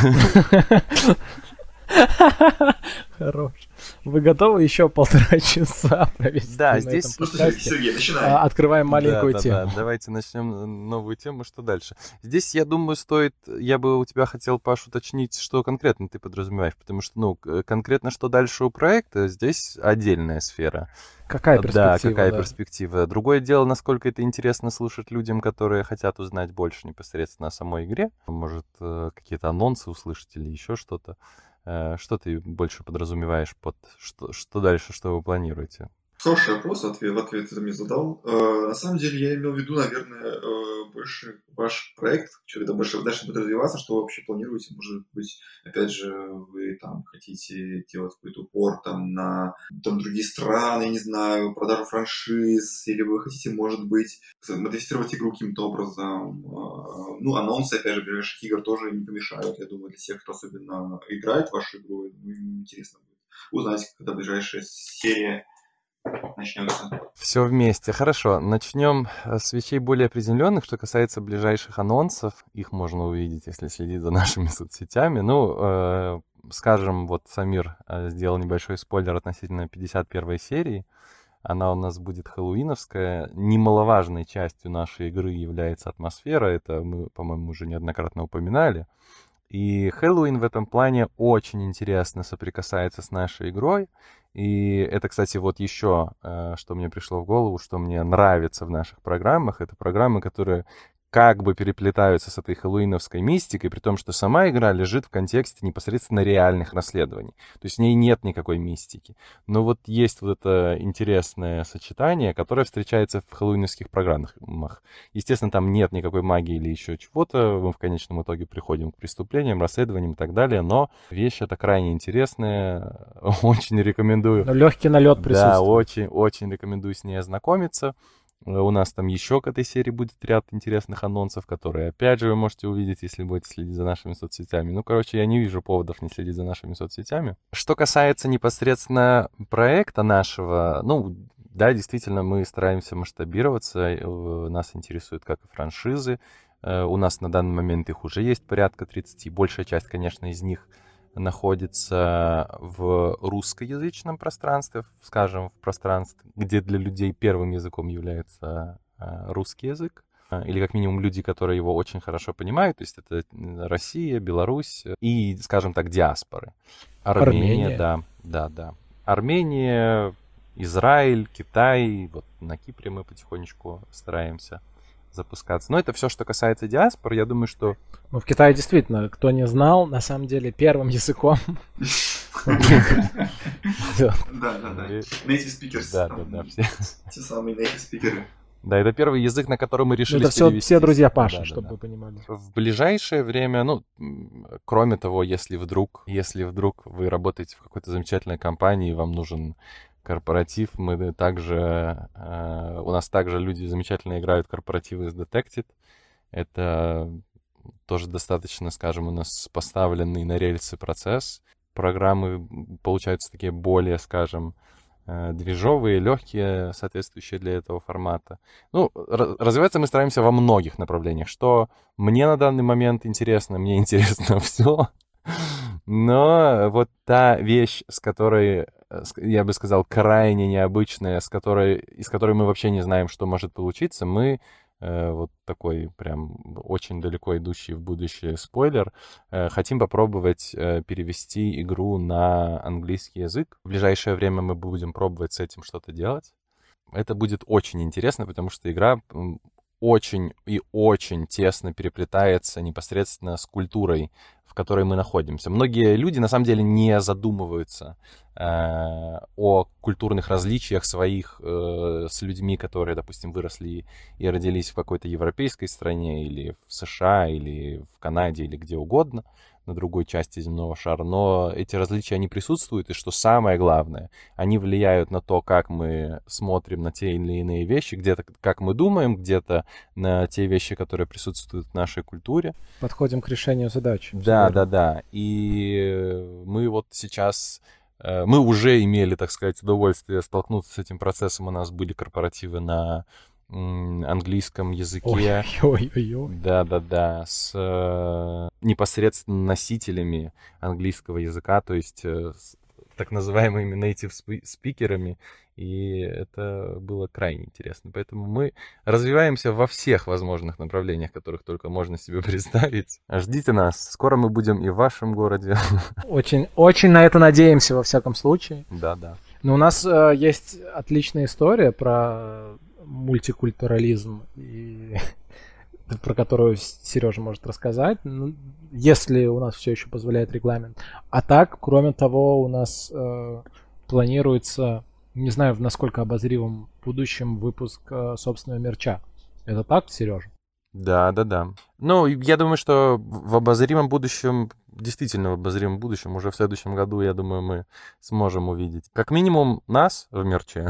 [SPEAKER 2] Хорош. Вы готовы еще полтора часа провести
[SPEAKER 4] Да,
[SPEAKER 2] на
[SPEAKER 4] здесь-
[SPEAKER 2] этом
[SPEAKER 1] Ну что,
[SPEAKER 2] подкасте?
[SPEAKER 1] Сергей, начинаем.
[SPEAKER 2] А, Открываем маленькую
[SPEAKER 4] Да, да,
[SPEAKER 2] тему.
[SPEAKER 4] да. Давайте начнем новую тему. Что дальше? Здесь, я думаю, стоит... Я бы у тебя хотел, Паш, уточнить, что конкретно ты подразумеваешь. Потому что, ну, к- конкретно, что дальше у проекта, здесь отдельная сфера.
[SPEAKER 2] Какая перспектива?
[SPEAKER 4] Да, какая
[SPEAKER 2] да?
[SPEAKER 4] перспектива. Другое дело, насколько это интересно слушать людям, которые хотят узнать больше непосредственно о самой игре. Может, э, какие-то анонсы услышать или еще что-то. Э, Что ты больше подразумеваешь под что, что дальше, что вы планируете?
[SPEAKER 1] Хороший вопрос, ответ, в ответ ты мне задал. Э, на самом деле, я имел в виду, наверное, э, больше ваш проект, что это больше дальше будет развиваться, что вы вообще планируете, может быть, опять же, вы там хотите делать какой-то упор там на там, другие страны, я не знаю, продажу франшиз, или вы хотите, может быть, модифицировать игру каким-то образом. Э, ну, анонсы, опять же, ближайших игр тоже не помешают, я думаю, для тех, кто особенно играет в вашу игру, я думаю, им интересно будет узнать, когда ближайшая серия начнется.
[SPEAKER 4] Все вместе. Хорошо. Начнем э, с вещей более приземленных. Что касается ближайших анонсов, их можно увидеть, если следить за нашими соцсетями. Ну, э, скажем, вот Самир э, сделал небольшой спойлер относительно пятьдесят первой серии. Она у нас будет хэллоуиновская. Немаловажной частью нашей игры является атмосфера. Это мы, по-моему, уже неоднократно упоминали. И Хэллоуин в этом плане очень интересно соприкасается с нашей игрой. И это, кстати, вот еще, э, что мне пришло в голову, что мне нравится в наших программах. Это программы, которые как бы переплетаются с этой хэллоуиновской мистикой, при том, что сама игра лежит в контексте непосредственно реальных расследований. То есть в ней нет никакой мистики. Но вот есть вот это интересное сочетание, которое встречается в хэллоуиновских программах. Естественно, там нет никакой магии или еще чего-то. Мы в конечном итоге приходим к преступлениям, расследованиям и так далее. Но вещь эта крайне интересная. Очень рекомендую.
[SPEAKER 2] Но легкий налет
[SPEAKER 4] Да,
[SPEAKER 2] присутствует.
[SPEAKER 4] очень, очень рекомендую с ней ознакомиться. У нас там еще к этой серии будет ряд интересных анонсов, которые, опять же, вы можете увидеть, если будете следить за нашими соцсетями. Ну, короче, я не вижу поводов не следить за нашими соцсетями. Что касается непосредственно проекта нашего, ну, да, действительно, мы стараемся масштабироваться. э, Нас интересуют как и франшизы. Э, У нас на данный момент их уже есть порядка тридцать. Большая часть, конечно, из них находится в русскоязычном пространстве, скажем, в пространстве, где для людей первым языком является э, русский язык, э, или как минимум люди, которые его очень хорошо понимают, то есть это Россия, Беларусь и, скажем так, диаспоры. Армения,
[SPEAKER 2] Армения.
[SPEAKER 4] да, да, да. Армения, Израиль, Китай, вот на Кипре мы потихонечку стараемся запускаться. Но это все, что касается диаспор. Я думаю, что
[SPEAKER 2] Ну, в Китае действительно, кто не знал, на самом деле первым языком.
[SPEAKER 1] Да, да, да. Native speakers.
[SPEAKER 4] да, да,
[SPEAKER 1] там,
[SPEAKER 4] да, все.
[SPEAKER 1] Те самые native speakers.
[SPEAKER 4] Да, это первый язык, на котором мы
[SPEAKER 2] Ну,
[SPEAKER 4] решили
[SPEAKER 2] это все,
[SPEAKER 4] перевестись.
[SPEAKER 2] все друзья Паши,
[SPEAKER 4] Да, да,
[SPEAKER 2] чтобы
[SPEAKER 4] да.
[SPEAKER 2] вы понимали.
[SPEAKER 4] В ближайшее время, ну, м, кроме того, если вдруг, если вдруг вы работаете в какой-то замечательной компании, вам нужен корпоратив, мы также, э, у нас также люди замечательно играют корпоративы с Detected. Это тоже достаточно, скажем, у нас поставленный на рельсы процесс. Программы получаются такие более, скажем, э, движовые, легкие, соответствующие для этого формата. Ну, ра- развиваться мы стараемся во многих направлениях. Что мне на данный момент интересно, мне интересно все. Но вот та вещь, с которой, э, с- я бы сказал, крайне необычная, с которой, из которой мы вообще не знаем, что может получиться, мы э, вот такой прям очень далеко идущий в будущее спойлер. Э, хотим попробовать э, перевести игру на английский язык. В ближайшее время мы будем пробовать с этим что-то делать. Это будет очень интересно, потому что игра очень и очень тесно переплетается непосредственно с культурой, в которой мы находимся. Многие люди, на самом деле, не задумываются э, о культурных различиях своих э, с людьми, которые, допустим, выросли и родились в какой-то европейской стране, или в США, или в Канаде, или где угодно, на другой части земного шара. Но эти различия, они присутствуют, и что самое главное, они влияют на то, как мы смотрим на те или иные вещи, где-то как мы думаем, где-то на те вещи, которые присутствуют в нашей культуре.
[SPEAKER 2] Подходим к решению задачи.
[SPEAKER 4] Да, да, да. И мы вот сейчас, мы уже имели, так сказать, удовольствие столкнуться с этим процессом. У нас были корпоративы на английском языке.
[SPEAKER 2] Ой-ой-ой.
[SPEAKER 4] Да-да-да, с э, непосредственно носителями английского языка, то есть э, с так называемыми native спикерами, и это было крайне интересно. Поэтому мы развиваемся во всех возможных направлениях, которых только можно себе представить. Ждите нас, скоро мы будем и в вашем городе.
[SPEAKER 2] Очень, очень на это надеемся, во всяком случае.
[SPEAKER 4] Да-да.
[SPEAKER 2] Но у нас э, есть отличная история про мультикультурализм, и про которую Сережа может рассказать, ну, если у нас все еще позволяет регламент. А так, кроме того, у нас э, планируется, не знаю, в насколько обозримом будущем, выпуск э, собственного мерча. Это так, Сережа?
[SPEAKER 4] Да, да, да. Ну, я думаю, что в обозримом будущем, действительно в обозримом будущем, уже в следующем году, я думаю, мы сможем увидеть как минимум нас в мерче,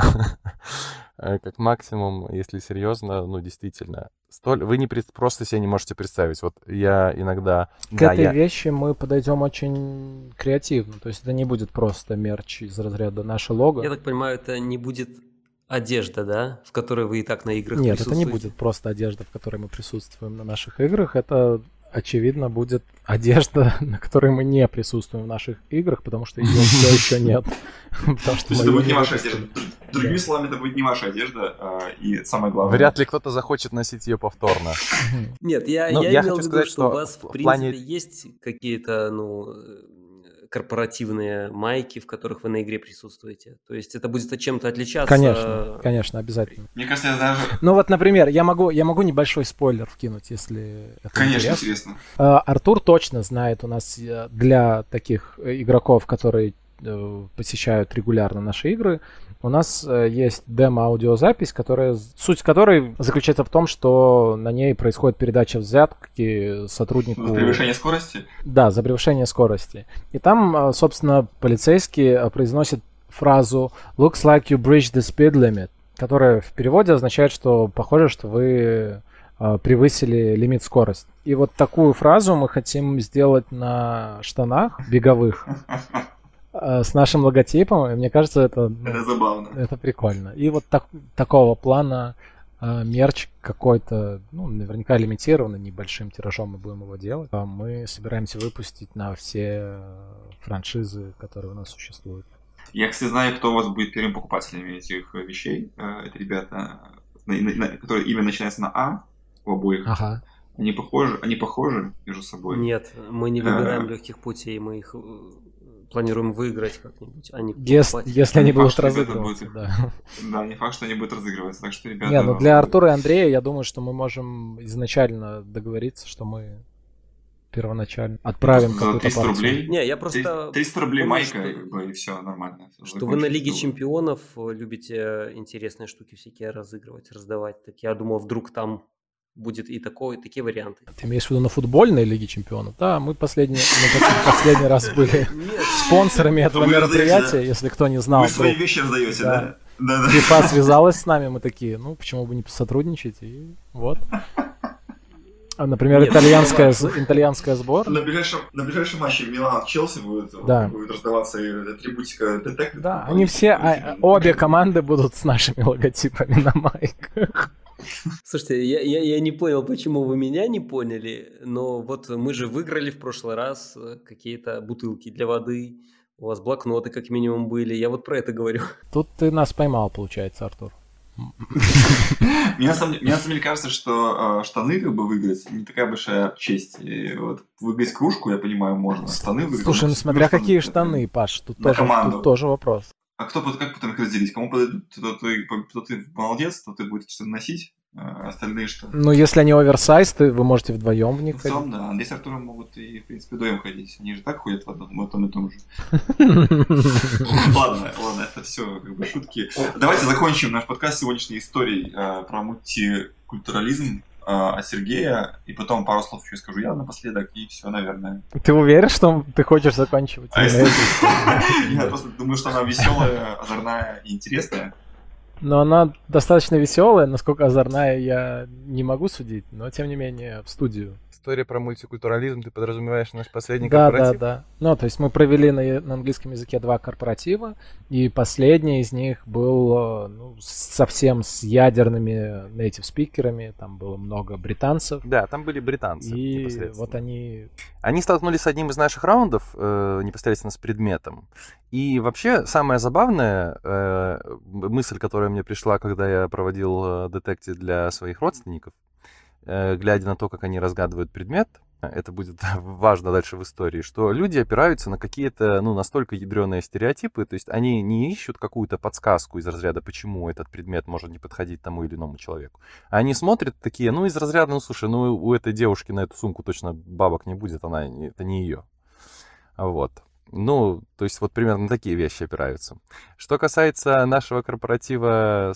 [SPEAKER 4] как максимум, если серьезно, ну, действительно, столь... вы не пред... просто себе не можете представить. Вот я иногда...
[SPEAKER 2] К
[SPEAKER 4] да,
[SPEAKER 2] этой
[SPEAKER 4] я...
[SPEAKER 2] вещи мы подойдем очень креативно. То есть это не будет просто мерч из разряда наше лого.
[SPEAKER 5] Я так понимаю, это не будет одежда, да, в которой вы и так на играх
[SPEAKER 2] Нет,
[SPEAKER 5] присутствуете?
[SPEAKER 2] это не будет просто одежда, в которой мы присутствуем на наших играх. Это, очевидно, будет одежда, на которой мы не присутствуем в наших играх, потому что ее все еще нет.
[SPEAKER 1] То есть это будет не ваша одежда. Другими словами, это будет не ваша одежда, и самое главное...
[SPEAKER 4] Вряд ли кто-то захочет носить ее повторно.
[SPEAKER 5] Нет, я имел в виду, что у вас, в принципе, есть какие-то, ну... корпоративные майки, в которых вы на игре присутствуете. То есть это будет чем-то отличаться?
[SPEAKER 2] Конечно, конечно, обязательно.
[SPEAKER 1] Мне кажется, я даже...
[SPEAKER 2] Ну вот, например, я могу, я могу небольшой спойлер вкинуть, если это
[SPEAKER 1] Конечно,
[SPEAKER 2] интересно.
[SPEAKER 1] интересно.
[SPEAKER 2] Артур точно знает, у нас для таких игроков, которые посещают регулярно наши игры, у нас есть демо-аудиозапись, которая, суть которой заключается в том, что на ней происходит передача взятки сотруднику...
[SPEAKER 1] За превышение скорости?
[SPEAKER 2] Да, за превышение скорости. И там, собственно, полицейский произносит фразу «Looks like you breached the speed limit», которая в переводе означает, что похоже, что вы превысили лимит скорости. И вот такую фразу мы хотим сделать на штанах беговых с нашим логотипом, и мне кажется, это...
[SPEAKER 1] Это забавно.
[SPEAKER 2] Это прикольно. И вот так, такого плана э, мерч какой-то, ну, наверняка лимитированный, небольшим тиражом мы будем его делать. А мы собираемся выпустить на все франшизы, которые у нас существуют.
[SPEAKER 1] Я, кстати, знаю, кто у вас будет первым покупателями этих вещей. Это ребята, которые имя начинается на А у обоих.
[SPEAKER 2] Ага.
[SPEAKER 1] Они похожи, они похожи между собой?
[SPEAKER 5] Нет, мы не выбираем а... легких путей, мы их... планируем выиграть как-нибудь, а не
[SPEAKER 2] если, если они будут разыгрываться,
[SPEAKER 1] будет...
[SPEAKER 2] да.
[SPEAKER 1] Да, не факт, что они будут разыгрываться, так что, ребята...
[SPEAKER 2] Не, ну для Артура и Андрея, я думаю, что мы можем изначально договориться, что мы первоначально отправим какую-то
[SPEAKER 1] триста рублей?
[SPEAKER 5] Не, я просто...
[SPEAKER 1] триста рублей майка, что... и все, нормально.
[SPEAKER 5] Что вы на Лиге Чемпионов любите интересные штуки всякие разыгрывать, раздавать, так я думал, вдруг там... будет и такое, такие варианты.
[SPEAKER 2] Ты имеешь в виду на футбольной Лиге Чемпионов? Да, мы последний, мы последний раз были спонсорами этого мероприятия, если кто не знал.
[SPEAKER 1] Вы свои вещи раздаете, да?
[SPEAKER 2] Да. FIFA связалась с нами, мы такие, ну, почему бы не сотрудничать, и вот. Например, Нет, итальянская, итальянская сборная.
[SPEAKER 1] На ближайшем, на ближайшем матче Милан-Челси будет, да. будет раздаваться атрибутика Детектив.
[SPEAKER 2] Да, они все, а, обе команды будут с нашими логотипами на майках.
[SPEAKER 5] Слушайте, я, я, я не понял, почему вы меня не поняли, но вот мы же выиграли в прошлый раз какие-то бутылки для воды, у вас блокноты как минимум были, я вот про это говорю.
[SPEAKER 2] Тут ты нас поймал, получается, Артур.
[SPEAKER 1] Мне на самом деле кажется, что штаны как бы выиграть не такая большая честь. Вот выиграть кружку, я понимаю, можно. Штаны выиграть.
[SPEAKER 2] Слушай, ну смотря какие штаны, Паш, тут тоже вопрос.
[SPEAKER 1] А кто, как потом их разделить? Кому подойдут, то ты, то ты молодец, то ты будешь что-то носить, а остальные что?
[SPEAKER 2] Ну, если они оверсайз, то вы можете вдвоем в них
[SPEAKER 1] ходить. В целом, да. Андрей с Артуром могут и, в принципе, вдвоем ходить. Они же так ходят в одном, в этом и том же. Ладно, ладно, это все как бы шутки. Давайте закончим наш подкаст сегодняшней историей про мультикультурализм от Сергея, и потом пару слов еще скажу я напоследок, и все, наверное.
[SPEAKER 2] Ты уверен, что ты хочешь заканчивать?
[SPEAKER 1] Я просто думаю, что она веселая, озорная и интересная.
[SPEAKER 2] Но она достаточно веселая, насколько озорная, я не могу судить, но тем не менее в студию.
[SPEAKER 4] История про мультикультурализм, ты подразумеваешь наш последний
[SPEAKER 2] да,
[SPEAKER 4] корпоратив?
[SPEAKER 2] Да, да, да. Ну, то есть мы провели на, на английском языке два корпоратива, и последний из них был ну, совсем с ядерными нейтив-спикерами, там было много британцев.
[SPEAKER 4] Да, там были британцы.
[SPEAKER 2] И вот они...
[SPEAKER 4] Они столкнулись с одним из наших раундов, э, непосредственно с предметом. И вообще, самая забавная э, мысль, которая мне пришла, когда я проводил детектив для своих родственников, глядя на то, как они разгадывают предмет, это будет важно дальше в истории, что люди опираются на какие-то, ну, настолько ядреные стереотипы, то есть они не ищут какую-то подсказку из разряда, почему этот предмет может не подходить тому или иному человеку. Они смотрят такие, ну, из разряда, ну, слушай, ну, у этой девушки на эту сумку точно бабок не будет, она, это не ее. Вот. Ну, то есть вот примерно такие вещи опираются. Что касается нашего корпоратива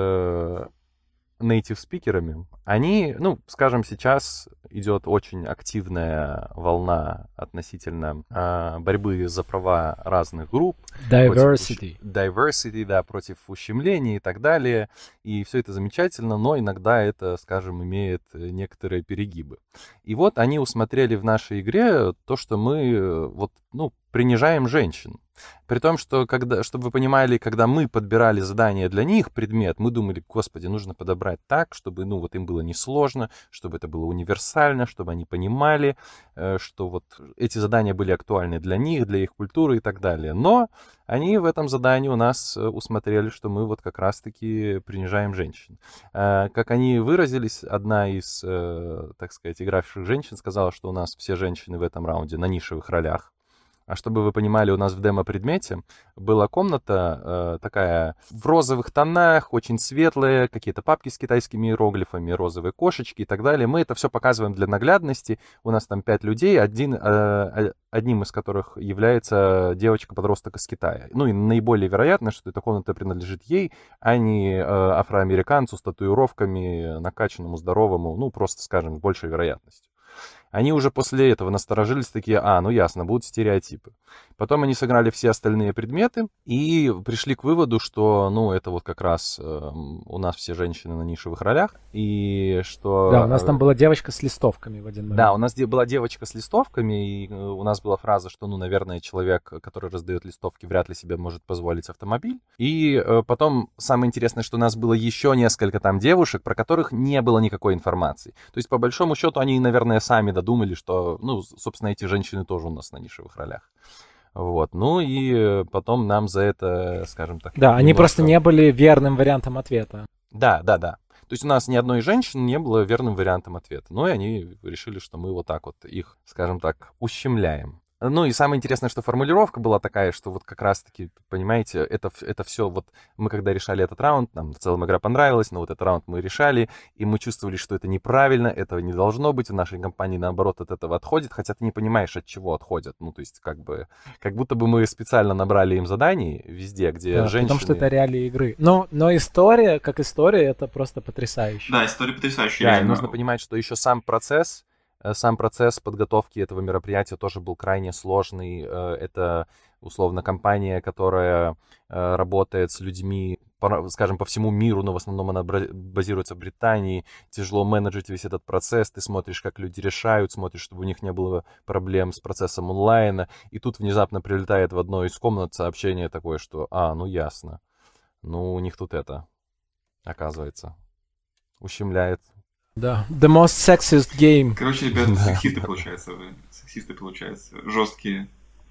[SPEAKER 4] с нейтив-спикерами, они, ну, скажем, сейчас идет очень активная волна относительно э, борьбы за права разных групп.
[SPEAKER 2] Diversity.
[SPEAKER 4] Против, diversity, да, против ущемления и так далее. И все это замечательно, но иногда это, скажем, имеет некоторые перегибы. И вот они усмотрели в нашей игре то, что мы, вот, ну, принижаем женщин. При том, что, когда, чтобы вы понимали, когда мы подбирали задание для них, предмет, мы думали, господи, нужно подобрать так, чтобы, ну, вот им было несложно, чтобы это было универсально, чтобы они понимали, что вот эти задания были актуальны для них, для их культуры и так далее. Но они в этом задании у нас усмотрели, что мы вот как раз-таки принижаем женщин. Как они выразились, одна из, так сказать, игравших женщин сказала, что у нас все женщины в этом раунде на нишевых ролях. А чтобы вы понимали, у нас в демо-предмете была комната э, такая в розовых тонах, очень светлая, какие-то папки с китайскими иероглифами, розовые кошечки и так далее. Мы это все показываем для наглядности. У нас там пять людей, один, э, одним из которых является девочка-подросток из Китая. Ну и наиболее вероятно, что эта комната принадлежит ей, а не э, афроамериканцу с татуировками, накачанному, здоровому, ну просто, скажем, с большей вероятностью. Они уже после этого насторожились, такие, а, ну ясно, будут стереотипы. Потом они сыграли все остальные предметы и пришли к выводу, что, ну, это вот как раз э, у нас все женщины на нишевых ролях, и что...
[SPEAKER 2] Да, у нас там была девочка с листовками в один момент.
[SPEAKER 4] Да, у нас была девочка с листовками, и у нас была фраза, что, ну, наверное, человек, который раздает листовки, вряд ли себе может позволить автомобиль. И э, потом самое интересное, что у нас было еще несколько там девушек, про которых не было никакой информации. То есть, по большому счету, они, наверное, сами додумали, что, ну, собственно, эти женщины тоже у нас на нишевых ролях. Вот, ну и потом нам за это, скажем так...
[SPEAKER 2] Да,
[SPEAKER 4] немножко...
[SPEAKER 2] они просто не были верным вариантом ответа.
[SPEAKER 4] Да, да, да. То есть у нас ни одной женщины не было верным вариантом ответа. Ну и они решили, что мы вот так вот их, скажем так, ущемляем. Ну и самое интересное, что формулировка была такая, что вот как раз-таки, понимаете, это, это все вот мы когда решали этот раунд, нам в целом игра понравилась, но вот этот раунд мы решали, и мы чувствовали, что это неправильно, этого не должно быть, в нашей компании наоборот от этого отходит, хотя ты не понимаешь, от чего отходят. Ну то есть как бы, как будто бы мы специально набрали им заданий везде, где да, женщины...
[SPEAKER 2] Потому что это реалии игры. Но, но история, как история, это просто потрясающе.
[SPEAKER 1] Да, история потрясающая.
[SPEAKER 4] Да, и нужно понимать, что еще сам процесс... Сам процесс подготовки этого мероприятия тоже был крайне сложный. Это, условно, компания, которая работает с людьми, скажем, по всему миру, но в основном она базируется в Британии. Тяжело менеджить весь этот процесс. Ты смотришь, как люди решают, смотришь, чтобы у них не было проблем с процессом онлайна. И тут внезапно прилетает в одной из комнат сообщение такое, что, а, ну ясно, ну у них тут это, оказывается, ущемляет.
[SPEAKER 2] Да, the most sexist game.
[SPEAKER 1] Короче, ребята, сексисты получаются вы. Сексисты получаются. Жесткие.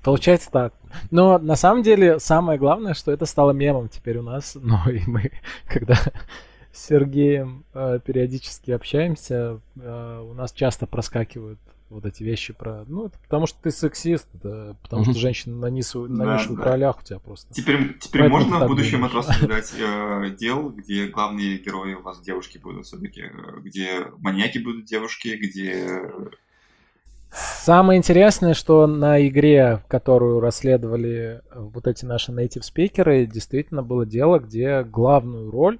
[SPEAKER 2] Получается так. Но на самом деле самое главное, что это стало мемом теперь у нас. Ну и мы, когда с Сергеем э, периодически общаемся, э, у нас часто проскакивают вот эти вещи про... Ну, это потому что ты сексист, это потому что женщины нанисывают,
[SPEAKER 1] Да,
[SPEAKER 2] навешивают
[SPEAKER 1] да.
[SPEAKER 2] в ролях у тебя просто.
[SPEAKER 1] Теперь, теперь
[SPEAKER 2] Поэтому
[SPEAKER 1] можно
[SPEAKER 2] ты
[SPEAKER 1] в
[SPEAKER 2] так
[SPEAKER 1] будущем от
[SPEAKER 2] думаешь.
[SPEAKER 1] вас ожидать э, дел, где главные герои у вас девушки будут все-таки, где маньяки будут девушки, где...
[SPEAKER 2] Самое интересное, что на игре, которую расследовали вот эти наши native спикеры, действительно было дело, где главную роль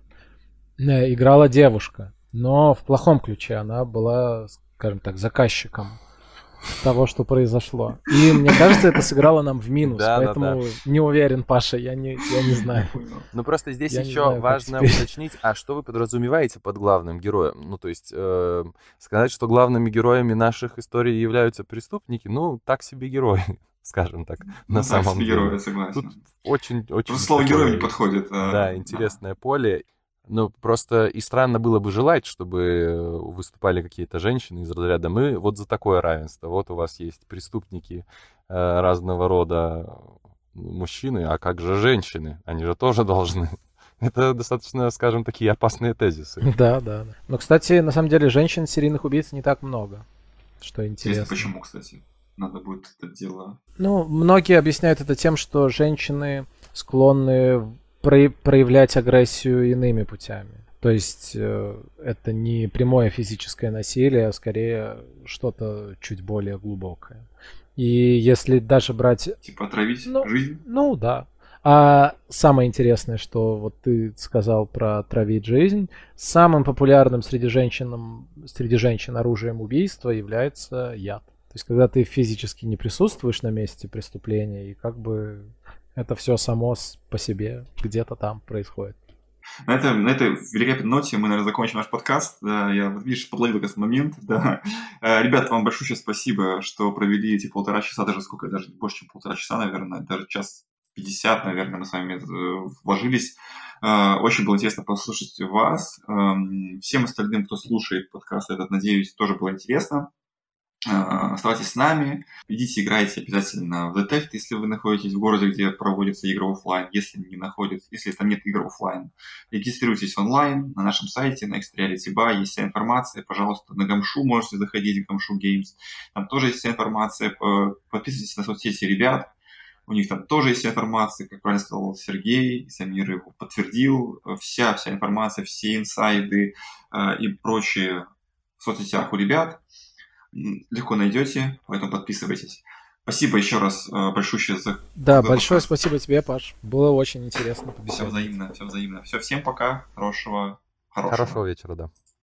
[SPEAKER 2] э, играла девушка. Но в плохом ключе. Она была, скажем так, заказчиком того, что произошло. И мне кажется, это сыграло нам в минус.
[SPEAKER 4] Да, да,
[SPEAKER 2] Поэтому не уверен, Паша, я не, я не знаю.
[SPEAKER 4] Ну просто здесь
[SPEAKER 2] Я не
[SPEAKER 4] еще
[SPEAKER 2] знаю, как
[SPEAKER 4] важно
[SPEAKER 2] теперь.
[SPEAKER 4] уточнить, а что вы подразумеваете под главным героем? Ну то есть э, сказать, что главными героями наших историй являются преступники, ну так себе герои, скажем так,
[SPEAKER 1] Ну,
[SPEAKER 4] на
[SPEAKER 1] так
[SPEAKER 4] самом
[SPEAKER 1] себе
[SPEAKER 4] деле.
[SPEAKER 1] герои, согласен.
[SPEAKER 4] Тут очень, очень
[SPEAKER 1] Просто слово
[SPEAKER 4] такое,
[SPEAKER 1] герой не подходит. а,
[SPEAKER 4] да, интересное поле. Ну, просто и странно было бы желать, чтобы выступали какие-то женщины из разряда «мы вот за такое равенство». Вот у вас есть преступники э, разного рода мужчины, а как же женщины? Они же тоже должны. Это достаточно, скажем, такие опасные тезисы.
[SPEAKER 2] Да, да, да. Но, кстати, на самом деле женщин серийных убийц не так много, что
[SPEAKER 1] Интересно,
[SPEAKER 2] интересно.
[SPEAKER 1] почему, кстати? Надо будет это дело...
[SPEAKER 2] Ну, многие объясняют это тем, что женщины склонны про- проявлять агрессию иными путями. То есть э, это не прямое физическое насилие, а скорее что-то чуть более глубокое. И если даже брать...
[SPEAKER 1] Типа отравить
[SPEAKER 2] Ну,
[SPEAKER 1] жизнь?
[SPEAKER 2] ну да. А самое интересное, что вот ты сказал про отравить жизнь, самым популярным среди женщин, среди женщин оружием убийства является яд. То есть, когда ты физически не присутствуешь на месте преступления, и как бы это все само с- по себе где-то там происходит.
[SPEAKER 1] На, это, на этой великолепной ноте мы, наверное, закончим наш подкаст. Да, я, вот видишь, подловил этот момент. Да. Э, Ребята, вам большое спасибо, что провели эти полтора часа, даже сколько, даже больше, чем полтора часа, наверное, даже час пятьдесят, наверное, мы с вами э, вложились. Э, Очень было интересно послушать вас. Эм, Всем остальным, кто слушает подкаст этот, надеюсь, тоже было интересно. Э, Оставайтесь с нами, идите, играйте обязательно в Detect, если вы находитесь в городе, где проводятся игры оффлайн. Если не находится, если там нет игр оффлайн, регистрируйтесь онлайн на нашем сайте, на Extra Reality Buy, есть вся информация. Пожалуйста, на Гамшу можете заходить, в Гамшу Games, там тоже есть вся информация. П- Подписывайтесь на соцсети ребят, у них там тоже есть информация, как правильно сказал Сергей, Самир его подтвердил. Вся, вся информация, все инсайды э, и прочее в соцсетях у ребят. М, Легко найдете, поэтому подписывайтесь. Спасибо еще раз э, большое за
[SPEAKER 2] Да,
[SPEAKER 1] крутой
[SPEAKER 2] большое
[SPEAKER 1] подкаст.
[SPEAKER 2] спасибо тебе, Паш. Было очень интересно
[SPEAKER 1] Все
[SPEAKER 2] побеседовать.
[SPEAKER 1] взаимно, все взаимно. Все, всем пока, хорошего, хорошего.
[SPEAKER 4] Хорошего вечера, да.